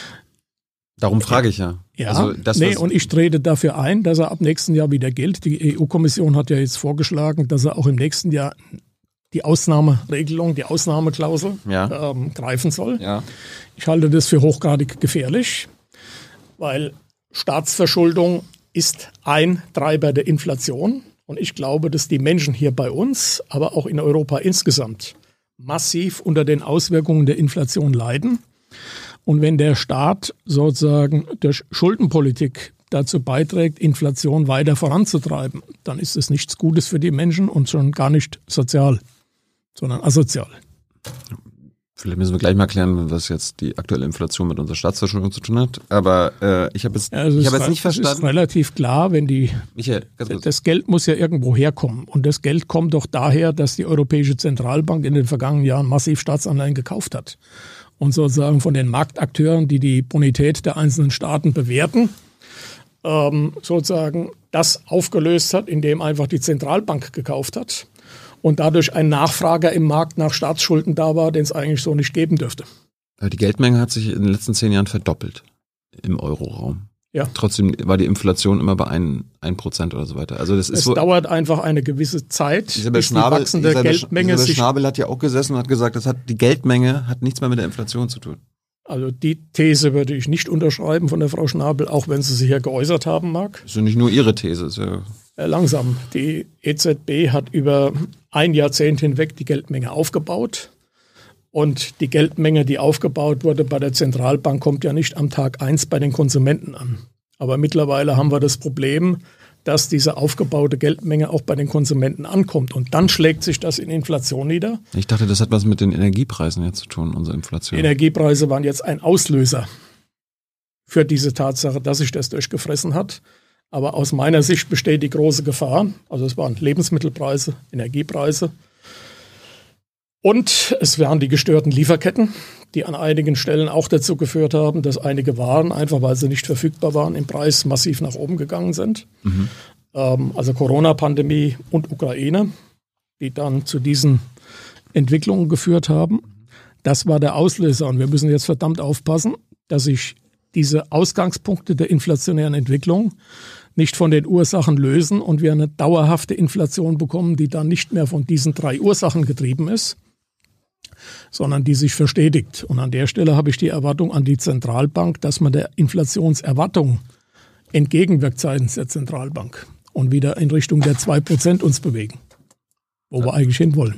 Darum frage ich ja. Ja, also das, nee, und ich trete dafür ein, dass er ab nächsten Jahr wieder gilt. Die E U-Kommission hat ja jetzt vorgeschlagen, dass er auch im nächsten Jahr die Ausnahmeregelung, die Ausnahmeklausel ja. ähm, greifen soll. Ja. Ich halte das für hochgradig gefährlich, weil Staatsverschuldung ist ein Treiber der Inflation. Und ich glaube, dass die Menschen hier bei uns, aber auch in Europa insgesamt, massiv unter den Auswirkungen der Inflation leiden. Und wenn der Staat sozusagen durch Schuldenpolitik dazu beiträgt, Inflation weiter voranzutreiben, dann ist es nichts Gutes für die Menschen und schon gar nicht sozial, sondern asozial. Vielleicht müssen wir gleich mal klären, was jetzt die aktuelle Inflation mit unserer Staatsverschuldung zu tun hat. Aber äh, ich habe jetzt, ja, also ich hab jetzt re- nicht verstanden. Es ist relativ klar, wenn die Michael, ganz kurz. Das Geld muss ja irgendwo herkommen. Und das Geld kommt doch daher, dass die Europäische Zentralbank in den vergangenen Jahren massiv Staatsanleihen gekauft hat. Und sozusagen von den Marktakteuren, die die Bonität der einzelnen Staaten bewerten, ähm, sozusagen das aufgelöst hat, indem einfach die Zentralbank gekauft hat. Und dadurch ein Nachfrager im Markt nach Staatsschulden da war, den es eigentlich so nicht geben dürfte. Die Geldmenge hat sich in den letzten zehn Jahren verdoppelt im Euroraum. Ja. Trotzdem war die Inflation immer bei ein, ein Prozent oder so weiter. Also das ist Es so, dauert einfach eine gewisse Zeit, Isabel bis die Schnabel, wachsende Isabel, Geldmenge Isabel sich... Schnabel hat ja auch gesessen und hat gesagt, das hat, die Geldmenge hat nichts mehr mit der Inflation zu tun. Also die These würde ich nicht unterschreiben von der Frau Schnabel, auch wenn sie sich ja geäußert haben mag. Das ist ja nicht nur ihre These. Ist ja Äh, langsam. Die E Z B hat über ein Jahrzehnt hinweg die Geldmenge aufgebaut. Und die Geldmenge, die aufgebaut wurde bei der Zentralbank, kommt ja nicht am Tag eins bei den Konsumenten an. Aber mittlerweile haben wir das Problem, dass diese aufgebaute Geldmenge auch bei den Konsumenten ankommt. Und dann schlägt sich das in Inflation nieder. Ich dachte, das hat was mit den Energiepreisen jetzt zu tun, unsere Inflation. Die Energiepreise waren jetzt ein Auslöser für diese Tatsache, dass sich das durchgefressen hat. Aber aus meiner Sicht besteht die große Gefahr. Also es waren Lebensmittelpreise, Energiepreise. Und es waren die gestörten Lieferketten, die an einigen Stellen auch dazu geführt haben, dass einige Waren, einfach weil sie nicht verfügbar waren, im Preis massiv nach oben gegangen sind. Mhm. Ähm, also Corona-Pandemie und Ukraine, die dann zu diesen Entwicklungen geführt haben. Das war der Auslöser. Und wir müssen jetzt verdammt aufpassen, dass sich diese Ausgangspunkte der inflationären Entwicklung nicht von den Ursachen lösen und wir eine dauerhafte Inflation bekommen, die dann nicht mehr von diesen drei Ursachen getrieben ist, sondern die sich verstetigt. Und an der Stelle habe ich die Erwartung an die Zentralbank, dass man der Inflationserwartung entgegenwirkt seitens der Zentralbank und wieder in Richtung der zwei Prozent uns bewegen, wo ja. wir eigentlich hinwollen.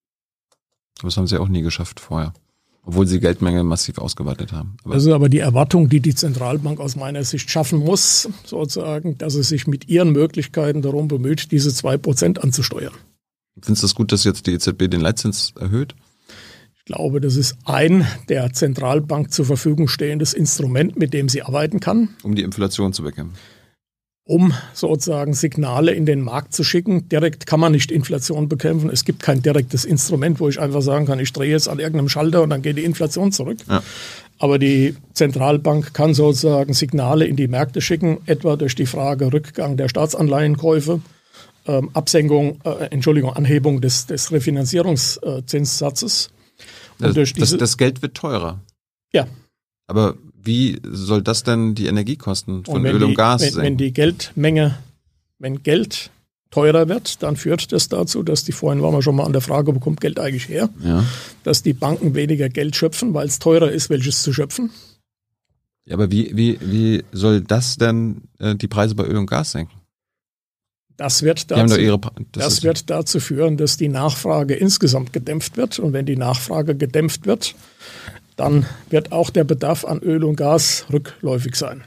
Das haben sie auch nie geschafft vorher, obwohl sie Geldmenge massiv ausgeweitet haben. Aber das ist aber die Erwartung, die die Zentralbank aus meiner Sicht schaffen muss, sozusagen, dass sie sich mit ihren Möglichkeiten darum bemüht, diese zwei Prozent anzusteuern. Findest du es gut, dass jetzt die E Z B den Leitzins erhöht? Ich glaube, das ist ein der Zentralbank zur Verfügung stehendes Instrument, mit dem sie arbeiten kann. Um die Inflation zu bekämpfen. Um sozusagen Signale in den Markt zu schicken. Direkt kann man nicht Inflation bekämpfen. Es gibt kein direktes Instrument, wo ich einfach sagen kann, ich drehe jetzt an irgendeinem Schalter und dann geht die Inflation zurück. Ja. Aber die Zentralbank kann sozusagen Signale in die Märkte schicken, etwa durch die Frage Rückgang der Staatsanleihenkäufe, ähm, Absenkung, äh, Entschuldigung, Anhebung des, des Refinanzierungszinssatzes. Also das, diese, das Geld wird teurer. Ja. Aber wie soll das denn die Energiekosten von Öl und die, Gas wenn, senken? Wenn die Geldmenge, wenn Geld teurer wird, dann führt das dazu, dass die, vorhin waren wir schon mal an der Frage, wo kommt Geld eigentlich her? Ja. Dass die Banken weniger Geld schöpfen, weil es teurer ist, welches zu schöpfen. Ja, aber wie, wie, wie soll das denn äh, die Preise bei Öl und Gas senken? Das, wird dazu, ihre, das, das wird dazu führen, dass die Nachfrage insgesamt gedämpft wird. Und wenn die Nachfrage gedämpft wird, dann wird auch der Bedarf an Öl und Gas rückläufig sein.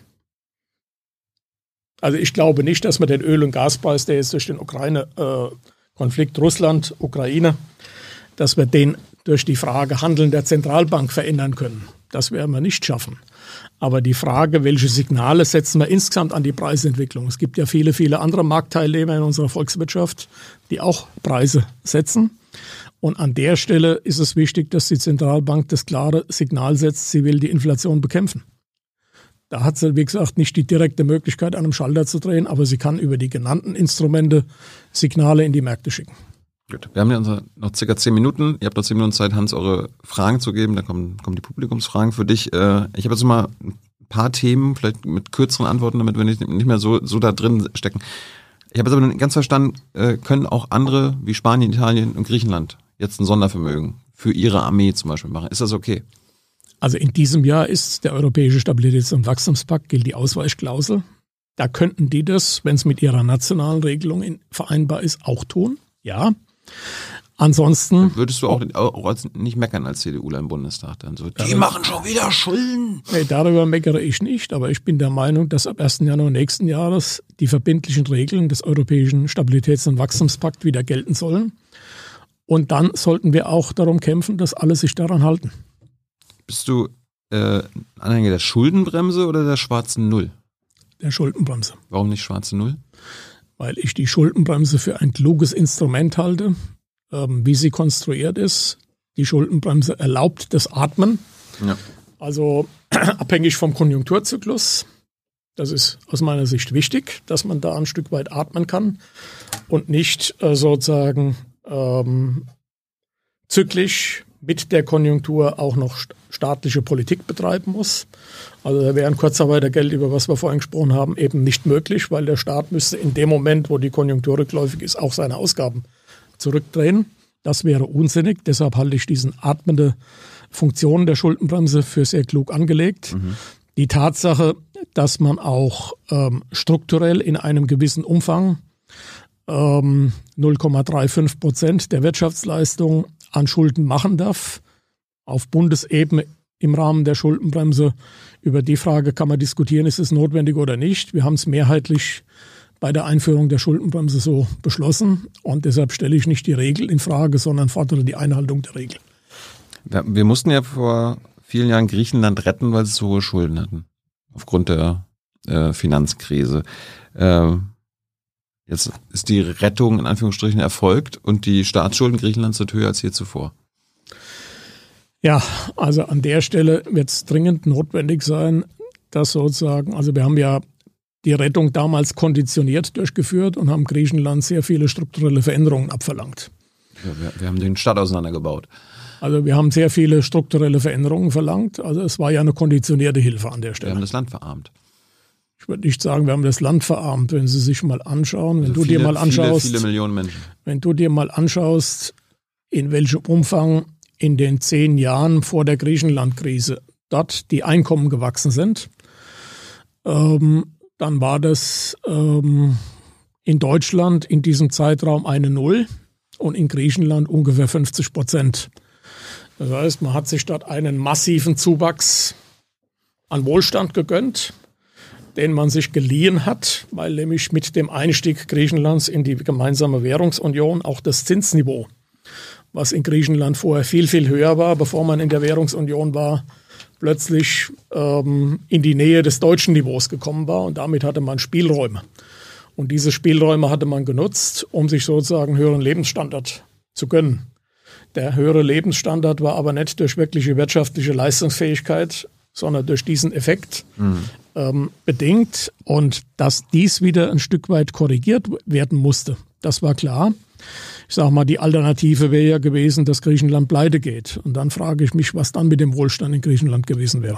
Also ich glaube nicht, dass man den Öl- und Gaspreis, der jetzt durch den Ukraine-Konflikt Russland, Ukraine, dass wir den durch die Frage Handeln der Zentralbank verändern können. Das werden wir nicht schaffen. Aber die Frage, welche Signale setzen wir insgesamt an die Preisentwicklung? Es gibt ja viele, viele andere Marktteilnehmer in unserer Volkswirtschaft, die auch Preise setzen. Und an der Stelle ist es wichtig, dass die Zentralbank das klare Signal setzt, sie will die Inflation bekämpfen. Da hat sie, wie gesagt, nicht die direkte Möglichkeit, an einem Schalter zu drehen, aber sie kann über die genannten Instrumente Signale in die Märkte schicken. Gut, wir haben ja unsere, noch circa zehn Minuten. Ihr habt noch zehn Minuten Zeit, Hans, eure Fragen zu geben. Dann kommen, kommen die Publikumsfragen für dich. Ich habe jetzt mal ein paar Themen, vielleicht mit kürzeren Antworten, damit wir nicht, nicht mehr so, so da drin stecken. Ich habe jetzt aber nicht ganz verstanden, können auch andere wie Spanien, Italien und Griechenland jetzt ein Sondervermögen für ihre Armee zum Beispiel machen? Ist das okay? Also in diesem Jahr ist der Europäische Stabilitäts- und Wachstumspakt, gilt die Ausweichklausel. Da könnten die das, wenn es mit ihrer nationalen Regelung in, vereinbar ist, auch tun. Ja. Ansonsten. Würdest du auch, auch nicht meckern als CDUler im Bundestag dann so? Die machen schon wieder Schulden. Nee, darüber meckere ich nicht, aber ich bin der Meinung, dass ab ersten Januar nächsten Jahres die verbindlichen Regeln des Europäischen Stabilitäts- und Wachstumspakts wieder gelten sollen. Und dann sollten wir auch darum kämpfen, dass alle sich daran halten. Bist du äh, Anhänger der Schuldenbremse oder der schwarzen Null? Der Schuldenbremse. Warum nicht schwarze Null? Weil ich die Schuldenbremse für ein kluges Instrument halte, ähm, wie sie konstruiert ist. Die Schuldenbremse erlaubt das Atmen. Ja. Also abhängig vom Konjunkturzyklus. Das ist aus meiner Sicht wichtig, dass man da ein Stück weit atmen kann und nicht äh, sozusagen ähm, zyklisch mit der Konjunktur auch noch staatliche Politik betreiben muss. Also da wäre ein Kurzarbeitergeld, über was wir vorhin gesprochen haben, eben nicht möglich, weil der Staat müsste in dem Moment, wo die Konjunktur rückläufig ist, auch seine Ausgaben zurückdrehen. Das wäre unsinnig. Deshalb halte ich diesen atmende Funktion der Schuldenbremse für sehr klug angelegt. Mhm. Die Tatsache, dass man auch ähm, strukturell in einem gewissen Umfang ähm, null Komma fünfunddreißig Prozent der Wirtschaftsleistung an Schulden machen darf, Auf Bundesebene im Rahmen der Schuldenbremse, über die Frage kann man diskutieren, ist es notwendig oder nicht. Wir haben es mehrheitlich bei der Einführung der Schuldenbremse so beschlossen und deshalb stelle ich nicht die Regel in Frage, sondern fordere die Einhaltung der Regel. Wir, wir mussten ja vor vielen Jahren Griechenland retten, weil sie so hohe Schulden hatten, aufgrund der äh, Finanzkrise. Äh, jetzt ist die Rettung in Anführungsstrichen erfolgt und die Staatsschulden Griechenlands sind höher als je zuvor. Ja, also an der Stelle wird es dringend notwendig sein, dass sozusagen, also wir haben ja die Rettung damals konditioniert durchgeführt und haben Griechenland sehr viele strukturelle Veränderungen abverlangt. Ja, wir, wir haben den Staat auseinandergebaut. Also wir haben sehr viele strukturelle Veränderungen verlangt. Also es war ja eine konditionierte Hilfe an der Stelle. Wir haben das Land verarmt. Ich würde nicht sagen, wir haben das Land verarmt, wenn Sie sich mal anschauen. Wenn also du viele, dir mal anschaust, viele, viele Millionen Menschen. Wenn du dir mal anschaust, in welchem Umfang in den zehn Jahren vor der Griechenland-Krise dort die Einkommen gewachsen sind, ähm, dann war das ähm, in Deutschland in diesem Zeitraum eine Null und in Griechenland ungefähr fünfzig Prozent. Das heißt, man hat sich dort einen massiven Zuwachs an Wohlstand gegönnt, den man sich geliehen hat, weil nämlich mit dem Einstieg Griechenlands in die gemeinsame Währungsunion auch das Zinsniveau, was in Griechenland vorher viel, viel höher war, bevor man in der Währungsunion war, plötzlich ähm, in die Nähe des deutschen Niveaus gekommen war und damit hatte man Spielräume. Und diese Spielräume hatte man genutzt, um sich sozusagen höheren Lebensstandard zu gönnen. Der höhere Lebensstandard war aber nicht durch wirkliche wirtschaftliche Leistungsfähigkeit, sondern durch diesen Effekt mhm. ähm, bedingt. Und dass dies wieder ein Stück weit korrigiert werden musste, das war klar. Ich sage mal, die Alternative wäre ja gewesen, dass Griechenland pleite geht. Und dann frage ich mich, was dann mit dem Wohlstand in Griechenland gewesen wäre.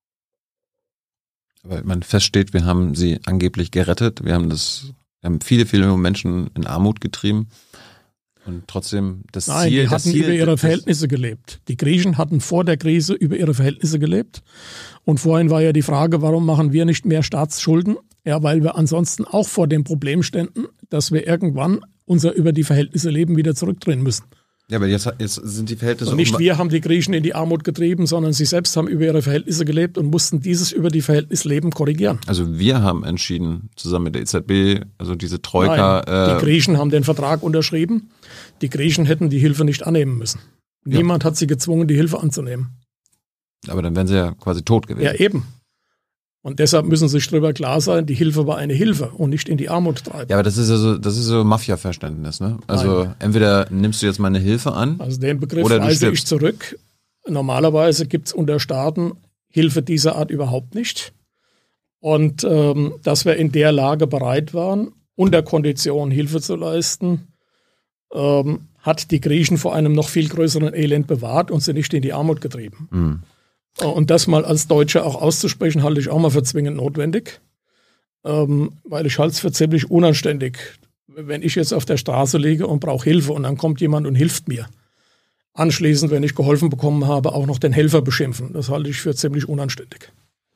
Weil man feststeht, wir haben sie angeblich gerettet. Wir haben das, wir haben viele, viele Menschen in Armut getrieben. Und trotzdem das Nein, Ziel... die das hatten Ziel, über ihre Verhältnisse gelebt. Die Griechen hatten vor der Krise über ihre Verhältnisse gelebt. Und vorhin war ja die Frage, warum machen wir nicht mehr Staatsschulden? Ja, weil wir ansonsten auch vor dem Problem ständen, dass wir irgendwann unser über die Verhältnisse leben wieder zurückdrehen müssen. Ja, aber jetzt, jetzt sind die Verhältnisse... Und nicht wir haben die Griechen in die Armut getrieben, sondern sie selbst haben über ihre Verhältnisse gelebt und mussten dieses über die Verhältnisleben korrigieren. Also wir haben entschieden, zusammen mit der E Z B, also diese Troika... Nein, die Griechen haben den Vertrag unterschrieben. Die Griechen hätten die Hilfe nicht annehmen müssen. Niemand ja. hat sie gezwungen, die Hilfe anzunehmen. Aber dann wären sie ja quasi tot gewesen. Ja, eben. Und deshalb müssen Sie sich darüber klar sein, die Hilfe war eine Hilfe und nicht in die Armut treiben. Ja, aber das ist ja so, das ist so Mafia-Verständnis, ne? Also Nein. entweder nimmst du jetzt mal eine Hilfe an. Also den Begriff weise ich zurück. Normalerweise gibt es unter Staaten Hilfe dieser Art überhaupt nicht. Und ähm, dass wir in der Lage bereit waren, unter Kondition Hilfe zu leisten, ähm, hat die Griechen vor einem noch viel größeren Elend bewahrt und sie nicht in die Armut getrieben. Mhm. Und das mal als Deutscher auch auszusprechen, halte ich auch mal für zwingend notwendig, ähm, weil ich halte es für ziemlich unanständig, wenn ich jetzt auf der Straße liege und brauche Hilfe und dann kommt jemand und hilft mir. Anschließend, wenn ich geholfen bekommen habe, auch noch den Helfer beschimpfen. Das halte ich für ziemlich unanständig.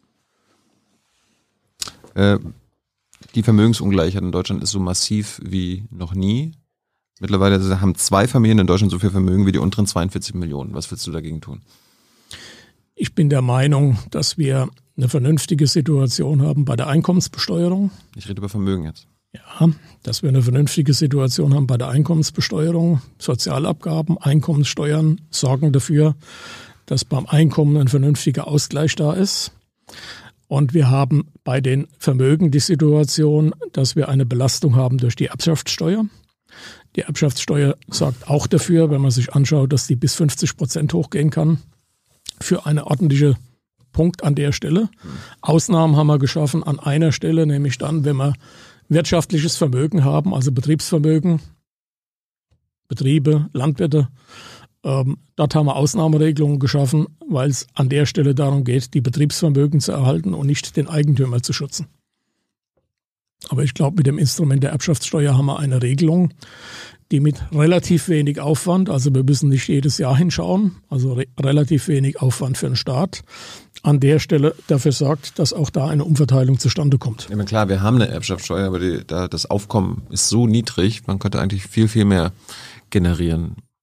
Äh, die Vermögensungleichheit in Deutschland ist so massiv wie noch nie. Mittlerweile haben zwei Familien in Deutschland so viel Vermögen wie die unteren zweiundvierzig Millionen. Was willst du dagegen tun? Ich bin der Meinung, dass wir eine vernünftige Situation haben bei der Einkommensbesteuerung. Ich rede über Vermögen jetzt. Ja, dass wir eine vernünftige Situation haben bei der Einkommensbesteuerung. Sozialabgaben, Einkommenssteuern sorgen dafür, dass beim Einkommen ein vernünftiger Ausgleich da ist. Und wir haben bei den Vermögen die Situation, dass wir eine Belastung haben durch die Erbschaftssteuer. Die Erbschaftssteuer sorgt auch dafür, wenn man sich anschaut, dass die bis fünfzig Prozent hochgehen kann, für eine ordentliche Punkt an der Stelle. Ausnahmen haben wir geschaffen an einer Stelle, nämlich dann, wenn wir wirtschaftliches Vermögen haben, also Betriebsvermögen, Betriebe, Landwirte. Ähm, dort haben wir Ausnahmeregelungen geschaffen, weil es an der Stelle darum geht, die Betriebsvermögen zu erhalten und nicht den Eigentümer zu schützen. Aber ich glaube, mit dem Instrument der Erbschaftssteuer haben wir eine Regelung, die mit relativ wenig Aufwand, also wir müssen nicht jedes Jahr hinschauen, also re- relativ wenig Aufwand für den Staat, an der Stelle dafür sorgt, dass auch da eine Umverteilung zustande kommt. Ja, klar, wir haben eine Erbschaftssteuer, aber die, da das Aufkommen ist so niedrig, man könnte eigentlich viel, viel mehr generieren.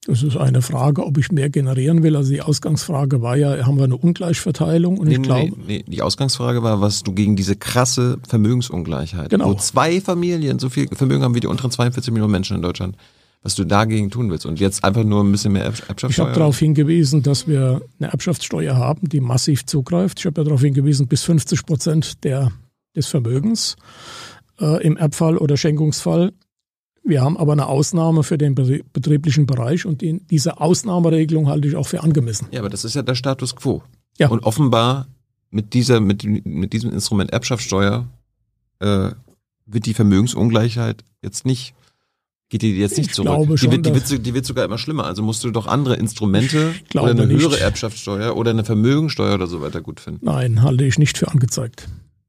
Das ist eine Frage, ob ich mehr generieren will. Also die Ausgangsfrage war ja, haben wir eine Ungleichverteilung? Und nee, ich nee, glaube, nee, die Ausgangsfrage war, was du gegen diese krasse Vermögensungleichheit, genau. wo zwei Familien so viel Vermögen haben wie die unteren zweiundvierzig Millionen Menschen in Deutschland, was du dagegen tun willst. Und jetzt einfach nur ein bisschen mehr Erbschaftssteuer? Ich habe darauf hingewiesen, dass wir eine Erbschaftssteuer haben, die massiv zugreift. Ich habe ja darauf hingewiesen, bis fünfzig Prozent der, des Vermögens äh, im Erbfall oder Schenkungsfall. Wir haben aber eine Ausnahme für den betrieblichen Bereich und die, diese Ausnahmeregelung halte ich auch für angemessen. Ja, aber das ist ja der Status quo. Ja. Und offenbar mit dieser, mit, mit diesem Instrument Erbschaftssteuer äh, wird die Vermögensungleichheit jetzt nicht, geht die jetzt nicht ich zurück. Glaube die, schon, wird, die, wird, die wird sogar immer schlimmer. Also musst du doch andere Instrumente oder eine nicht. höhere Erbschaftssteuer oder eine Vermögensteuer oder so weiter gut finden. Nein, halte ich nicht für angezeigt.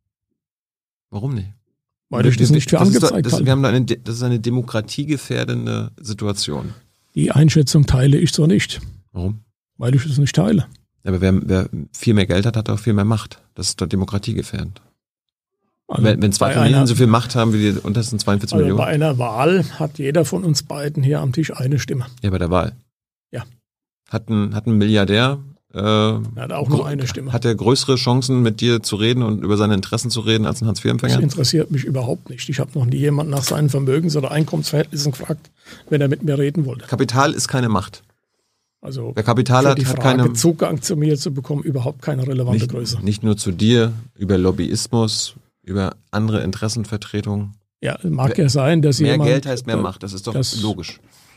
Warum nicht? Weil ich das nicht für das angezeigt ist, das, halte. wir haben da eine, das ist eine demokratiegefährdende Situation. Die Einschätzung teile ich so nicht. Warum? Weil ich es nicht teile. Aber wer, wer viel mehr Geld hat, hat auch viel mehr Macht. Das ist doch demokratiegefährdend. Also wenn, wenn zwei Familien einer, so viel Macht haben wie die untersten zweiundvierzig also Millionen. Bei einer Wahl hat jeder von uns beiden hier am Tisch eine Stimme. Ja, bei der Wahl. Ja. Hat ein, hat ein Milliardär äh, er hat auch nur eine Stimme. Hat er größere Chancen, mit dir zu reden und über seine Interessen zu reden, als ein Hartz-vier-Empfänger? Das interessiert mich überhaupt nicht. Ich habe noch nie jemanden nach seinen Vermögens- oder Einkommensverhältnissen gefragt, wenn er mit mir reden wollte. Kapital ist keine Macht. Also Wer Kapital hat, die hat Frage, keine Zugang zu mir zu bekommen, überhaupt keine relevante nicht, Größe. Nicht nur zu dir, über Lobbyismus, über andere Interessenvertretungen. Ja, mag ja sein, dass mehr jemand... Mehr Geld heißt mehr Macht, das ist doch das, logisch.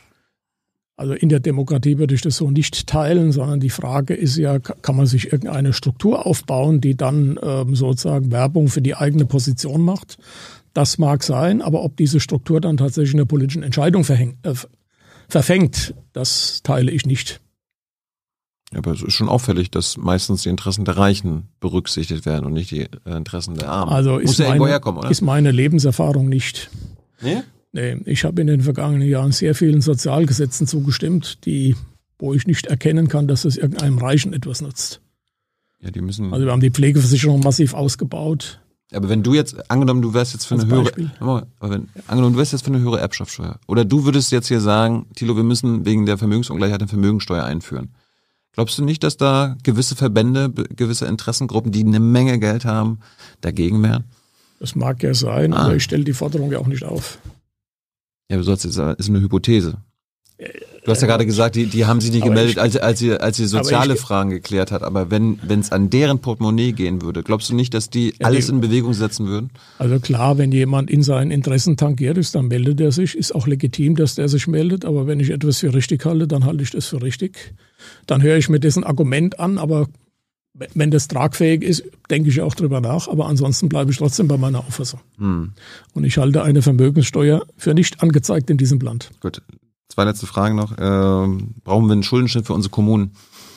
Also in der Demokratie würde ich das so nicht teilen, sondern die Frage ist ja, kann man sich irgendeine Struktur aufbauen, die dann ähm, sozusagen Werbung für die eigene Position macht. Das mag sein, aber ob diese Struktur dann tatsächlich eine politische Entscheidung verhängt, äh, verfängt, das teile ich nicht. Ja, aber es ist schon auffällig, dass meistens die Interessen der Reichen berücksichtigt werden und nicht die äh, Interessen der Armen. Also ist, Muss ja meine, herkommen, oder? ist meine Lebenserfahrung nicht. Nee? Nee, ich habe in den vergangenen Jahren sehr vielen Sozialgesetzen zugestimmt, die, wo ich nicht erkennen kann, dass es irgendeinem Reichen etwas nutzt. Ja, die müssen. Also wir haben die Pflegeversicherung massiv ausgebaut. Aber wenn du jetzt, angenommen, du wärst jetzt für eine höhere, aber wenn, angenommen, du wärst jetzt für eine höhere Erbschaftssteuer, oder du würdest jetzt hier sagen, Thilo, wir müssen wegen der Vermögensungleichheit eine Vermögensteuer einführen. Glaubst du nicht, dass da gewisse Verbände, gewisse Interessengruppen, die eine Menge Geld haben, dagegen wären? Das mag ja sein, ah. aber ich stelle die Forderung ja auch nicht auf. Ja, aber du sollst jetzt, ist eine Hypothese. Du hast ja gerade gesagt, die, die haben sie nicht gemeldet, ich, als, als, sie, als sie soziale ich, Fragen geklärt hat. Aber wenn es an deren Portemonnaie gehen würde, glaubst du nicht, dass die ja, alles die, in Bewegung setzen würden? Also klar, wenn jemand in seinen Interessen tangiert ist, dann meldet er sich. Ist auch legitim, dass der sich meldet. Aber wenn ich etwas für richtig halte, dann halte ich das für richtig. Dann höre ich mir dessen Argument an. Aber wenn das tragfähig ist, denke ich auch drüber nach. Aber ansonsten bleibe ich trotzdem bei meiner Auffassung. Hm. Und ich halte eine Vermögenssteuer für nicht angezeigt in diesem Land. Gut. Zwei letzte Fragen noch. Ähm, brauchen wir einen Schuldenschnitt für unsere Kommunen?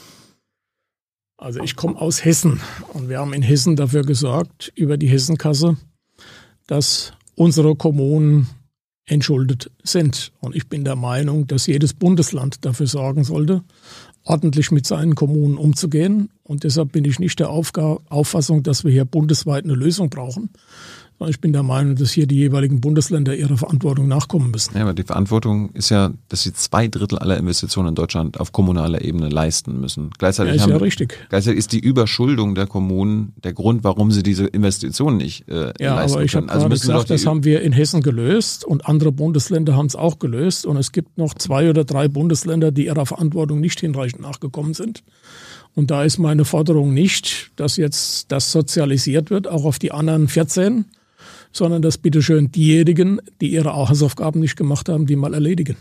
Also ich komme aus Hessen und wir haben in Hessen dafür gesorgt, über die Hessenkasse, dass unsere Kommunen entschuldet sind. Und ich bin der Meinung, dass jedes Bundesland dafür sorgen sollte, ordentlich mit seinen Kommunen umzugehen. Und deshalb bin ich nicht der Aufga- Auffassung, dass wir hier bundesweit eine Lösung brauchen. Ich bin der Meinung, dass hier die jeweiligen Bundesländer ihrer Verantwortung nachkommen müssen. Ja, aber die Verantwortung ist ja, dass sie zwei Drittel aller Investitionen in Deutschland auf kommunaler Ebene leisten müssen. Gleichzeitig, ja, ist haben, ja richtig. Gleichzeitig ist die Überschuldung der Kommunen der Grund, warum sie diese Investitionen nicht äh, ja, leisten aber ich können. habe also gesagt, das haben wir in Hessen gelöst und andere Bundesländer haben es auch gelöst. Und es gibt noch zwei oder drei Bundesländer, die ihrer Verantwortung nicht hinreichend nachgekommen sind. Und da ist meine Forderung nicht, dass jetzt das sozialisiert wird, auch auf die anderen vierzehn, sondern dass bitteschön diejenigen, die ihre Hausaufgaben nicht gemacht haben, die mal erledigen.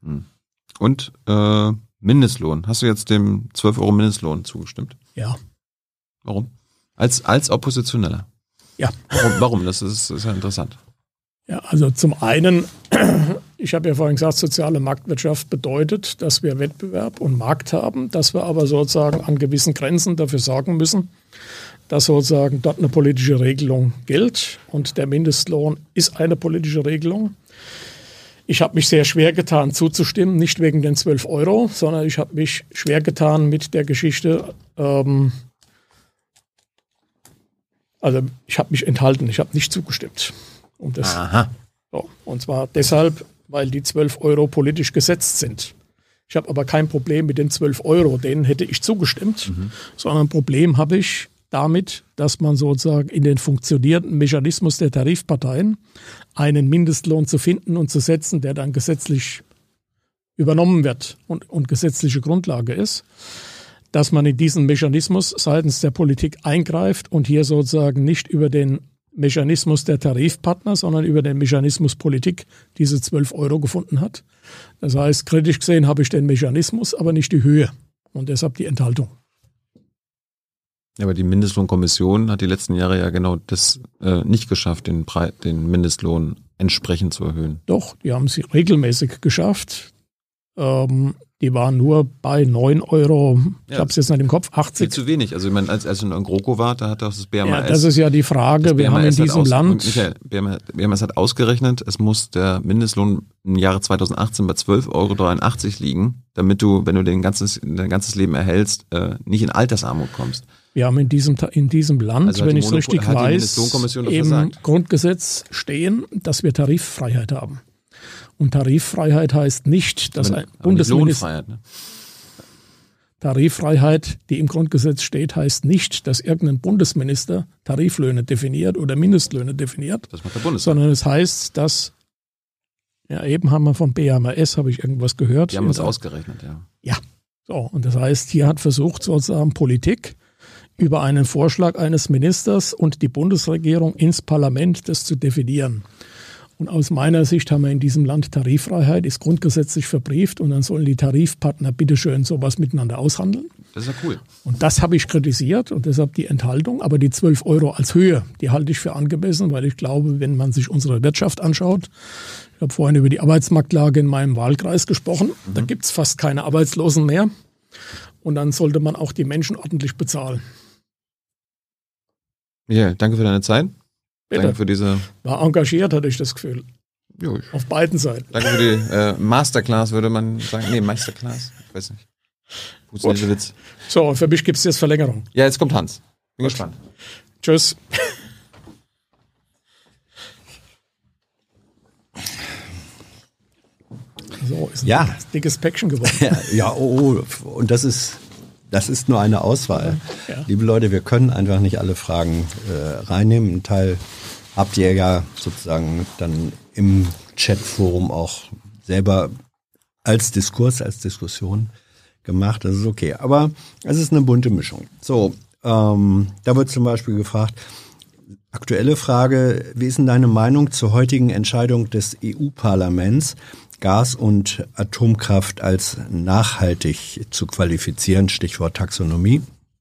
Und äh, Mindestlohn. Hast du jetzt dem zwölf Euro Mindestlohn zugestimmt? Ja. Warum? Als, als Oppositioneller? Ja. Warum? Warum? Das ist, ist ja interessant. Ja, also zum einen, ich habe ja vorhin gesagt, soziale Marktwirtschaft bedeutet, dass wir Wettbewerb und Markt haben, dass wir aber sozusagen an gewissen Grenzen dafür sorgen müssen, dass sozusagen dort eine politische Regelung gilt. Und der Mindestlohn ist eine politische Regelung. Ich habe mich sehr schwer getan, zuzustimmen, nicht wegen den zwölf Euro, sondern ich habe mich schwer getan mit der Geschichte, ähm, also ich habe mich enthalten, ich habe nicht zugestimmt. Um das, Aha. so, und zwar deshalb, weil die zwölf Euro politisch gesetzt sind. Ich habe aber kein Problem mit den zwölf Euro, denen hätte ich zugestimmt, mhm. sondern ein Problem habe ich damit, dass man sozusagen in den funktionierenden Mechanismus der Tarifparteien einen Mindestlohn zu finden und zu setzen, der dann gesetzlich übernommen wird und, und gesetzliche Grundlage ist, dass man in diesen Mechanismus seitens der Politik eingreift und hier sozusagen nicht über den Mechanismus der Tarifpartner, sondern über den Mechanismus Politik diese zwölf Euro gefunden hat. Das heißt, kritisch gesehen habe ich den Mechanismus, aber nicht die Höhe und deshalb die Enthaltung. Ja, aber die Mindestlohnkommission hat die letzten Jahre ja genau das äh, nicht geschafft, den, Pre- den Mindestlohn entsprechend zu erhöhen. Doch, die haben es regelmäßig geschafft. Ähm, die waren nur bei neun Euro, ich ja, habe es jetzt nicht im Kopf, achtzig. Viel zu wenig. Also ich meine, als, als ich in GroKo war, da hat auch das B M A S... Ja, das ist ja die Frage, wir haben in diesem aus, Land... Michael, B M A S hat ausgerechnet, es muss der Mindestlohn im Jahre zweitausendachtzehn bei zwölf Euro dreiundachtzig liegen, damit du, wenn du dein ganzes, dein ganzes Leben erhältst, äh, nicht in Altersarmut kommst. Wir haben in diesem, in diesem Land, also wenn ich es richtig weiß, im versagt. Grundgesetz stehen, dass wir Tariffreiheit haben. Und Tariffreiheit heißt nicht, dass aber, ein aber Bundesminister... Lohnfreiheit, ne? Tarifreiheit, die im Grundgesetz steht, heißt nicht, dass irgendein Bundesminister Tariflöhne definiert oder Mindestlöhne definiert, das macht der Bundestag. Sondern es heißt, dass, ja eben haben wir vom B M A S, habe ich irgendwas gehört. Die haben das ausgerechnet, ja. Ja, so, und das heißt, hier hat versucht sozusagen Politik über einen Vorschlag eines Ministers und die Bundesregierung ins Parlament das zu definieren. Und aus meiner Sicht haben wir in diesem Land Tariffreiheit, ist grundgesetzlich verbrieft und dann sollen die Tarifpartner bitteschön sowas miteinander aushandeln. Das ist ja cool. Und das habe ich kritisiert und deshalb die Enthaltung. Aber die zwölf Euro als Höhe, die halte ich für angemessen, weil ich glaube, wenn man sich unsere Wirtschaft anschaut, ich habe vorhin über die Arbeitsmarktlage in meinem Wahlkreis gesprochen, mhm. da gibt es fast keine Arbeitslosen mehr. Und dann sollte man auch die Menschen ordentlich bezahlen. Ja, danke für deine Zeit. Bitte. Danke für diese... War engagiert, hatte ich das Gefühl. Jo, auf beiden Seiten. Danke für die äh, Masterclass, würde man sagen. Nee, Meisterclass. Ich weiß nicht. Gut. Witz. So, für mich gibt es jetzt Verlängerung. Ja, jetzt kommt Hans. Bin Gut. gespannt. Tschüss. So, ist ein ja. dickes, dickes Päckchen geworden. Ja, ja oh, oh, und das ist... Das ist nur eine Auswahl. Ja. Liebe Leute, wir können einfach nicht alle Fragen äh, reinnehmen. Ein Teil habt ihr ja sozusagen dann im Chatforum auch selber als Diskurs, als Diskussion gemacht. Das ist okay. Aber es ist eine bunte Mischung. So, ähm, da wird zum Beispiel gefragt, aktuelle Frage, wie ist denn deine Meinung zur heutigen Entscheidung des E U-Parlaments, Gas- und Atomkraft als nachhaltig zu qualifizieren, Stichwort Taxonomie?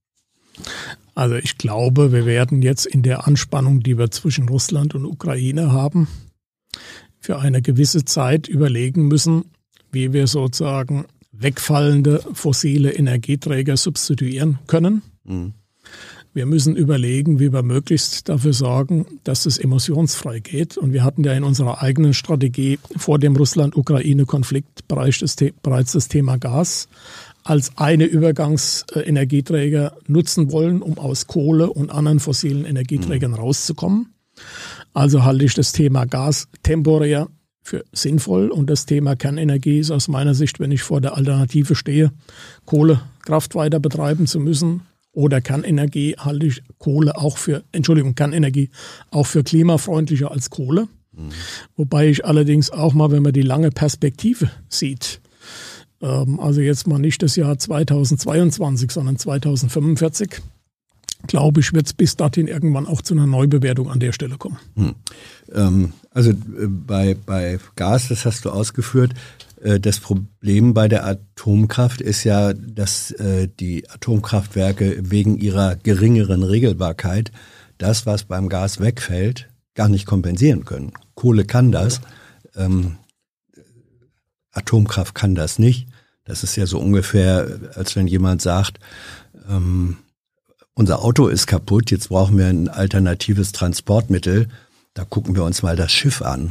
Also ich glaube, wir werden jetzt in der Anspannung, die wir zwischen Russland und Ukraine haben, für eine gewisse Zeit überlegen müssen, wie wir sozusagen wegfallende fossile Energieträger substituieren können. Mhm. Wir müssen überlegen, wie wir möglichst dafür sorgen, dass es emissionsfrei geht. Und wir hatten ja in unserer eigenen Strategie vor dem Russland-Ukraine-Konflikt bereits das Thema Gas als eine Übergangsenergieträger nutzen wollen, um aus Kohle und anderen fossilen Energieträgern mhm. rauszukommen. Also halte ich das Thema Gas temporär für sinnvoll. Und das Thema Kernenergie ist aus meiner Sicht, wenn ich vor der Alternative stehe, Kohlekraft weiter betreiben zu müssen, oder Kernenergie halte ich Kohle auch für, Entschuldigung, Kernenergie auch für klimafreundlicher als Kohle. Mhm. Wobei ich allerdings auch mal, wenn man die lange Perspektive sieht, ähm, also jetzt mal nicht das Jahr zweitausendzweiundzwanzig, sondern zweitausendfünfundvierzig, glaube ich, wird es bis dahin irgendwann auch zu einer Neubewertung an der Stelle kommen. Hm. Ähm, also äh, bei, bei Gas, das hast du ausgeführt, äh, das Problem bei der Atomkraft ist ja, dass äh, die Atomkraftwerke wegen ihrer geringeren Regelbarkeit das, was beim Gas wegfällt, gar nicht kompensieren können. Kohle kann das, ähm, Atomkraft kann das nicht. Das ist ja so ungefähr, als wenn jemand sagt, ähm, unser Auto ist kaputt, jetzt brauchen wir ein alternatives Transportmittel. Da gucken wir uns mal das Schiff an.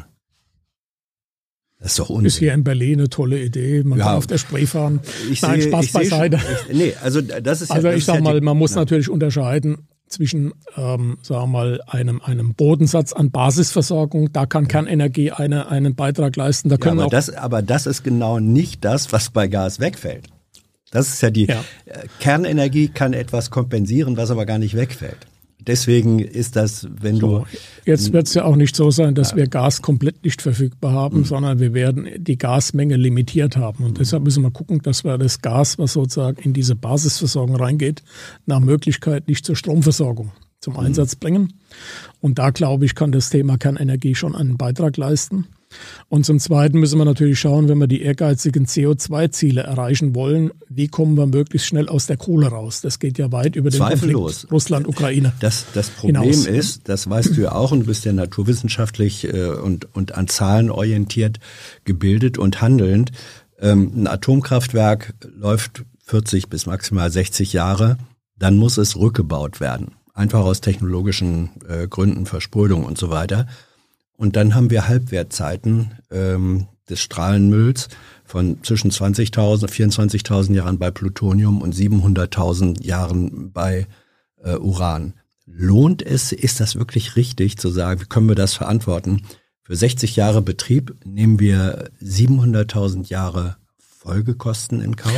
Das ist doch Unsinn. Ist hier in Berlin eine tolle Idee. Man ja, kann auf der Spree fahren. Ich Nein, sehe, Spaß ich beiseite. Schon, ich, nee, also das ist Also ja, das ich sag ja mal, die, man muss ja. natürlich unterscheiden. zwischen, ähm, sagen wir mal, einem, einem Bodensatz an Basisversorgung. Da kann Kernenergie eine, einen Beitrag leisten. Da können ja, aber, auch das, aber das ist genau nicht das, was bei Gas wegfällt. Das ist ja die ja. Kernenergie kann etwas kompensieren, was aber gar nicht wegfällt. Deswegen ist das, wenn so, du... Jetzt wird es ja auch nicht so sein, dass ja. wir Gas komplett nicht verfügbar haben, mhm. sondern wir werden die Gasmenge limitiert haben. Und mhm. deshalb müssen wir gucken, dass wir das Gas, was sozusagen in diese Basisversorgung reingeht, nach Möglichkeit nicht zur Stromversorgung zum mhm. Einsatz bringen. Und da, glaube ich, kann das Thema Kernenergie schon einen Beitrag leisten. Und zum Zweiten müssen wir natürlich schauen, wenn wir die ehrgeizigen C O zwei Ziele erreichen wollen, wie kommen wir möglichst schnell aus der Kohle raus? Das geht ja weit über den Konflikt Russland-Ukraine. Das, das Problem hinaus. ist, das weißt du ja auch, und du bist ja naturwissenschaftlich äh, und, und an Zahlen orientiert gebildet und handelnd. Ähm, ein Atomkraftwerk läuft vierzig bis maximal sechzig Jahre, dann muss es rückgebaut werden. Einfach aus technologischen äh, Gründen, Versprödung und so weiter. Und dann haben wir Halbwertzeiten ähm, des Strahlenmülls von zwischen zwanzigtausend, vierundzwanzigtausend Jahren bei Plutonium und siebenhunderttausend Jahren bei äh, Uran. Lohnt es, ist das wirklich richtig zu sagen, wie können wir das verantworten? Für sechzig Jahre Betrieb nehmen wir siebenhunderttausend Jahre Folgekosten in Kauf?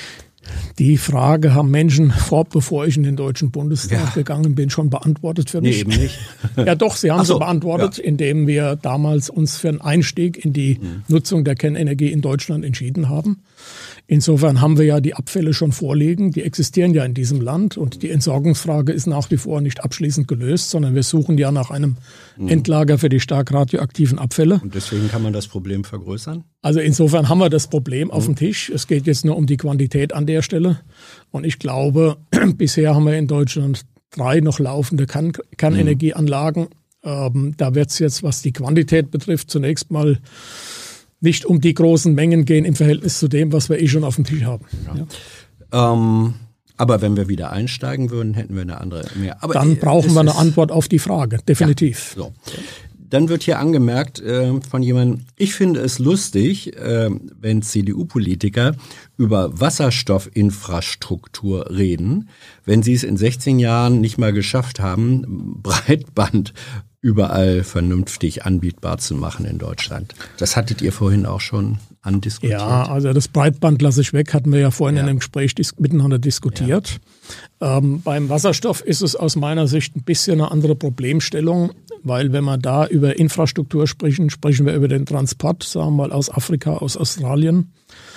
Die Frage haben Menschen vor, bevor ich in den Deutschen Bundestag ja. gegangen bin, schon beantwortet für mich. Nee, eben nicht. Ja doch, sie haben so, sie beantwortet, ja. indem wir damals uns für einen Einstieg in die mhm. Nutzung der Kernenergie in Deutschland entschieden haben. Insofern haben wir ja die Abfälle schon vorliegen, die existieren ja in diesem Land und die Entsorgungsfrage ist nach wie vor nicht abschließend gelöst, sondern wir suchen ja nach einem mhm. Endlager für die stark radioaktiven Abfälle. Und deswegen kann man das Problem vergrößern? Also insofern haben wir das Problem mhm. auf dem Tisch. Es geht jetzt nur um die Quantität an der Stelle. Und ich glaube, bisher haben wir in Deutschland drei noch laufende Kern- Kernenergieanlagen. Mhm. Ähm, da wird es jetzt, was die Quantität betrifft, zunächst mal nicht um die großen Mengen gehen im Verhältnis zu dem, was wir eh schon auf dem Tisch haben. Ja. Ja. Ähm, aber wenn wir wieder einsteigen würden, hätten wir eine andere mehr. Aber dann brauchen wir eine Antwort auf die Frage, definitiv. Ja, so. Dann wird hier angemerkt äh, von jemandem, ich finde es lustig, äh, wenn C D U-Politiker über Wasserstoffinfrastruktur reden, wenn sie es in sechzehn Jahren nicht mal geschafft haben, Breitband überall vernünftig anbietbar zu machen in Deutschland. Das hattet ihr vorhin auch schon andiskutiert. Ja, also das Breitband lasse ich weg, hatten wir ja vorhin ja. in einem Gespräch dis- miteinander diskutiert. Ja. Ähm, beim Wasserstoff ist es aus meiner Sicht ein bisschen eine andere Problemstellung, weil wenn wir da über Infrastruktur sprechen, sprechen wir über den Transport, sagen wir mal aus Afrika, aus Australien,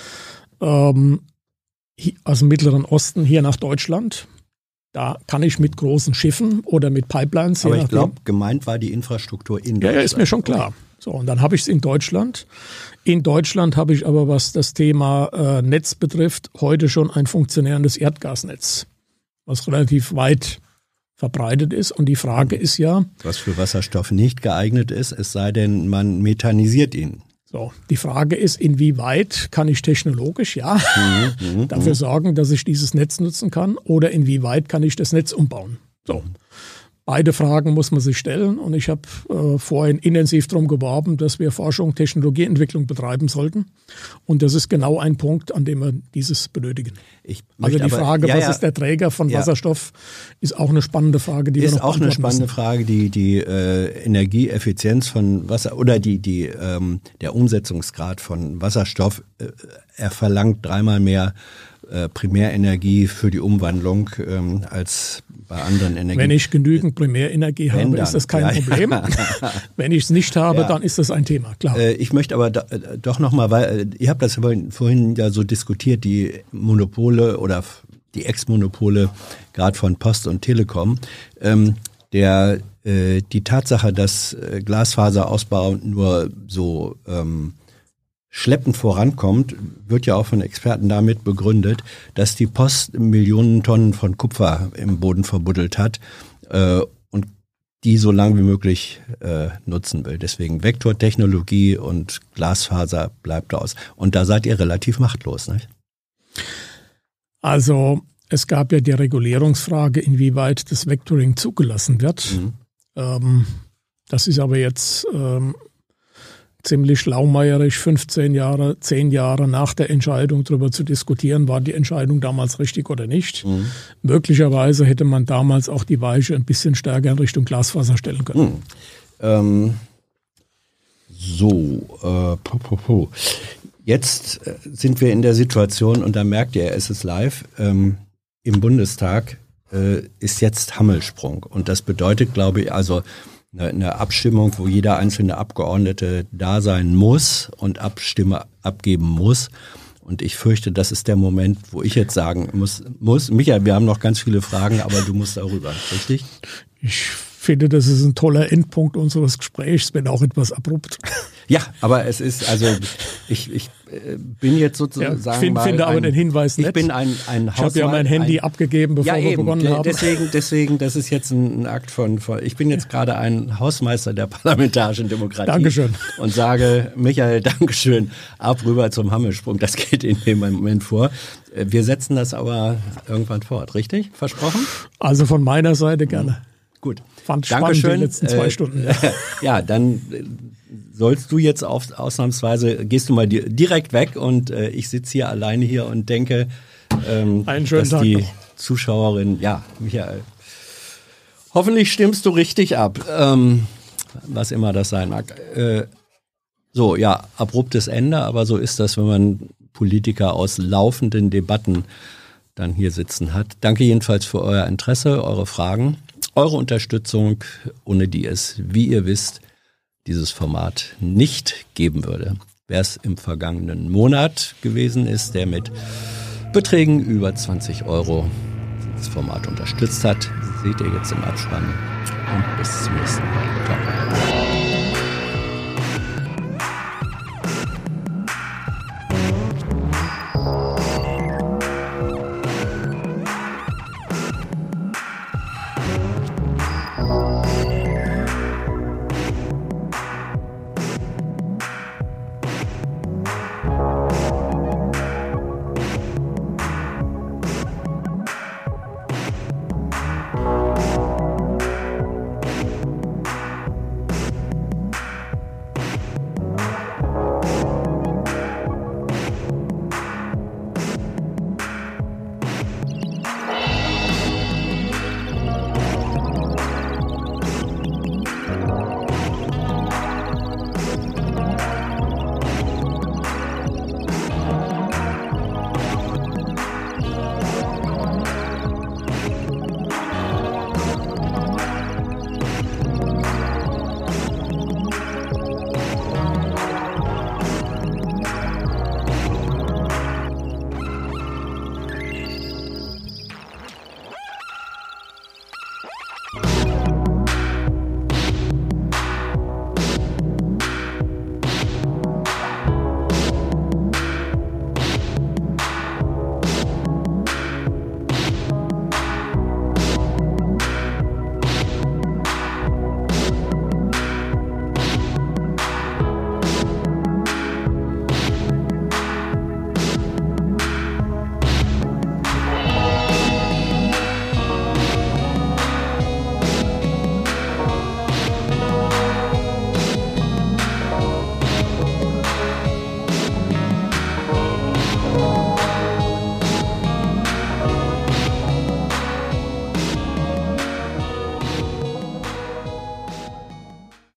ähm, hier, aus dem Mittleren Osten hier nach Deutschland. Da kann ich mit großen Schiffen oder mit Pipelines... Aber ich glaube, gemeint war die Infrastruktur in Deutschland. Ja, ja, ist mir schon klar. So, und dann habe ich es in Deutschland. In Deutschland habe ich aber, was das Thema äh, Netz betrifft, heute schon ein funktionierendes Erdgasnetz, was relativ weit verbreitet ist. Und die Frage ist ja... Was für Wasserstoff nicht geeignet ist, es sei denn, man methanisiert ihn. So, die Frage ist, inwieweit kann ich technologisch ja mhm, dafür sorgen, dass ich dieses Netz nutzen kann oder inwieweit kann ich das Netz umbauen. So. Beide Fragen muss man sich stellen und ich habe äh, vorhin intensiv darum geworben, dass wir Forschung, Technologieentwicklung betreiben sollten und das ist genau ein Punkt, an dem wir dieses benötigen. Ich also die aber, Frage, ja, was ja. ist der Träger von ja. Wasserstoff, ist auch eine spannende Frage, die ist wir noch auch eine spannende müssen. Frage, die die äh, Energieeffizienz von Wasser oder die die ähm, der Umsetzungsgrad von Wasserstoff, äh, er verlangt dreimal mehr äh, Primärenergie für die Umwandlung ähm, als bei anderen Energien. Wenn ich genügend Primärenergie habe, dann, ist das kein ja, Problem. Ja. Wenn ich es nicht habe, ja. dann ist das ein Thema, klar. Äh, ich möchte aber da, äh, doch nochmal, weil äh, ihr habt das vorhin ja so diskutiert, die Monopole oder die Ex-Monopole, gerade von Post und Telekom, ähm, der äh, die Tatsache, dass äh, Glasfaserausbau nur so ähm, schleppend vorankommt, wird ja auch von Experten damit begründet, dass die Post Millionen Tonnen von Kupfer im Boden verbuddelt hat äh, und die so lange wie möglich äh, nutzen will. Deswegen Vektortechnologie und Glasfaser bleibt aus. Und da seid ihr relativ machtlos, nicht? Also es gab ja die Regulierungsfrage, inwieweit das Vectoring zugelassen wird. Mhm. Ähm, das ist aber jetzt... Ähm, ziemlich laumeierisch fünfzehn Jahre, zehn Jahre nach der Entscheidung darüber zu diskutieren, war die Entscheidung damals richtig oder nicht. Mhm. Möglicherweise hätte man damals auch die Weiche ein bisschen stärker in Richtung Glasfaser stellen können. Mhm. Ähm, so, äh, po, po, po. Jetzt sind wir in der Situation, und da merkt ihr, es ist live, ähm, im Bundestag äh, ist jetzt Hammelsprung. Und das bedeutet, glaube ich, also eine, eine Abstimmung, wo jeder einzelne Abgeordnete da sein muss und Abstimme abgeben muss. Und ich fürchte, das ist der Moment, wo ich jetzt sagen muss, muss, Michael, wir haben noch ganz viele Fragen, aber du musst darüber, richtig? Ich finde, das ist ein toller Endpunkt unseres Gesprächs, wenn auch etwas abrupt. Ja, aber es ist, also ich, ich bin jetzt sozusagen ja, ich find, mal finde aber ein, den Hinweis nett. Ich bin ein, ein Ich habe ja mein Handy ein, abgegeben, bevor ja, wir eben, begonnen haben. Deswegen, deswegen, das ist jetzt ein, ein Akt von, von, ich bin jetzt gerade ein Hausmeister der parlamentarischen Demokratie. Dankeschön. Und sage, Michael, Dankeschön, ab rüber zum Hammelsprung, das geht in dem Moment vor. Wir setzen das aber irgendwann fort, richtig? Versprochen? Also von meiner Seite gerne. Gut. Fand spannend Dankeschön. Die letzten zwei äh, Stunden. Ja, dann sollst du jetzt auf, ausnahmsweise, gehst du mal di- direkt weg und äh, ich sitze hier alleine hier und denke, ähm, Einen schönen dass Tag die noch. Zuschauerin, ja, Michael, hoffentlich stimmst du richtig ab, ähm, was immer das sein mag. Äh, so, ja, abruptes Ende, aber so ist das, wenn man Politiker aus laufenden Debatten dann hier sitzen hat. Danke jedenfalls für euer Interesse, eure Fragen. Eure Unterstützung, ohne die es, wie ihr wisst, dieses Format nicht geben würde. Wer es im vergangenen Monat gewesen ist, der mit Beträgen über zwanzig Euro das Format unterstützt hat, seht ihr jetzt im Abspann. Und bis zum nächsten Mal. Ciao.